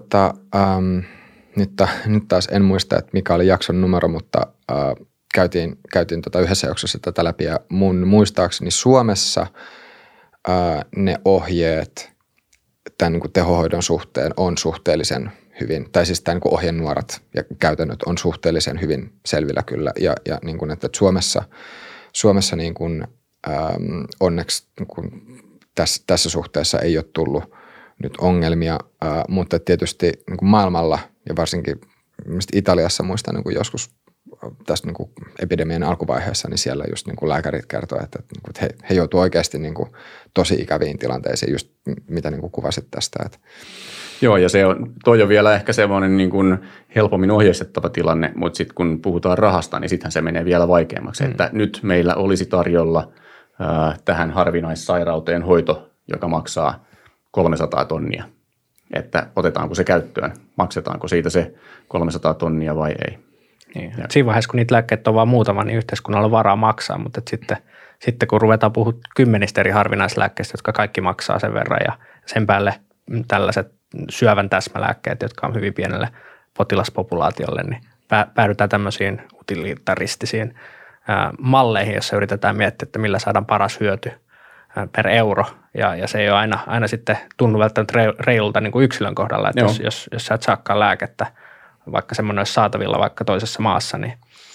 nyt taas en muista, että mikä oli jakson numero, mutta käytiin yhdessä jaksossa tätä läpi ja mun muistaakseni Suomessa ne ohjeet tämän niin kuin tehohoidon suhteen on suhteellisen hyvin, tai siis tämä niin kuin ohjenuorat ja käytännöt on suhteellisen hyvin selvillä kyllä ja niin kuin, että Suomessa niin kuin, onneksi niin kuin tässä suhteessa ei ole tullut nyt ongelmia, mutta tietysti niin kuin maailmalla ja varsinkin Italiassa muistan niin kuin joskus tässä niin kuin epidemian alkuvaiheessa, niin siellä just niin kuin lääkärit kertoo, että he joutuvat oikeasti niin kuin tosi ikäviin tilanteisiin, just mitä niin kuin kuvasit tästä. Että. Joo, ja toi on vielä ehkä semmoinen niin kuin helpommin ohjeistettava tilanne, mutta sitten kun puhutaan rahasta, niin sittenhän se menee vielä vaikeammaksi. Että nyt meillä olisi tarjolla tähän harvinaissairauteen hoito, joka maksaa 300 tonnia. Että otetaanko se käyttöön, maksetaanko siitä se 300 tonnia vai ei. Niin. Siinä vaiheessa, kun niitä lääkkeitä on vaan muutama, niin yhteiskunnalla on varaa maksaa, mutta sitten kun ruvetaan puhumaan 10 eri harvinaislääkkeistä, jotka kaikki maksaa sen verran ja sen päälle tällaiset syövän täsmälääkkeet, jotka on hyvin pienelle potilaspopulaatiolle, niin päädytään tämmöisiin utilitaristisiin malleihin, joissa yritetään miettiä, että millä saadaan paras hyöty per euro. Ja se ei ole aina sitten tunnu välttämättä reilulta niin kuin yksilön kohdalla, että jos sä et saakaan lääkettä, vaikka semmoinen olisi saatavilla vaikka toisessa maassa, niin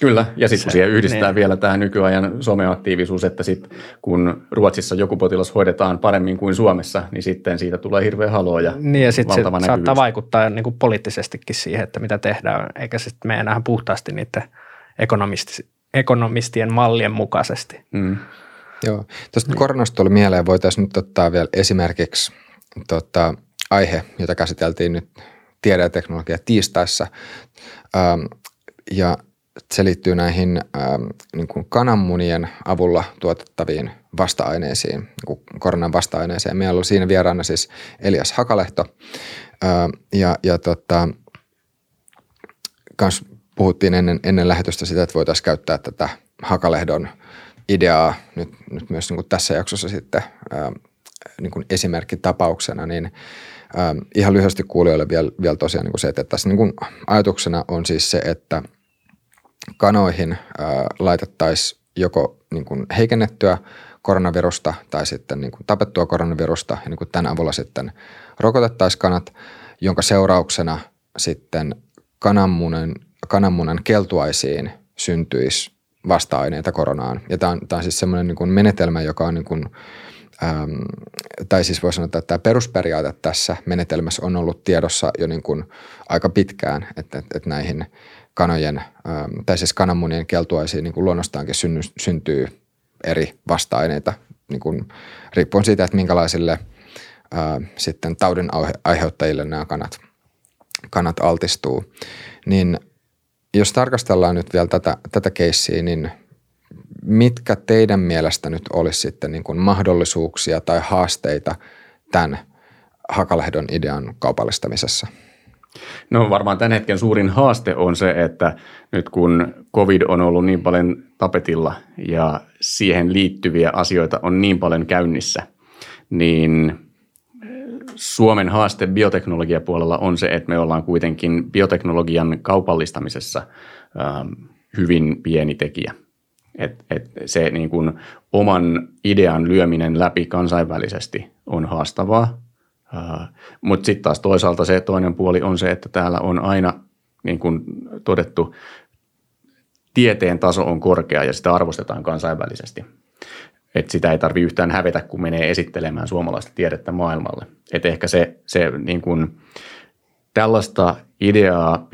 Kyllä, ja sitten kun siihen yhdistetään vielä tämä nykyajan someaktiivisuus, että sitten kun Ruotsissa joku potilas hoidetaan paremmin kuin Suomessa, niin sitten siitä tulee hirveä haloo ja niin, ja sitten se näkyvyys. saattaa vaikuttaa niin kuin poliittisestikin siihen, että mitä tehdään, eikä sitten me enää puhtaasti niiden ekonomistien mallien mukaisesti. Joo, tuosta koronasta tuli mieleen, voitaisiin nyt ottaa vielä esimerkiksi aihe, jota käsiteltiin nyt tiede- ja teknologia tiistaissa, ja se liittyy näihin niin kuin kananmunien avulla tuotettaviin vasta-aineisiin, niin kuin koronan vasta-aineisiin. Meillä oli siinä vieraana siis Elias Hakalehto, kans puhuttiin ennen lähetystä sitä, että voitaisiin käyttää tätä Hakalehdon ideaa nyt myös niin kuin tässä jaksossa sitten niin kuin esimerkkitapauksena, niin ihan lyhyesti kuulijoille vielä tosiaan niin kuin se, että tässä niin kuin ajatuksena on siis se, että kanoihin laitettaisiin joko niin kuin heikennettyä koronavirusta tai sitten niin kuin tapettua koronavirusta ja niin kuin tämän avulla sitten rokotettaisiin kanat, jonka seurauksena sitten kananmunan keltuaisiin syntyisi vasta-aineita koronaan. Ja tämä on siis semmoinen niin kuin menetelmä, joka on niin kuin, tai siis voi sanoa, että tämä perusperiaate tässä menetelmässä on ollut tiedossa jo niin kuin aika pitkään, että näihin kanojen, tai siis kananmunien keltuaisiin niin kuin luonnostaankin syntyy eri vasta-aineita, niin kuin, riippuen siitä, että minkälaisille sitten taudin aiheuttajille nämä kanat altistuu. Niin jos tarkastellaan nyt vielä tätä keissiä, niin mitkä teidän mielestä nyt olisi sitten niin kuin mahdollisuuksia tai haasteita tämän Hakalehdon idean kaupallistamisessa? No varmaan tämän hetken suurin haaste on se, että nyt kun COVID on ollut niin paljon tapetilla ja siihen liittyviä asioita on niin paljon käynnissä, niin Suomen haaste bioteknologiapuolella on se, että me ollaan kuitenkin bioteknologian kaupallistamisessa hyvin pieni tekijä. Et se niin kuin oman idean lyöminen läpi kansainvälisesti on haastavaa, mutta sitten taas toisaalta se toinen puoli on se, että täällä on aina niin kuin todettu, tieteen taso on korkea ja sitä arvostetaan kansainvälisesti. Et sitä ei tarvitse yhtään hävetä, kun menee esittelemään suomalaista tiedettä maailmalle. Et ehkä se niin kuin, tällaista ideaa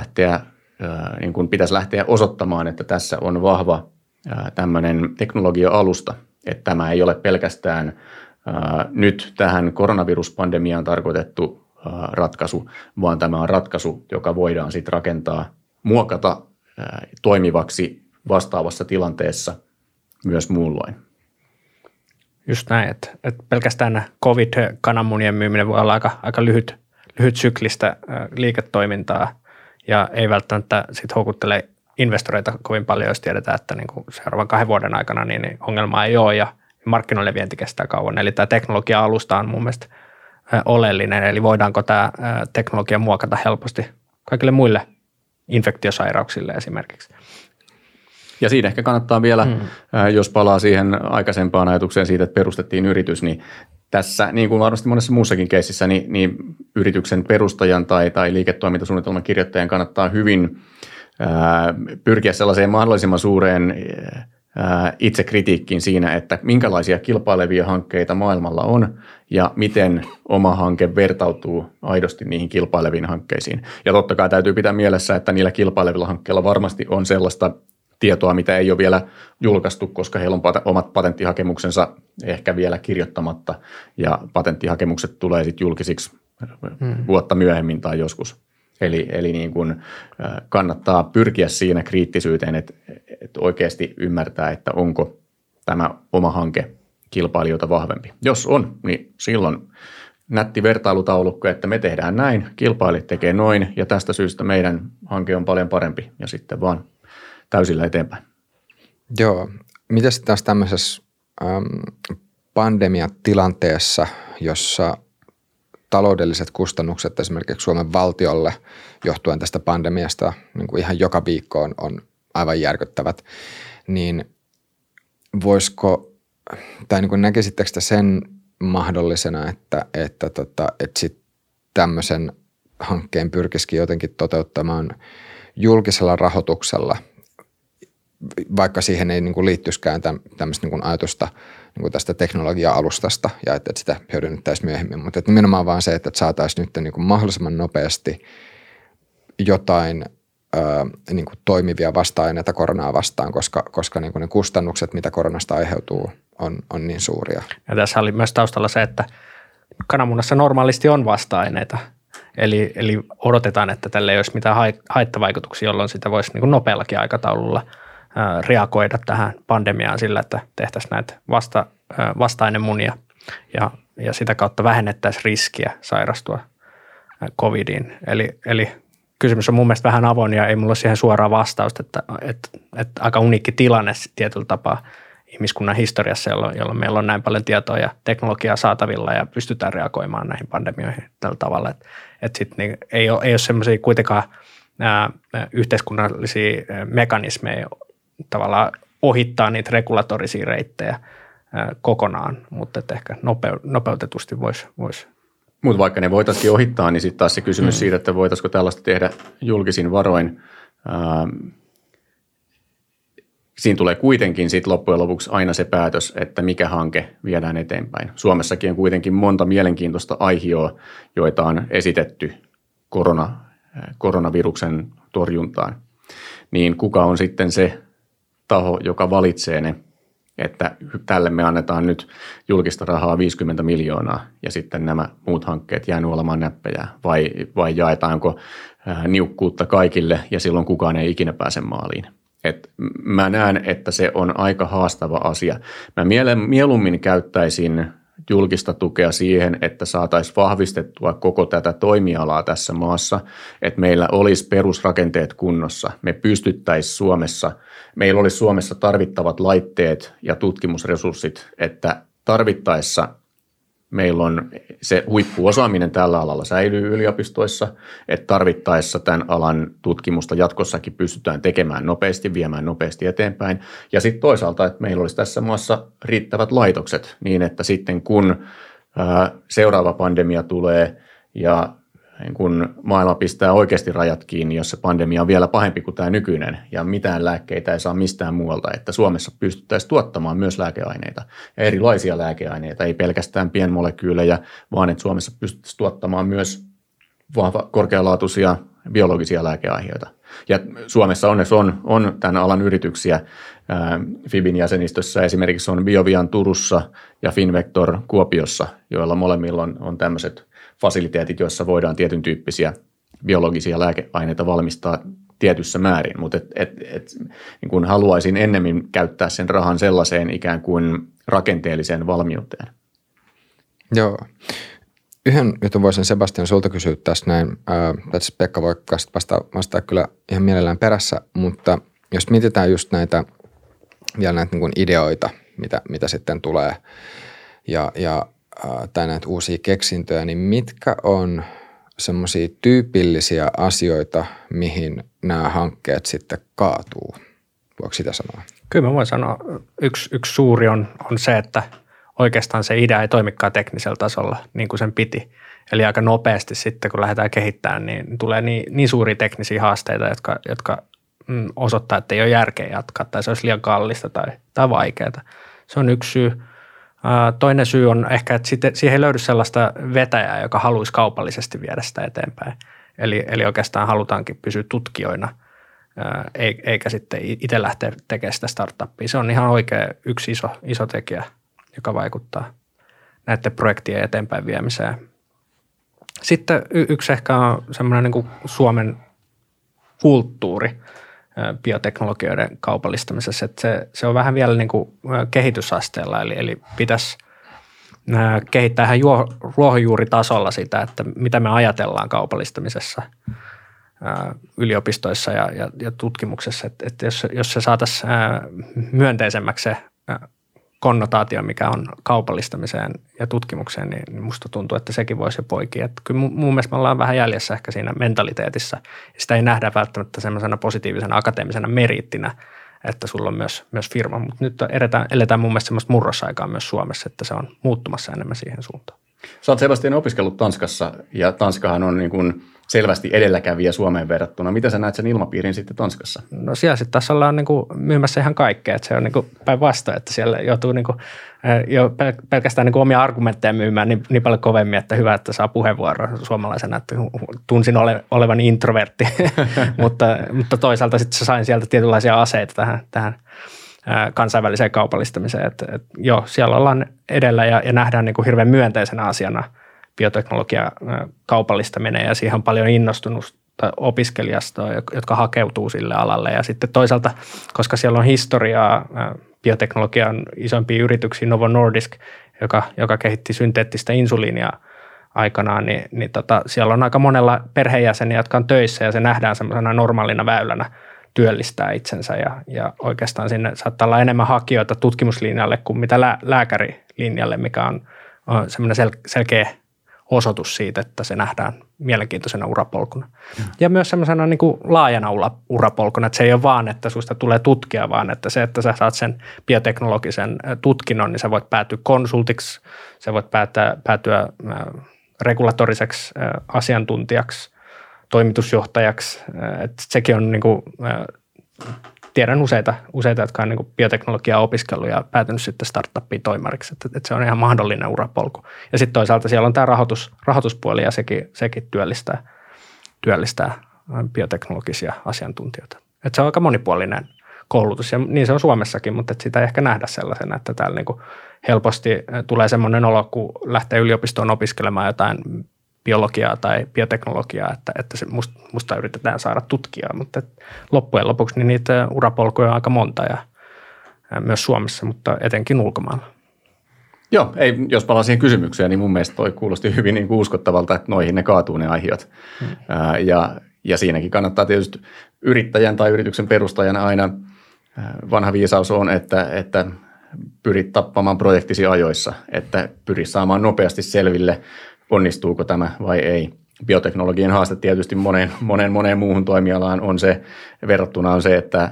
pitäisi lähteä osoittamaan, että tässä on vahva tämmöinen teknologia-alusta, että tämä ei ole pelkästään nyt tähän koronaviruspandemiaan tarkoitettu ratkaisu, vaan tämä on ratkaisu, joka voidaan sitten rakentaa, muokata toimivaksi vastaavassa tilanteessa myös muulloin. Just näin, että pelkästään COVID-kananmunien myyminen voi olla aika lyhyt syklistä liiketoimintaa ja ei välttämättä sit houkuttele investoreita kovin paljon, jos tiedetään, että niin kuin seuraavan 2 vuoden aikana niin ongelmaa ei ole ja markkinoille vienti kestää kauan. Eli tämä teknologia-alusta on mun mielestä oleellinen, eli voidaanko tämä teknologia muokata helposti kaikille muille infektiosairauksille esimerkiksi. Ja siinä ehkä kannattaa vielä, jos palaa siihen aikaisempaan ajatukseen siitä, että perustettiin yritys, niin tässä, niin kuin varmasti monessa muussakin keississä, niin yrityksen perustajan tai liiketoimintasuunnitelman kirjoittajan kannattaa hyvin pyrkiä sellaiseen mahdollisimman suureen itsekritiikkiin siinä, että minkälaisia kilpailevia hankkeita maailmalla on ja miten oma hanke vertautuu aidosti niihin kilpaileviin hankkeisiin. Ja totta kai täytyy pitää mielessä, että niillä kilpailevilla hankkeilla varmasti on sellaista tietoa, mitä ei ole vielä julkaistu, koska heillä on omat patenttihakemuksensa ehkä vielä kirjoittamatta ja patenttihakemukset tulee sitten julkisiksi vuotta myöhemmin tai joskus. Eli niin kuin kannattaa pyrkiä siinä kriittisyyteen, että oikeasti ymmärtää, että onko tämä oma hanke kilpailijoita vahvempi. Jos on, niin silloin nätti vertailutaulukko, että me tehdään näin, kilpailijat tekee noin ja tästä syystä meidän hanke on paljon parempi ja sitten vaan täysillä eteenpäin. Joo. Miten sitten taas tämmöisessä pandemiatilanteessa, jossa taloudelliset kustannukset esimerkiksi Suomen valtiolle johtuen tästä pandemiasta niin kuin ihan joka viikko on aivan järkyttävät, niin voisiko, tai niin kuin näkisittekö te sen mahdollisena, että sit tämmöisen hankkeen pyrkisikin jotenkin toteuttamaan julkisella rahoituksella vaikka siihen ei niin kuin liittyisikään tämmöistä niin kuin ajatusta niin kuin tästä teknologia-alustasta ja että sitä hyödynnettäisiin myöhemmin. Mutta nimenomaan vaan se, että saataisiin nyt niin kuin mahdollisimman nopeasti jotain niin kuin toimivia vasta-aineita koronaa vastaan, koska niin kuin ne kustannukset, mitä koronasta aiheutuu, on niin suuria. Ja tässä oli myös taustalla se, että kananmunassa normaalisti on vasta-aineita. Eli odotetaan, että tälle ei olisi mitään haittavaikutuksia, jolloin sitä voisi niin kuin nopeallakin aikataululla reagoida tähän pandemiaan sillä, että tehtäisiin näitä vasta-ainemunia ja sitä kautta vähennettäisiin riskiä sairastua covidiin. Eli kysymys on mun mielestä vähän avoin ja ei mulla ole siihen suoraa vastausta, että aika uniikki tilanne tietyllä tapaa ihmiskunnan historiassa, jolloin meillä on näin paljon tietoa ja teknologiaa saatavilla ja pystytään reagoimaan näihin pandemioihin tällä tavalla. Että sitten niin ei ole semmoisia kuitenkaan yhteiskunnallisia mekanismeja tavallaan ohittaa niitä regulatorisia reittejä kokonaan, mutta ehkä nopeutetusti voisi. Mutta vaikka ne voitaisiin ohittaa, niin sitten taas se kysymys siitä, että voitaisiinko tällaista tehdä julkisin varoin. Siinä tulee kuitenkin sitten loppujen lopuksi aina se päätös, että mikä hanke viedään eteenpäin. Suomessakin on kuitenkin monta mielenkiintoista aihioa, joita on esitetty koronaviruksen torjuntaan. Niin kuka on sitten se taho, joka valitsee ne, että tälle me annetaan nyt julkista rahaa 50 miljoonaa ja sitten nämä muut hankkeet jää nuolemaan näppejä vai jaetaanko niukkuutta kaikille ja silloin kukaan ei ikinä pääse maaliin. Mä näen, että se on aika haastava asia. Mä mieluummin käyttäisin julkista tukea siihen, että saataisiin vahvistettua koko tätä toimialaa tässä maassa, että meillä olisi perusrakenteet kunnossa. Me pystyttäisiin Suomessa, meillä olisi Suomessa tarvittavat laitteet ja tutkimusresurssit, että tarvittaessa meillä on se huippuosaaminen tällä alalla säilyy yliopistoissa, että tarvittaessa tämän alan tutkimusta jatkossakin pystytään tekemään nopeasti, viemään nopeasti eteenpäin. Ja sitten toisaalta, että meillä olisi tässä maassa riittävät laitokset niin, että sitten kun seuraava pandemia tulee ja kun maailma pistää oikeasti rajat kiinni, jos se pandemia on vielä pahempi kuin tämä nykyinen ja mitään lääkkeitä ei saa mistään muualta, että Suomessa pystyttäisiin tuottamaan myös lääkeaineita ja erilaisia lääkeaineita, ei pelkästään pienmolekyylejä, vaan että Suomessa pystyttäisiin tuottamaan myös korkealaatuisia biologisia lääkeaineita. Ja Suomessa onneksi on tämän alan yrityksiä. FIBin jäsenistössä esimerkiksi on Biovian Turussa ja Finvector Kuopiossa, joilla molemmilla on tämmöiset fasiliteetit, joissa voidaan tietyn tyyppisiä biologisia lääkeaineita valmistaa tietyssä määrin, mutta niin kun haluaisin ennemmin käyttää sen rahan sellaiseen ikään kuin rakenteelliseen valmiuteen. Joo. Yhden jutun voisin Sebastian sulta kysyä tässä näin. Tässä Pekka voi vastaa kyllä ihan mielellään perässä, mutta jos mietitään just näitä niin kuin ideoita, mitä sitten tulee tai näitä uusia keksintöjä, niin mitkä on semmoisia tyypillisiä asioita, mihin nämä hankkeet sitten kaatuu? Voiko sitä sanoa? Kyllä mä voin sanoa. Yksi suuri on se, että oikeastaan se idea ei toimikaan teknisellä tasolla niin kuin sen piti. Eli aika nopeasti sitten, kun lähdetään kehittämään, niin tulee niin suuria teknisiä haasteita, jotka osoittaa, että ei ole järkeä jatkaa tai se olisi liian kallista tai vaikeaa. Se on yksi syy. Toinen syy on ehkä, että siihen ei löydy sellaista vetäjää, joka haluaisi kaupallisesti viedä sitä eteenpäin. Eli oikeastaan halutaankin pysyä tutkijoina, eikä sitten itse lähteä tekemään sitä startuppia. Se on ihan oikein yksi iso tekijä, joka vaikuttaa näiden projektien eteenpäin viemiseen. Sitten yksi ehkä on semmoinen niin kuin Suomen kulttuuri bioteknologioiden kaupallistamisessa, että se on vähän vielä niin kuin kehitysasteella, eli pitäisi kehittää ihan ruohonjuuritasolla sitä, että mitä me ajatellaan kaupallistamisessa yliopistoissa ja tutkimuksessa, että jos se saataisiin myönteisemmäksi se konnotaatio, mikä on kaupallistamiseen ja tutkimukseen, niin musta tuntuu, että sekin voisi jo poikia. Että kyllä mun mielestä me ollaan vähän jäljessä ehkä siinä mentaliteetissa. Ja sitä ei nähdä välttämättä semmoisena positiivisena akateemisena meriittinä, että sulla on myös firma. Mutta nyt eletään mun mielestä semmoista murrosaikaa myös Suomessa, että se on muuttumassa enemmän siihen suuntaan. Sä oot Sebastian opiskellut Tanskassa ja Tanskahan on niin kuin selvästi edelläkävijä Suomeen verrattuna. Miten sä näet sen ilmapiirin sitten Tanskassa? No siellä sitten taas ollaan niin kuin myymässä ihan kaikkea, että se on niin kuin päinvastoin, että siellä joutuu niin kuin, jo pelkästään niin kuin omia argumentteja myymään niin paljon kovemmin, että hyvä, että saa puheenvuoron suomalaisena, että tunsin olevan introvertti, mutta toisaalta sitten sain sieltä tietynlaisia aseita tähän kansainväliseen kaupallistamiseen, että joo, siellä ollaan edellä ja nähdään niin kuin hirveän myönteisenä asiana bioteknologia kaupallistaminen ja siihen on paljon innostunutta opiskelijasta, jotka hakeutuu sille alalle ja sitten toisaalta, koska siellä on historiaa bioteknologian isompia yrityksiä, Novo Nordisk, joka kehitti synteettistä insuliinia aikanaan, niin siellä on aika monella perheenjäseniä, jotka on töissä ja se nähdään semmoisena normaalina väylänä työllistää itsensä ja oikeastaan sinne saattaa olla enemmän hakijoita tutkimuslinjalle kuin mitä lääkärilinjalle, mikä on semmoinen selkeä osoitus siitä, että se nähdään mielenkiintoisena urapolkuna. Ja myös semmoisena niin kuin laajana urapolkuna, että se ei ole vaan, että susta tulee tutkija, vaan että se, että sä saat sen bioteknologisen tutkinnon, niin sä voit päätyä konsultiksi, sä voit päätyä regulatoriseksi asiantuntijaksi, toimitusjohtajaksi, että sekin on niin kuin, tiedän useita, jotka on niin kuin bioteknologiaa opiskellut ja päätynyt sitten startuppiin toimariksi, että se on ihan mahdollinen urapolku. Ja sitten toisaalta siellä on tämä rahoituspuoli ja sekin työllistää bioteknologisia asiantuntijoita. Että se on aika monipuolinen koulutus ja niin se on Suomessakin, mutta että sitä ei ehkä nähdä sellaisena, että täällä niin kuin helposti tulee semmoinen olo, kun lähtee yliopistoon opiskelemaan jotain biologiaa tai bioteknologiaa, että se musta yritetään saada tutkijaa, mutta loppujen lopuksi niin niitä urapolkuja on aika monta ja myös Suomessa, mutta etenkin ulkomailla. Joo, jos palaan siihen kysymykseen, niin mun mielestä toi kuulosti hyvin niin kuin uskottavalta, että noihin ne kaatuu ne aihiot. Ja siinäkin kannattaa tietysti yrittäjän tai yrityksen perustajan aina vanha viisaus on, että pyrit tappamaan projektisi ajoissa, että pyri saamaan nopeasti selville, onnistuuko tämä vai ei. Bioteknologian haaste tietysti moneen muuhun toimialaan on se, verrattuna on se, että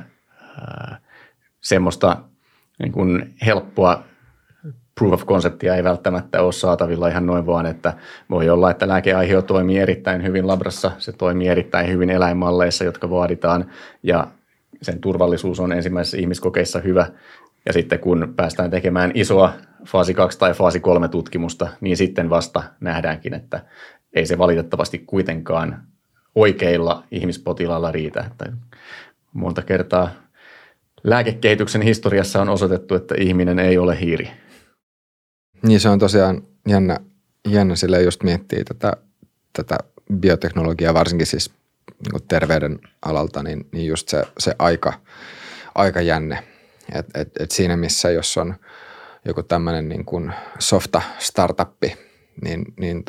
semmoista niin kuin helppoa proof of conceptia ei välttämättä ole saatavilla ihan noin vaan, että voi olla, että lääkeaihio toimii erittäin hyvin labrassa, se toimii erittäin hyvin eläinmalleissa, jotka vaaditaan ja sen turvallisuus on ensimmäisessä ihmiskokeissa hyvä. Ja sitten kun päästään tekemään isoa faasi 2 tai faasi 3 tutkimusta, niin sitten vasta nähdäänkin, että ei se valitettavasti kuitenkaan oikeilla ihmispotilailla riitä. Että monta kertaa lääkekehityksen historiassa on osoitettu, että ihminen ei ole hiiri. Niin se on tosiaan jännä sille just miettii tätä bioteknologiaa, varsinkin siis niin terveyden alalta, niin just se aika jänne. Et siinä missä, jos on joku tämmöinen niin kuin softa startuppi, niin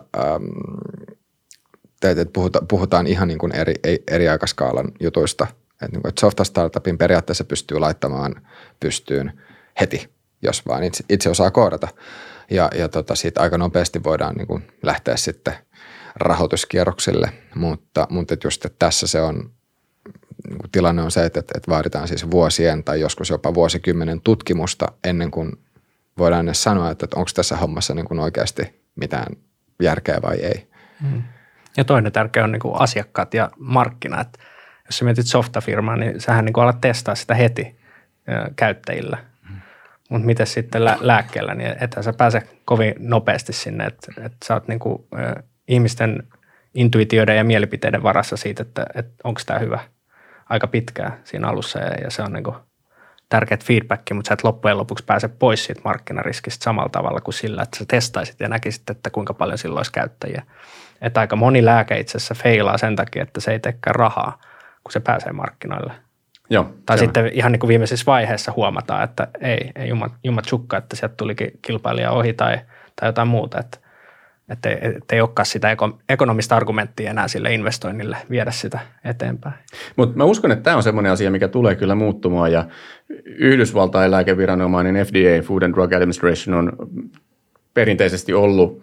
puhutaan ihan niin kuin eri aikaskaalan jutuista. Et softa startupin periaatteessa pystyy laittamaan pystyyn heti, jos vaan itse osaa koodata. Ja siitä aika nopeasti voidaan niin kuin lähteä sitten rahoituskierroksille, mutta just että tässä se on, tilanne on se, että vaaditaan siis vuosien tai joskus jopa vuosikymmenen tutkimusta ennen kuin voidaan edes sanoa, että onko tässä hommassa niin kuin oikeasti mitään järkeä vai ei. Ja toinen tärkeä on niin kuin asiakkaat ja markkina. Että jos sä mietit softafirmaa, niin sähän niin kuin alat testaa sitä heti käyttäjillä. Mutta miten sitten lääkkeellä, niin ethän sä pääse kovin nopeasti sinne, että sä oot niin kuin ihmisten intuitioiden ja mielipiteiden varassa siitä, että onko tämä hyvä aika pitkään siinä alussa ja se on niin kuin tärkeät feedback, mutta sä et loppujen lopuksi pääse pois siitä markkinariskistä samalla tavalla kuin sillä, että sä testaisit ja näkisit, että kuinka paljon sillä olisi käyttäjiä. Että aika moni lääke itse asiassa feilaa sen takia, että se ei teekään rahaa, kun se pääsee markkinoille. Joo, tai sitten ihan niin kuin viimeisessä vaiheessa huomataan, että ei jummat sukka, että sieltä tulikin kilpailija ohi tai jotain muuta, että ei olekaan sitä ekonomista argumenttia enää sille investoinnille viedä sitä eteenpäin. Mutta mä uskon, että tämä on semmoinen asia, mikä tulee kyllä muuttumaan ja Yhdysvaltain lääkeviranomainen FDA, Food and Drug Administration, on perinteisesti ollut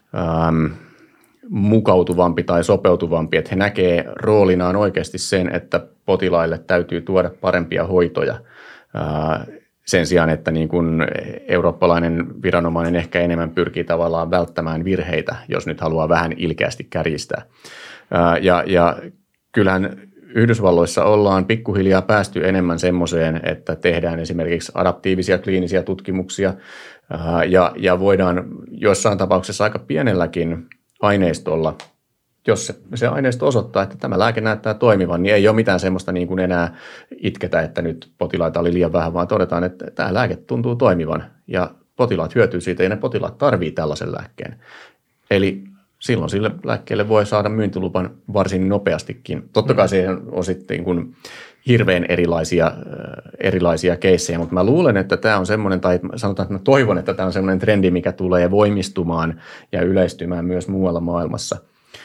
mukautuvampi tai sopeutuvampi, että he näkee roolinaan oikeasti sen, että potilaille täytyy tuoda parempia hoitoja. sen sijaan, että niin kuin eurooppalainen viranomainen ehkä enemmän pyrkii tavallaan välttämään virheitä, jos nyt haluaa vähän ilkeästi kärjistää. Ja kyllähän Yhdysvalloissa ollaan pikkuhiljaa päästy enemmän semmoiseen, että tehdään esimerkiksi adaptiivisia kliinisiä tutkimuksia ja voidaan jossain tapauksessa aika pienelläkin aineistolla, jos se aineisto osoittaa, että tämä lääke näyttää toimivan, niin ei ole mitään semmoista niin kuin enää itketä, että nyt potilaita oli liian vähän, vaan todetaan, että tämä lääke tuntuu toimivan ja potilaat hyötyy siitä ja ne potilaat tarvitsee tällaisen lääkkeen. Eli silloin sille lääkkeelle voi saada myyntilupan varsin nopeastikin. Totta kai siihen on sitten niin kuin hirveän erilaisia keissejä, mutta mä luulen, että tämä on semmoinen, tai sanotaan, että mä toivon, että tämä on semmoinen trendi, mikä tulee voimistumaan ja yleistymään myös muualla maailmassa.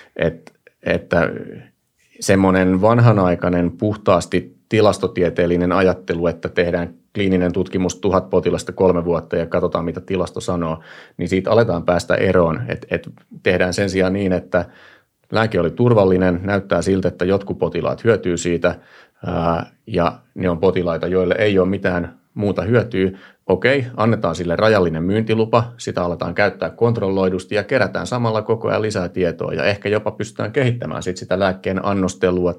Että semmoinen vanhanaikainen puhtaasti tilastotieteellinen ajattelu, että tehdään kliininen tutkimus 1000 potilasta 3 vuotta ja katsotaan, mitä tilasto sanoo, niin siitä aletaan päästä eroon. Että tehdään sen sijaan niin, että lääke oli turvallinen, näyttää siltä, että jotkut potilaat hyötyy siitä ja ne on potilaita, joille ei ole mitään muuta hyötyä. Okei, annetaan sille rajallinen myyntilupa, sitä aletaan käyttää kontrolloidusti ja kerätään samalla koko ajan lisää tietoa ja ehkä jopa pystytään kehittämään sitä lääkkeen annostelua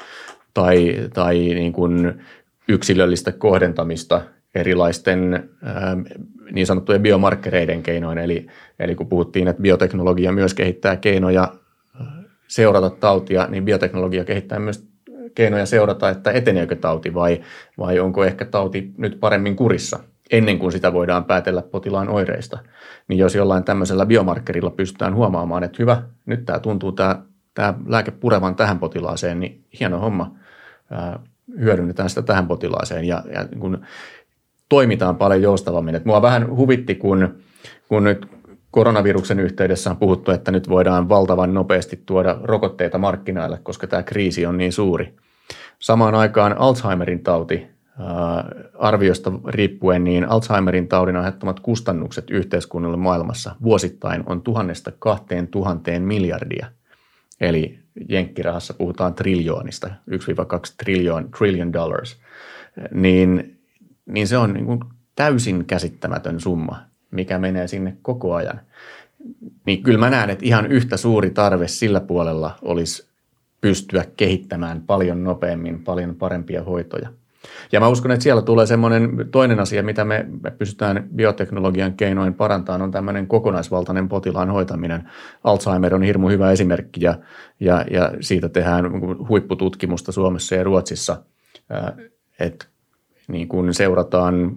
tai niin kuin yksilöllistä kohdentamista erilaisten niin sanottujen biomarkkereiden keinoin. Eli kun puhuttiin, että bioteknologia myös kehittää keinoja seurata tautia, niin bioteknologia kehittää myös keinoja seurata, että eteneekö tauti vai onko ehkä tauti nyt paremmin kurissa ennen kuin sitä voidaan päätellä potilaan oireista. Niin jos jollain tämmöisellä biomarkkerilla pystytään huomaamaan, että hyvä, nyt tämä tuntuu tämä lääke purevan tähän potilaaseen, niin hieno homma, hyödynnetään sitä tähän potilaaseen ja niin kun toimitaan paljon joustavammin. Et mua vähän huvitti, kun nyt koronaviruksen yhteydessä on puhuttu, että nyt voidaan valtavan nopeasti tuoda rokotteita markkinoille, koska tämä kriisi on niin suuri. Samaan aikaan Alzheimerin tauti, arviosta riippuen, niin Alzheimerin taudin aiheuttamat kustannukset yhteiskunnalle maailmassa vuosittain on 1000–2000 miljardia. Eli jenkkirahassa puhutaan triljoonista, 1–2 trillion dollars. Niin se on niin kuin täysin käsittämätön summa, mikä menee sinne koko ajan. Niin kyllä mä näen, että ihan yhtä suuri tarve sillä puolella olisi pystyä kehittämään paljon nopeammin, paljon parempia hoitoja. Ja mä uskon, että siellä tulee semmoinen toinen asia, mitä me pystytään bioteknologian keinoin parantamaan, on tämmöinen kokonaisvaltainen potilaan hoitaminen. Alzheimer on hirmu hyvä esimerkki ja siitä tehdään huippututkimusta Suomessa ja Ruotsissa, että niin kun seurataan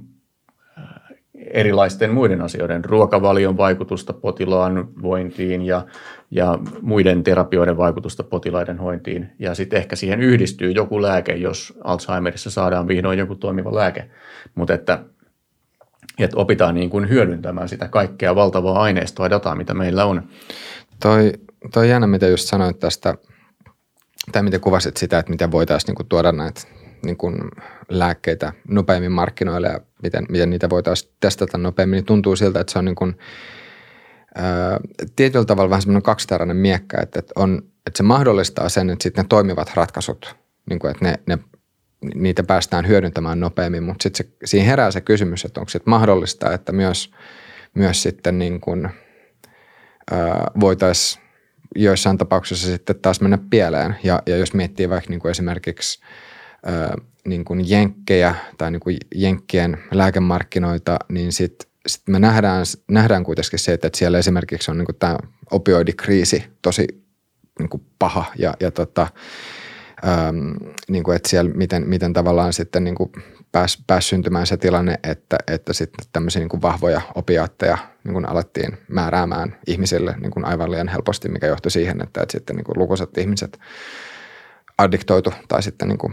erilaisten muiden asioiden, ruokavalion vaikutusta potilaan vointiin ja muiden terapioiden vaikutusta potilaiden hointiin. Ja sitten ehkä siihen yhdistyy joku lääke, jos Alzheimerissa saadaan vihdoin joku toimiva lääke. Mutta että opitaan niin kuin hyödyntämään sitä kaikkea valtavaa aineistoa ja dataa, mitä meillä on. Toi jännä, mitä just sanoit tästä, tai miten kuvasit sitä, että miten voitaisiin niin kuin tuoda näitä niin kuin lääkkeitä nopeammin markkinoille ja miten niitä voitaisiin testata nopeammin, niin tuntuu siltä, että se on niin kuin, tietyllä tavalla vähän semmoinen kaksiteräinen miekka, että se mahdollistaa sen, että sitten ne toimivat ratkaisut, niin kuin, että niitä päästään hyödyntämään nopeammin, mutta sitten siinä herää se kysymys, että onko se mahdollista, että myös sitten niin kuin, voitaisiin joissain tapauksissa sitten taas mennä pieleen ja jos miettii vaikka niin kuin esimerkiksi niin kuin jenkkejä tai niin kuin jenkkien lääkemarkkinoita, niin sit me nähdään kuitenkin se, että siellä esimerkiksi on niin kuin tämä opioidikriisi tosi niin kuin paha ja niin kuin, että siellä miten tavallaan sitten niin kuin pääsi syntymään se tilanne, että sitten tämmöisiä niin kuin vahvoja opiaatteja niin kuin alettiin määräämään ihmisille niin kuin aivan liian helposti, mikä johtui siihen, että sitten niin kuin lukuisat ihmiset addiktoitu tai sitten niin kuin,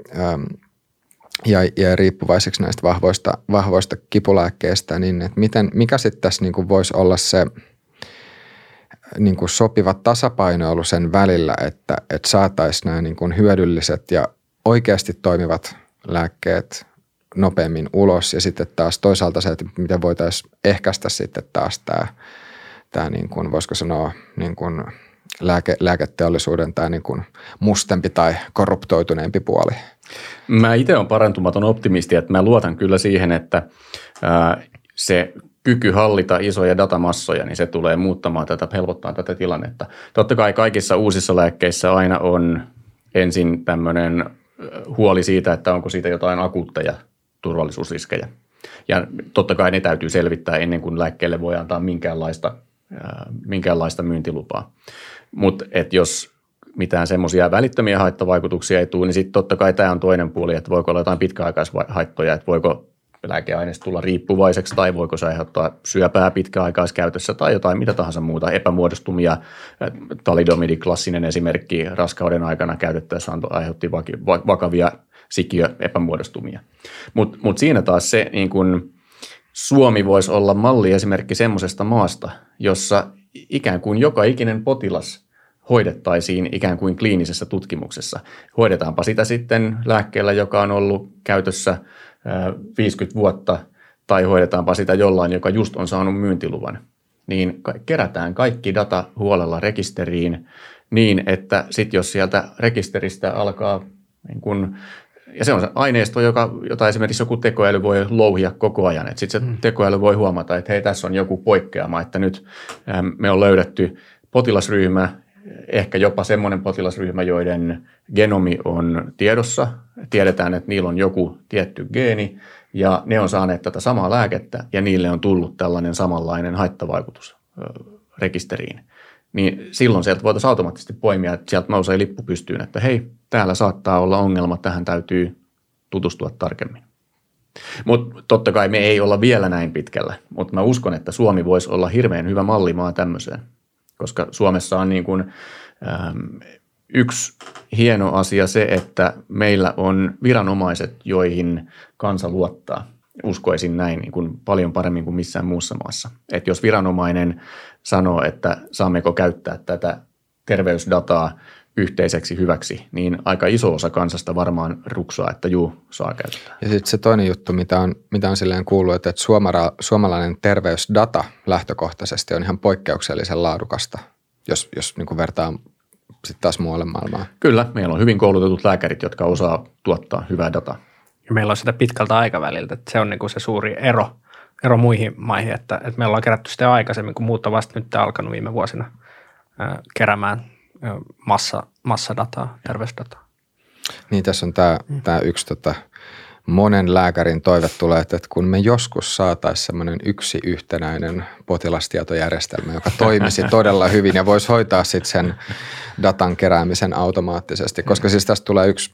ja riippuvaiseksi näistä vahvoista kipulääkkeistä, niin että mikä sitten tässä niin kuin voisi olla se niin kuin sopiva tasapainoilu sen välillä, että saataisiin nämä niin kuin hyödylliset ja oikeasti toimivat lääkkeet nopeammin ulos ja sitten taas toisaalta se, että miten voitaisiin ehkäistä sitten taas tämä niin kuin, voisiko sanoa niin kuin lääketeollisuuden tai niin kuin mustempi tai korruptoituneempi puoli. Mä itse olen parantumaton optimisti, että mä luotan kyllä siihen, että se kyky hallita isoja datamassoja, niin se tulee muuttamaan helpottaa tätä tilannetta. Totta kai kaikissa uusissa lääkkeissä aina on ensin tämmöinen huoli siitä, että onko siitä jotain akuutteja turvallisuusriskejä. Ja totta kai ne täytyy selvittää ennen kuin lääkkeelle voi antaa minkäänlaista myyntilupaa. Mutta jos mitään semmoisia välittömiä haittavaikutuksia ei tule, niin sitten totta kai tämä on toinen puoli, että voiko olla jotain pitkäaikaishaittoja, että voiko lääkeaines tulla riippuvaiseksi tai voiko se aiheuttaa syöpää pitkäaikaiskäytössä tai jotain mitä tahansa muuta epämuodostumia. Thalidomidi, klassinen esimerkki, raskauden aikana käytettäessä aiheutti vakavia sikiöepämuodostumia. Mutta siinä taas se niin kun Suomi voisi olla malliesimerkki semmoisesta maasta, jossa ikään kuin joka ikinen potilas hoidettaisiin ikään kuin kliinisessä tutkimuksessa. Hoidetaanpa sitä sitten lääkkeellä, joka on ollut käytössä 50 vuotta, tai hoidetaanpa sitä jollain, joka just on saanut myyntiluvan. Niin kerätään kaikki data huolella rekisteriin niin, että sitten jos sieltä rekisteristä alkaa, niin kun, ja se on se aineisto, jota esimerkiksi joku tekoäly voi louhia koko ajan. Sitten se tekoäly voi huomata, että hei, tässä on joku poikkeama, että nyt me on löydetty potilasryhmä, ehkä jopa semmoinen potilasryhmä, joiden genomi on tiedossa. Tiedetään, että niillä on joku tietty geeni ja ne on saaneet tätä samaa lääkettä ja niille on tullut tällainen samanlainen haittavaikutus rekisteriin. Niin silloin sieltä voitaisiin automaattisesti poimia, että sieltä nousee lippu pystyyn, että hei, täällä saattaa olla ongelma, tähän täytyy tutustua tarkemmin. Mutta totta kai me ei olla vielä näin pitkällä, mutta mä uskon, että Suomi voisi olla hirveän hyvä mallimaa tämmöiseen. Koska Suomessa on niin kuin, yksi hieno asia se, että meillä on viranomaiset, joihin kansa luottaa. Uskoisin näin niin kuin paljon paremmin kuin missään muussa maassa. Että jos viranomainen sanoo, että saammeko käyttää tätä terveysdataa yhteiseksi hyväksi, niin aika iso osa kansasta varmaan ruksaa, että juu, saa käyttää. Ja sitten se toinen juttu, mitä on silleen kuullut, että suomalainen terveysdata lähtökohtaisesti on ihan poikkeuksellisen laadukasta, jos niin kuin vertaa sitten taas muualle maailmaan. Kyllä, meillä on hyvin koulutetut lääkärit, jotka osaa tuottaa hyvää dataa. Ja meillä on sitä pitkältä aikaväliltä, että se on niin kuin se suuri ero muihin maihin, että me ollaan kerätty sitä aikaisemmin, kun muut on vasta nyt alkanut viime vuosina keräämään massadataa, terveysdataa. Niin, tässä on tämä yksi monen lääkärin toive tulee, että kun me joskus saataisiin semmoinen yksi yhtenäinen potilastietojärjestelmä, joka toimisi todella hyvin ja voisi hoitaa sitten sen datan keräämisen automaattisesti. Koska siis tästä tulee yksi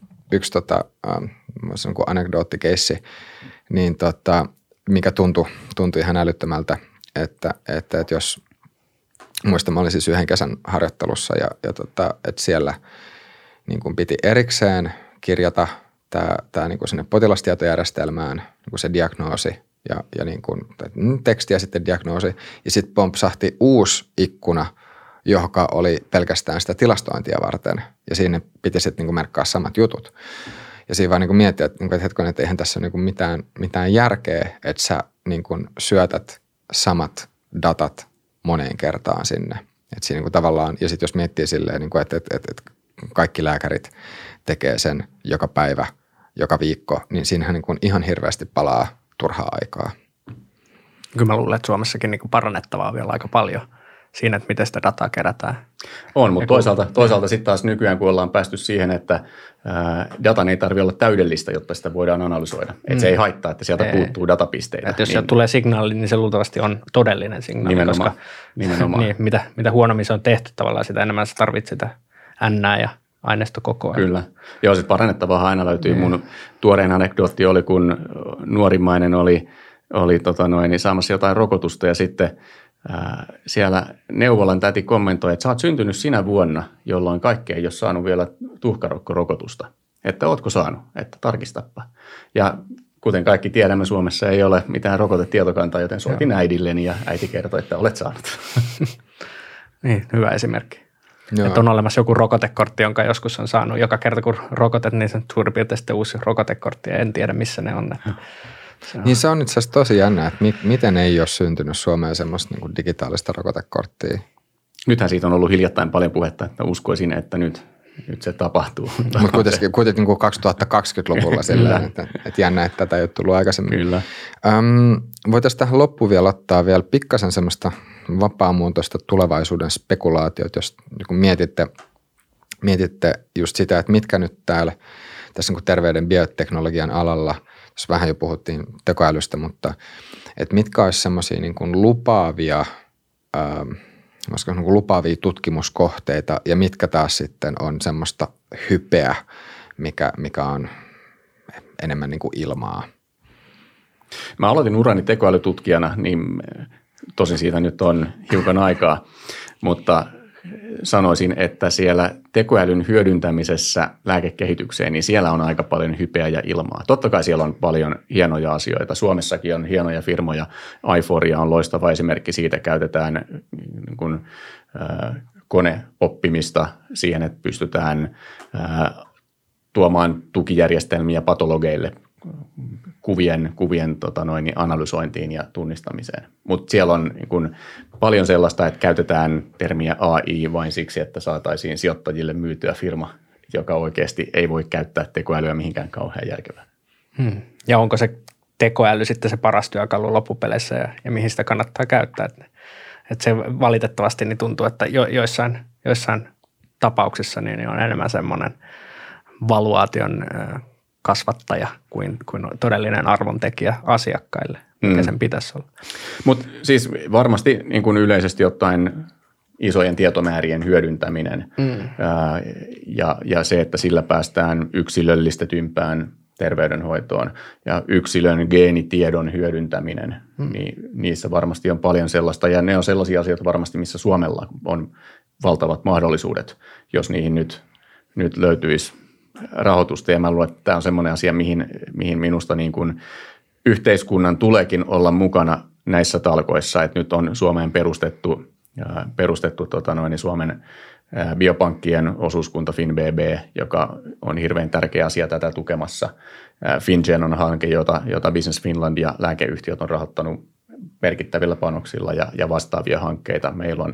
anekdoottikeissi, niin mikä tuntui ihan älyttömältä, että jos muistan, mä olin siis yhden kesän harjoittelussa ja että siellä niin kuin piti erikseen kirjata tämä niin kuin sinne potilastietojärjestelmään niin kuin se diagnoosi ja niin kuin teksti ja sitten diagnoosi. Ja sitten pompsahti uusi ikkuna, joka oli pelkästään sitä tilastointia varten. Ja siinä piti sitten niin kuin merkkaa samat jutut. Ja siinä vaan niin kuin miettiä, että hetken, että eihän tässä ole niin kuin mitään järkeä, että sä niin kuin syötät samat datat moneen kertaan sinne. Että siinä niin kuin tavallaan, ja sitten jos miettii silleen, niin kuin, että kaikki lääkärit tekee sen joka päivä, joka viikko, niin siinähän niin kuin ihan hirveästi palaa turhaa aikaa. Kyllä mä luulen, että Suomessakin niin kuin parannettavaa vielä aika paljon siinä, että miten sitä dataa kerätään. On, mutta toisaalta sitten taas nykyään, kun ollaan päästy siihen, että datan ei tarvitse olla täydellistä, jotta sitä voidaan analysoida. Että se ei haittaa, että sieltä puuttuu datapisteitä. Että jos sieltä tulee signaali, niin se luultavasti on todellinen signaali. Nimenomaan. Niin, mitä huonommin se on tehty tavallaan, sitä enemmän sä tarvitset sitä ännää ja aineistokokoa. Kyllä. Joo, sitten parannettavaa aina löytyy. Mun tuorein anekdootti oli, kun nuorimmainen oli saamassa jotain rokotusta ja sitten siellä neuvolan täti kommentoi, että sä oot syntynyt sinä vuonna, jolloin kaikki ei ole saanut vielä tuhkarokkorokotusta. Että ootko saanut? Että tarkistappa. Ja kuten kaikki tiedämme, Suomessa ei ole mitään rokotetietokantaa, joten soitin äidilleni ja äiti kertoi, että olet saanut. Niin, hyvä esimerkki. Että on olemassa joku rokotekortti, jonka joskus on saanut joka kerta, kun rokotet, niin se on suurin piirtein sitten uusi rokotekortti ja en tiedä, missä ne on. Niin se on itse asiassa tosi jännä, että miten ei ole syntynyt Suomeen semmoista niin kuin digitaalista rokotekorttia. Nythän siitä on ollut hiljattain paljon puhetta, että uskoisin, että nyt nyt se tapahtuu. Mutta kuitenkin niin 2020-luvulla sillä, että jännä, että tätä ei ole tullut aikaisemmin. Kyllä. Voitaisiin tähän loppuun vielä ottaa vielä pikkasen semmoista vapaamuotoista tulevaisuuden spekulaatiota, jos niin mietitte just sitä, että mitkä nyt tässä niin terveyden bioteknologian alalla, jos vähän jo puhuttiin tekoälystä, mutta että mitkä olisi semmoisia niin kuin lupaavia tutkimuskohteita ja mitkä taas sitten on semmoista hypeä, mikä on enemmän niin kuin ilmaa. Mä aloitin urani tekoälytutkijana, niin tosin siitä nyt on hiukan aikaa, mutta sanoisin, että siellä tekoälyn hyödyntämisessä lääkekehitykseen, niin siellä on aika paljon hypeä ja ilmaa. Totta kai siellä on paljon hienoja asioita. Suomessakin on hienoja firmoja. Aiforia on loistava esimerkki siitä. Käytetään niin kuin, koneoppimista siihen, että pystytään tuomaan tukijärjestelmiä patologeille kuvien analysointiin ja tunnistamiseen. Mutta siellä on niin kun paljon sellaista, että käytetään termiä AI vain siksi, että saataisiin sijoittajille myytyä firma, joka oikeasti ei voi käyttää tekoälyä mihinkään kauhean järkevään. Ja onko se tekoäly sitten se paras työkalu loppupeleissä ja mihin sitä kannattaa käyttää? Että se valitettavasti niin tuntuu, että joissain tapauksissa niin on enemmän semmoinen valuaation kasvattaja kuin todellinen arvontekijä asiakkaille, mikä sen pitäisi olla. Mutta siis varmasti niin kuin yleisesti ottaen isojen tietomäärien hyödyntäminen ja se, että sillä päästään yksilöllistetympään terveydenhoitoon ja yksilön geenitiedon hyödyntäminen, niin niissä varmasti on paljon sellaista ja ne on sellaisia asioita varmasti, missä Suomella on valtavat mahdollisuudet, jos niihin nyt löytyisi rahoitusta ja mä luulen, että tämä on semmoinen asia, mihin minusta niin kuin yhteiskunnan tuleekin olla mukana näissä talkoissa, että nyt on Suomeen perustettu Suomen biopankkien osuuskunta FinBB, joka on hirveän tärkeä asia tätä tukemassa. FinGen on hanke, jota Business Finland ja lääkeyhtiöt on rahoittanut merkittävillä panoksilla ja vastaavia hankkeita. Meillä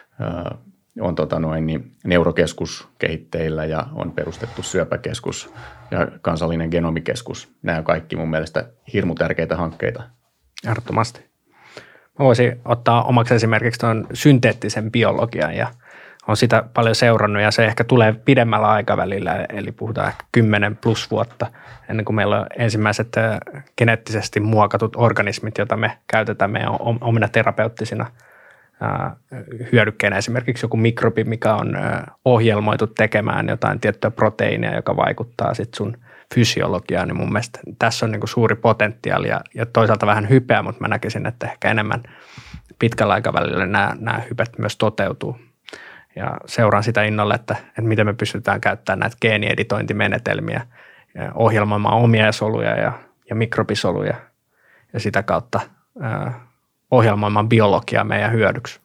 on neurokeskus kehitteillä ja on perustettu syöpäkeskus ja kansallinen genomikeskus. Nämä on kaikki mun mielestä hirmu tärkeitä hankkeita. Ehdottomasti. Mä voisin ottaa omaksi esimerkiksi tuon synteettisen biologian ja on sitä paljon seurannut ja se ehkä tulee pidemmällä aikavälillä, eli puhutaan ehkä 10+ vuotta ennen kuin meillä on ensimmäiset geneettisesti muokatut organismit, joita me käytetään meidän omina terapeuttisina hyödykkeenä. Esimerkiksi joku mikrobi, mikä on ohjelmoitu tekemään jotain tiettyä proteiinia, joka vaikuttaa sitten sun fysiologiaan, niin mun mielestä tässä on niinku suuri potentiaali ja toisaalta vähän hypeä, mutta mä näkisin, että ehkä enemmän pitkällä aikavälillä nämä hypet myös toteutuu. Ja seuraan sitä innolla, että miten me pystytään käyttämään näitä geenieditointimenetelmiä ohjelmoimaan omia soluja ja mikrobisoluja ja sitä kautta ohjelmoimaan biologiaa meidän hyödyksi.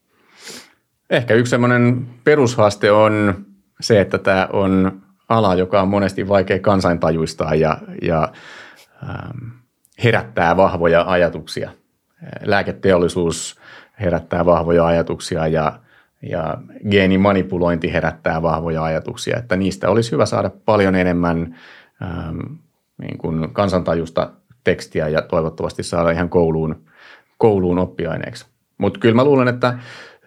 Ehkä yksi semmoinen perushaaste on se, että tämä on ala, joka on monesti vaikea kansaintajuistaa ja herättää vahvoja ajatuksia. Lääketeollisuus herättää vahvoja ajatuksia ja geenimanipulointi herättää vahvoja ajatuksia, että niistä olisi hyvä saada paljon enemmän niin kuin kansantajuista tekstiä ja toivottavasti saada ihan kouluun oppiaineeksi. Mutta kyllä mä luulen, että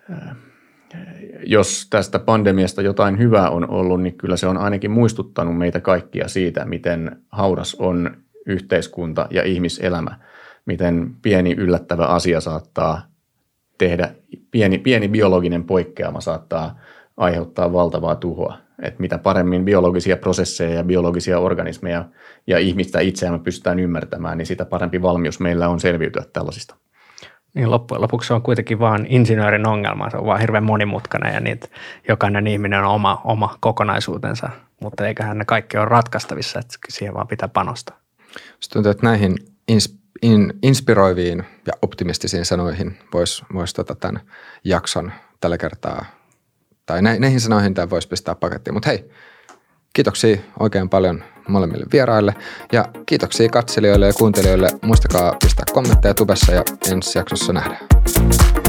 jos tästä pandemiasta jotain hyvää on ollut, niin kyllä se on ainakin muistuttanut meitä kaikkia siitä, miten hauras on yhteiskunta ja ihmiselämä, miten pieni yllättävä asia saattaa tehdä, pieni biologinen poikkeama saattaa aiheuttaa valtavaa tuhoa. Että mitä paremmin biologisia prosesseja ja biologisia organismeja ja ihmistä itseään me pystytään ymmärtämään, niin sitä parempi valmius meillä on selviytyä tällaisista. Niin loppujen lopuksi se on kuitenkin vaan insinöörin ongelma, se on vaan hirveän monimutkainen ja jokainen ihminen on oma kokonaisuutensa, mutta eiköhän ne kaikki ole ratkaistavissa, että siihen vaan pitää panostaa. Sitten tuntuu, että näihin inspiroiviin ja optimistisiin sanoihin voisi tämän jakson tällä kertaa, tai näihin sanoihin tämä voisi pistää pakettiin, mutta hei, kiitoksia oikein paljon molemmille vieraille ja kiitoksia katselijoille ja kuuntelijoille. Muistakaa pistää kommentteja tubessa ja ensi jaksossa nähdään.